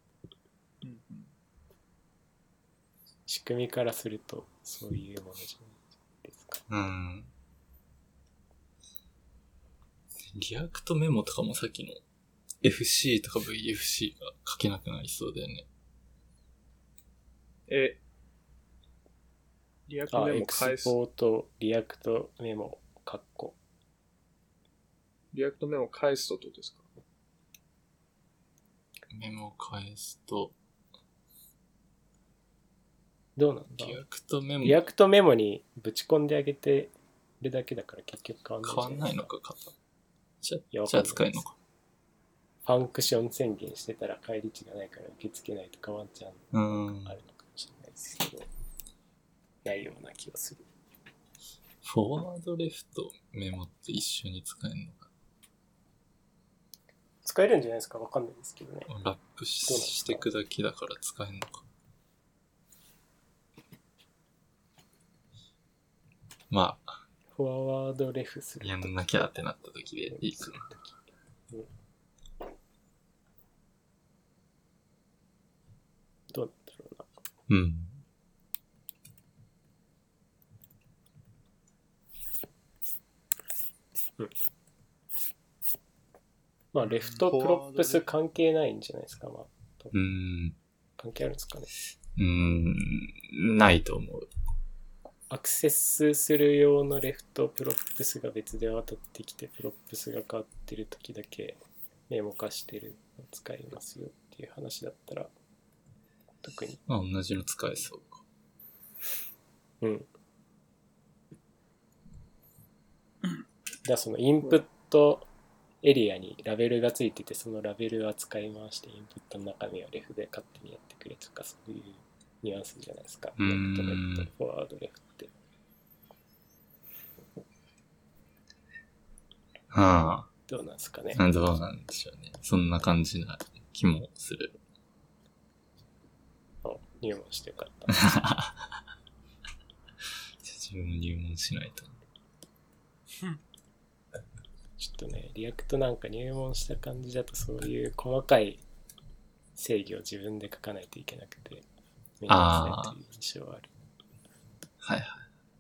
仕組みからするとそういうものじゃないですか。 リアクトメモとかもさっきの FC とか VFC が書けなくなりそうだよね。 リアクトメモ返す。 エクスポート、リアクトメモ、カッコ。 リアクトメモ返すとどうですか？ メモを返すと。 どうなんだ？ リアクトメモ。 リアクトメモにぶち込んであげてるだけだから結局変わんないのか、型。じゃあ使えるのか。 ファンクション宣言してたら返り値がないから受け付けないとかワンチャンあるのかもしれないですけど。ないような気がする。 フォワードレフトメモって一緒に使えるのか。 使えるんじゃないですか？わかんないですけどね。 ラップしていくだけだから使えるのか。まあ。 フォワードレフする。 やんなきゃってなった時でいいかな。 どうなんだろうな。まあ、レフトプロップス関係ないんじゃないですか、まあ。関係あるんですかね。 ないと思う。 アクセスする用のレフトプロップスが別で渡ってきて、プロップスが変わってる時だけメモ化してるの使いますよっていう話だったら、特に。 まあ、同じの使えそうか。 じゃあそのインプットエリアにラベルがついてて、そのラベルは使い回してインプットの中身はレフで勝手にやってくれとか、そういうニュアンスじゃないですか。レフト、レフト、フォワード、レフって。どうなんですかね。 どうなんでしょうね。そんな感じな気もする。 入門してよかった。 自分も入門しないと。 ちょっとね、リアクトなんか入門した感じだとそういう細かい制御を自分で書かないといけなくて、めんどくさいという印象はある。 はいはい。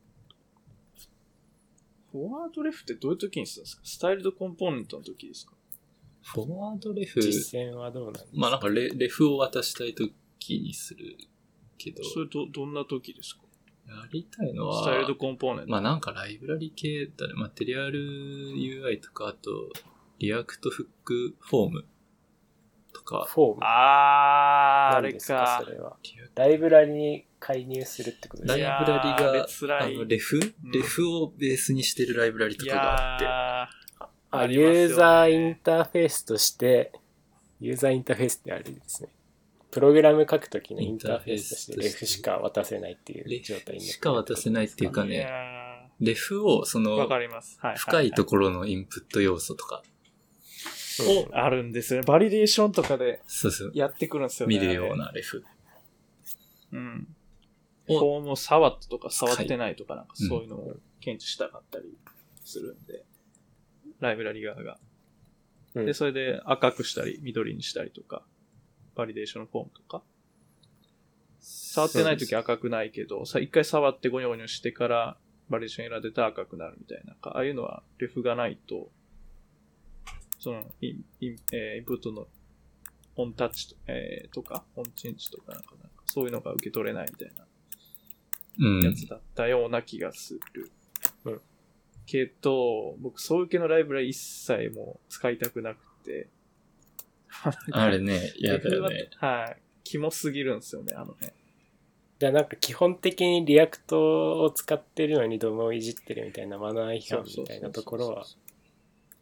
フォワードレフってどういう時にするんですか？スタイルドコンポーネントの時ですか？ フォワードレフ。 実践はどうなんですか？ まあなんかレフを渡したい時にするけど。 それどんな時ですか？ やりたいのは、 スタイルドコンポーネント。 まあなんかライブラリ系だね。マテリアル UI とか、あと、リアクトフックフォームとか。 フォーム。 あれか。 それは。ライブラリに介入するってことですか？ライブラリが、レフをベースにしてるライブラリとかがあって。 ユーザーインターフェースとして、ユーザーインターフェースってあれですね。プログラム書くときのインターフェースとしてレフしか渡せないっていう状態になってる。 レフしか渡せないっていうかね、レフをその、深いところのインプット要素とか。 あるんですよね。バリデーションとかでやってくるんですよね。 見るようなレフ。 フォームを触ったとか触ってないとかなんかそういうのを検知したかったりするんで、ライブラリ側が。で、それで赤くしたり緑にしたりとか、バリデーションのフォームとか。触ってないとき赤くないけど、一回触ってゴニョゴニョしてからバリデーションエラー出たら赤くなるみたいな。ああいうのはレフがないと、そのインプットのオンタッチとか、オンチェンジとかなんかそういうのが受け取れないみたいなやつだったような気がする。けど、僕そういう系のライブラリ一切もう使いたくなくて。 あれね、嫌だよね。 はい。キモすぎるんですよね、あのね。 なんか基本的にリアクトを使ってるのにドムをいじってるみたいなマナー違反みたいなところは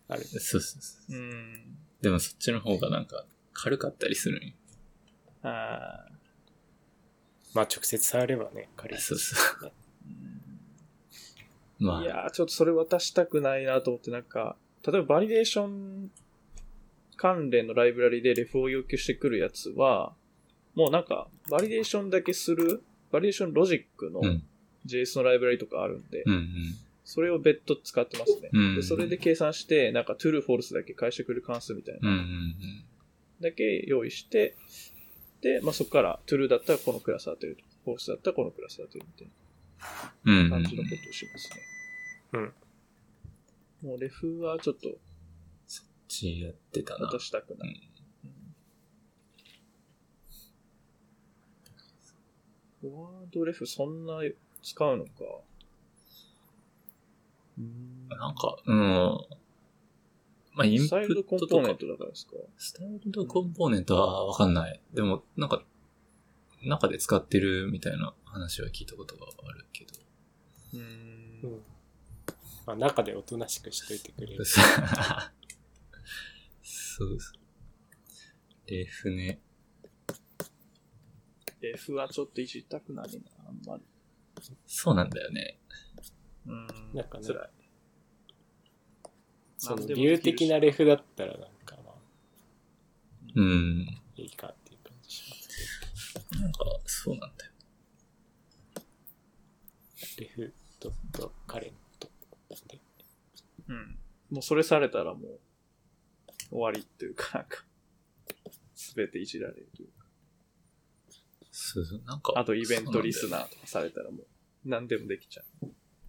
ある。 そうそうそう。でもそっちの方がなんか軽かったりするんよ。 ああ。 まあ直接触ればね、軽い、ね。 そうそう。まあ。 いやー、ちょっとそれ渡したくないなと思って、なんか、例えばバリデーション関連のライブラリでレフを要求してくるやつは、もうなんか、バリデーションだけする、バリデーションロジックの JS のライブラリとかあるんで、それを別途使ってますね。でそれで計算して、なんか true false だけ返してくる関数みたいな、だけ用意して、で、まあ、そこから true だったらこのクラス当てる、false だったらこのクラス当てるみたいな感じのことをしますね。もうレフはちょっと、 そっちやってたな。 渡したくない。フォワードレフそんな使うのか。 なんか、まあ、インプットとか。スタイルドコンポーネントだからですか？スタイルドコンポーネントはわかんない。でも、なんか、中で使ってるみたいな話は聞いたことがあるけど。 まあ、中でおとなしくしといてくれる。 そうです。レフね。 レフはちょっといじったくないな、あんまり。 そうなんだよね。 なんかね、 辛い。 その理由的なレフだったらなんかまあ、いいかっていう感じしますけど。なんか、そうなんだよ。 レフドットカレントで。 もうそれされたらもう終わりっていうか、なんか、すべていじられるというか。 そう、なんか。 あとイベントリスナーとかされたらもう何でもできちゃう。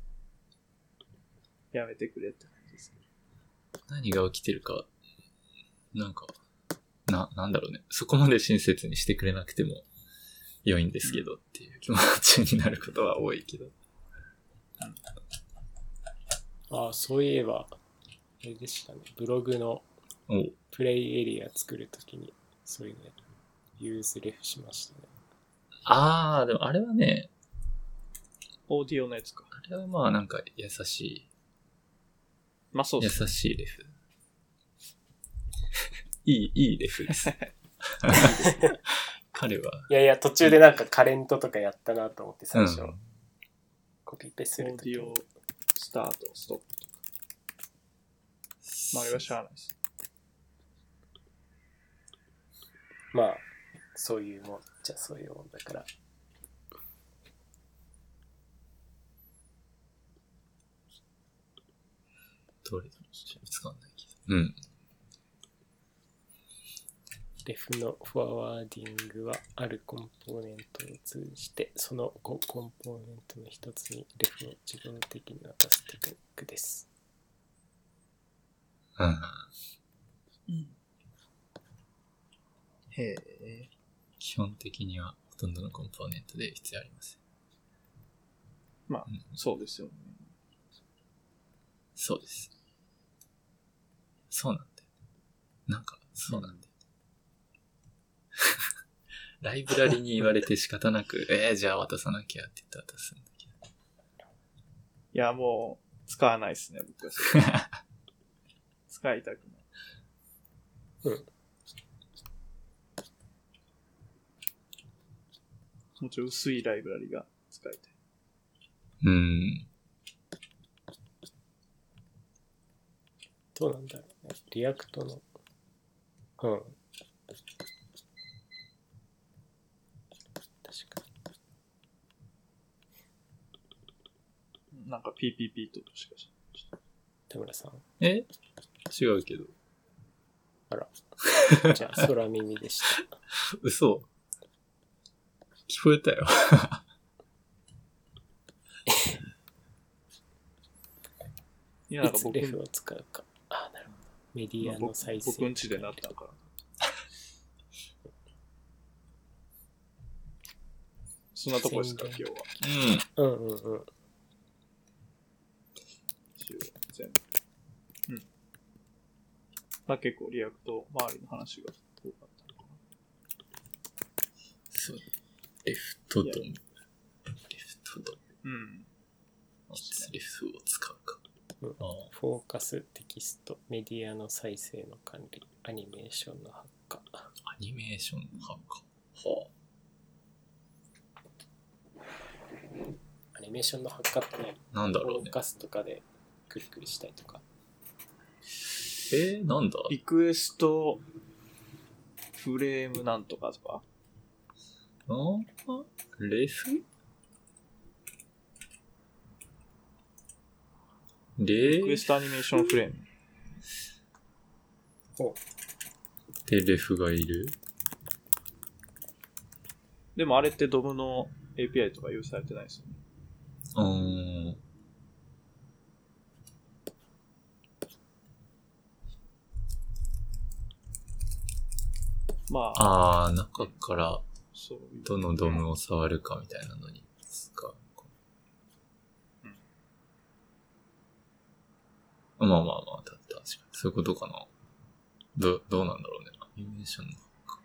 やめてくれって感じですけど。 何が起きてるか、なんか、なんだろうね。そこまで親切にしてくれなくても良いんですけどっていう気持ちになることは多いけど。 ああ、そういえば、あれでしたね。ブログのプレイエリア作るときに、そういうね、ユーズレフしましたね。 ああ、でもあれはね、 オーディオのやつか。 あれはまあなんか優しい。 まあそうですね。 優しいレフ。いいレフです。彼は。 いや、途中でなんかカレントとかやったなと思って最初、コピペするとき。 オーディオスタート、ストップとか。まああれはしゃあないです。 まあ、そういうもんじゃそういうもんだから。 どれ見つかんないけど。 レフのフォワーディングはあるコンポーネントを通じてそのコンポーネントの一つにレフを自動的に渡すテクニックです。 へえ。基本的にはほとんどのコンポーネントで必要あります。 まあ、そうですよね。 そうです。そうなんだよ。なんか、そうなんだよ。ライブラリに言われて仕方なく、じゃあ渡さなきゃって言って渡すんだけど。 いや、もう、使わないですね、僕はそれ。使いたくない。もうちょい薄いライブラリが使いたい。 どうなんだろうね。リアクトの。確かに。なんか PPP としかしない。 田村さん。 違うけど。 あら。じゃあ、空耳でした。 嘘。聞こえたよ。 いや、なんか僕レフを使うか。なるほど。メディアの再生。 僕んちでなったから。そんなとこですか、今日は。全部。まあ結構リアクト周りの話が多かったのかな。 そう。レフトドム。 レフいつレフを使うか。 フォーカス、テキスト、メディアの再生の管理、アニメーションの発火。 アニメーションの発火。はあ。アニメーションの発火ってなんだろうね。 フォーカスとかでクリクリしたりとか。 なんだリクエストフレームなんとかとか。 レフリクエストアニメーションフレーム。 で、レフがいる。 でもあれってドムの API とか用意されてないですよね。まあ。 中からどのドムを触るかみたいなのに使う。まあ、確かに。そういうことかな。どうなんだろうね。アニメーションのか。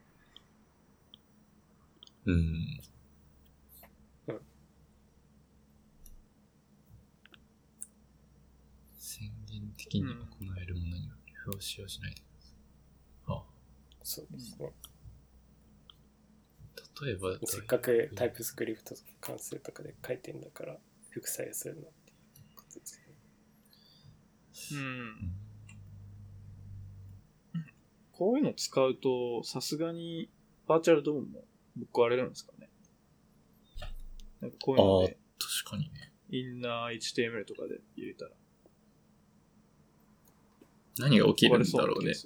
宣言的に行えるものにはリフを使用しないでください。 そうですね。 例えば、 せっかくタイプスクリプトとか関数とかで書いてんだから、副作用するのっていうことですね。 こういうの使うと、さすがにバーチャルドームもぶっ壊れるんですかね。なんかこういうので、 確かにね。 インナー HTML とかで入れたら。 何が起きるんだろうね。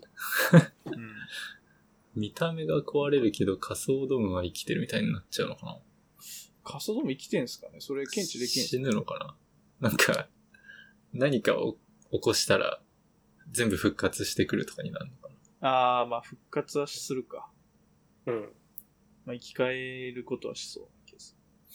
見た目が壊れるけど仮想ドームは生きてるみたいになっちゃうのかな。 仮想ドーム生きてんすかね。それ検知できんすか。 死ぬのかな。なんか、何かを起こしたら全部復活してくるとかになるのかな。 まあ復活はするか。まあ生き返ることはしそうな気がす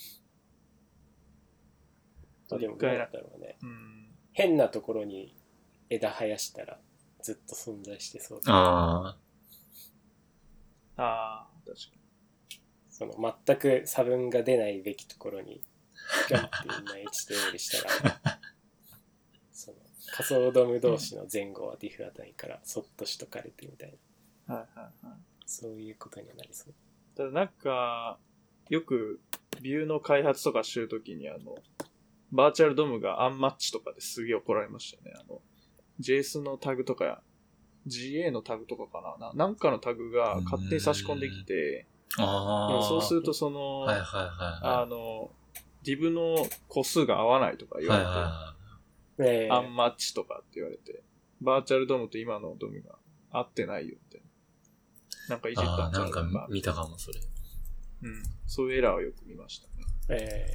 る。でもどうなんだろうね。変なところに枝生やしたらずっと存在してそうだ。 確かに。 その全く差分が出ないべきところにガンってみんな HTML したらその仮想ドーム同士の前後はディフ値からそっとしとかれてみたいな、そういうことになりそう。 ただなんかよくビューの開発とかしてるときにバーチャルドームがアンマッチとかですげえ怒られましたね。JS のタグとかGA のタグとかかな、なんかのタグが勝手に差し込んできて、そうするとその、div の個数が合わないとか言われて、アンマッチとかって言われて、バーチャルドームと今のドームが合ってないよって。なんかいじったんちゃうか。 なんか見たかも、それ。 そういうエラーをよく見ましたね。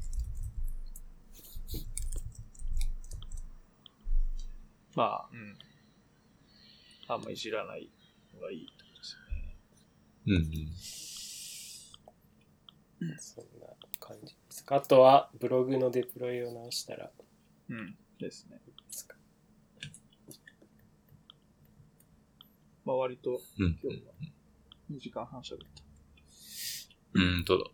まあ、あんまいじらないのがいいってことですよね。そんな感じですか。あとはブログのデプロイを直したら。 ですね。まあ割と今日は2時間半喋った。 どうだ。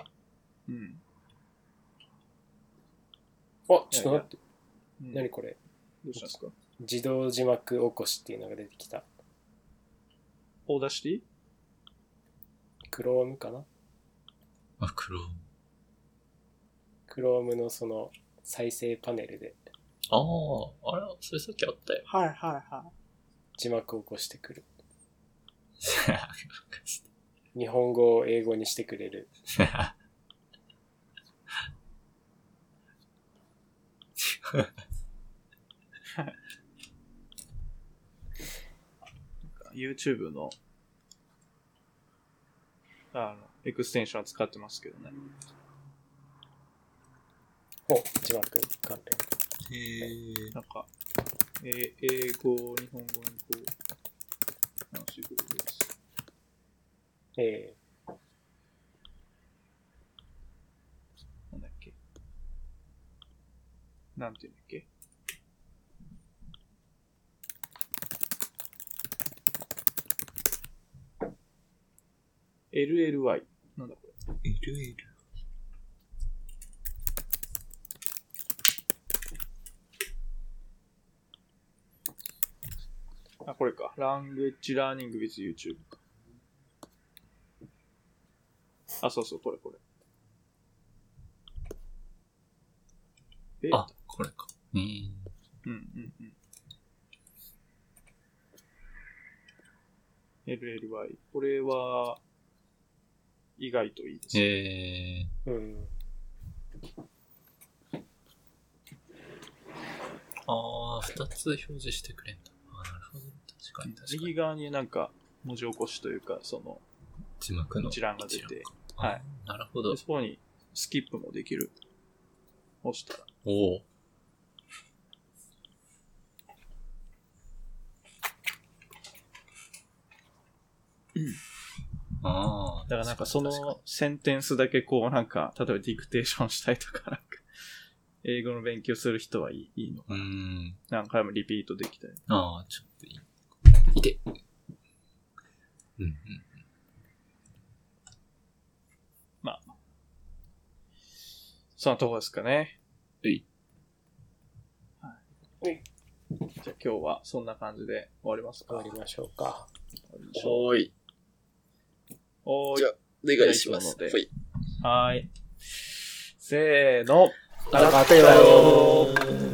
ちょっと待って。何これ。 どうしたんですか。 自動字幕起こしっていうのが出てきた。 オーダーシティ？ クロームかな？ クローム。 クロームのその再生パネルで。 あれそれさっきあったよ。 字幕起こしてくる。日本語を英語にしてくれる。 YouTube のエクステンションは使ってますけどね。 字幕関連。なんか英語、日本語にこう直してくれるやつ。なんだっけ。なんていうんだっけ。LLY。なんだこれ。 LL。 あ、これか。Language Learning with YouTube か。あ、そうそう、これ。 あ、これか。 うん。LLY。これは、意外といいですね。 2つ表示してくれんだ。なるほど。確かに。 右側になんか、文字起こしというか、その、 字幕の一覧が出て、はい。 なるほど。 そこに、スキップもできる。押したら。 おお。 だからなんかそのセンテンスだけこうなんか、例えばディクテーションしたりとかなんか、英語の勉強する人はいいのかな。何回もリピートできたり。 ちょっといい。いけ。 まあ。そのとこですかね。 はい。 じゃあ今日はそんな感じで終わりますか。 終わりましょうか。 はい。じゃあ、お願いします。 はい。せーの。 あらかてよー。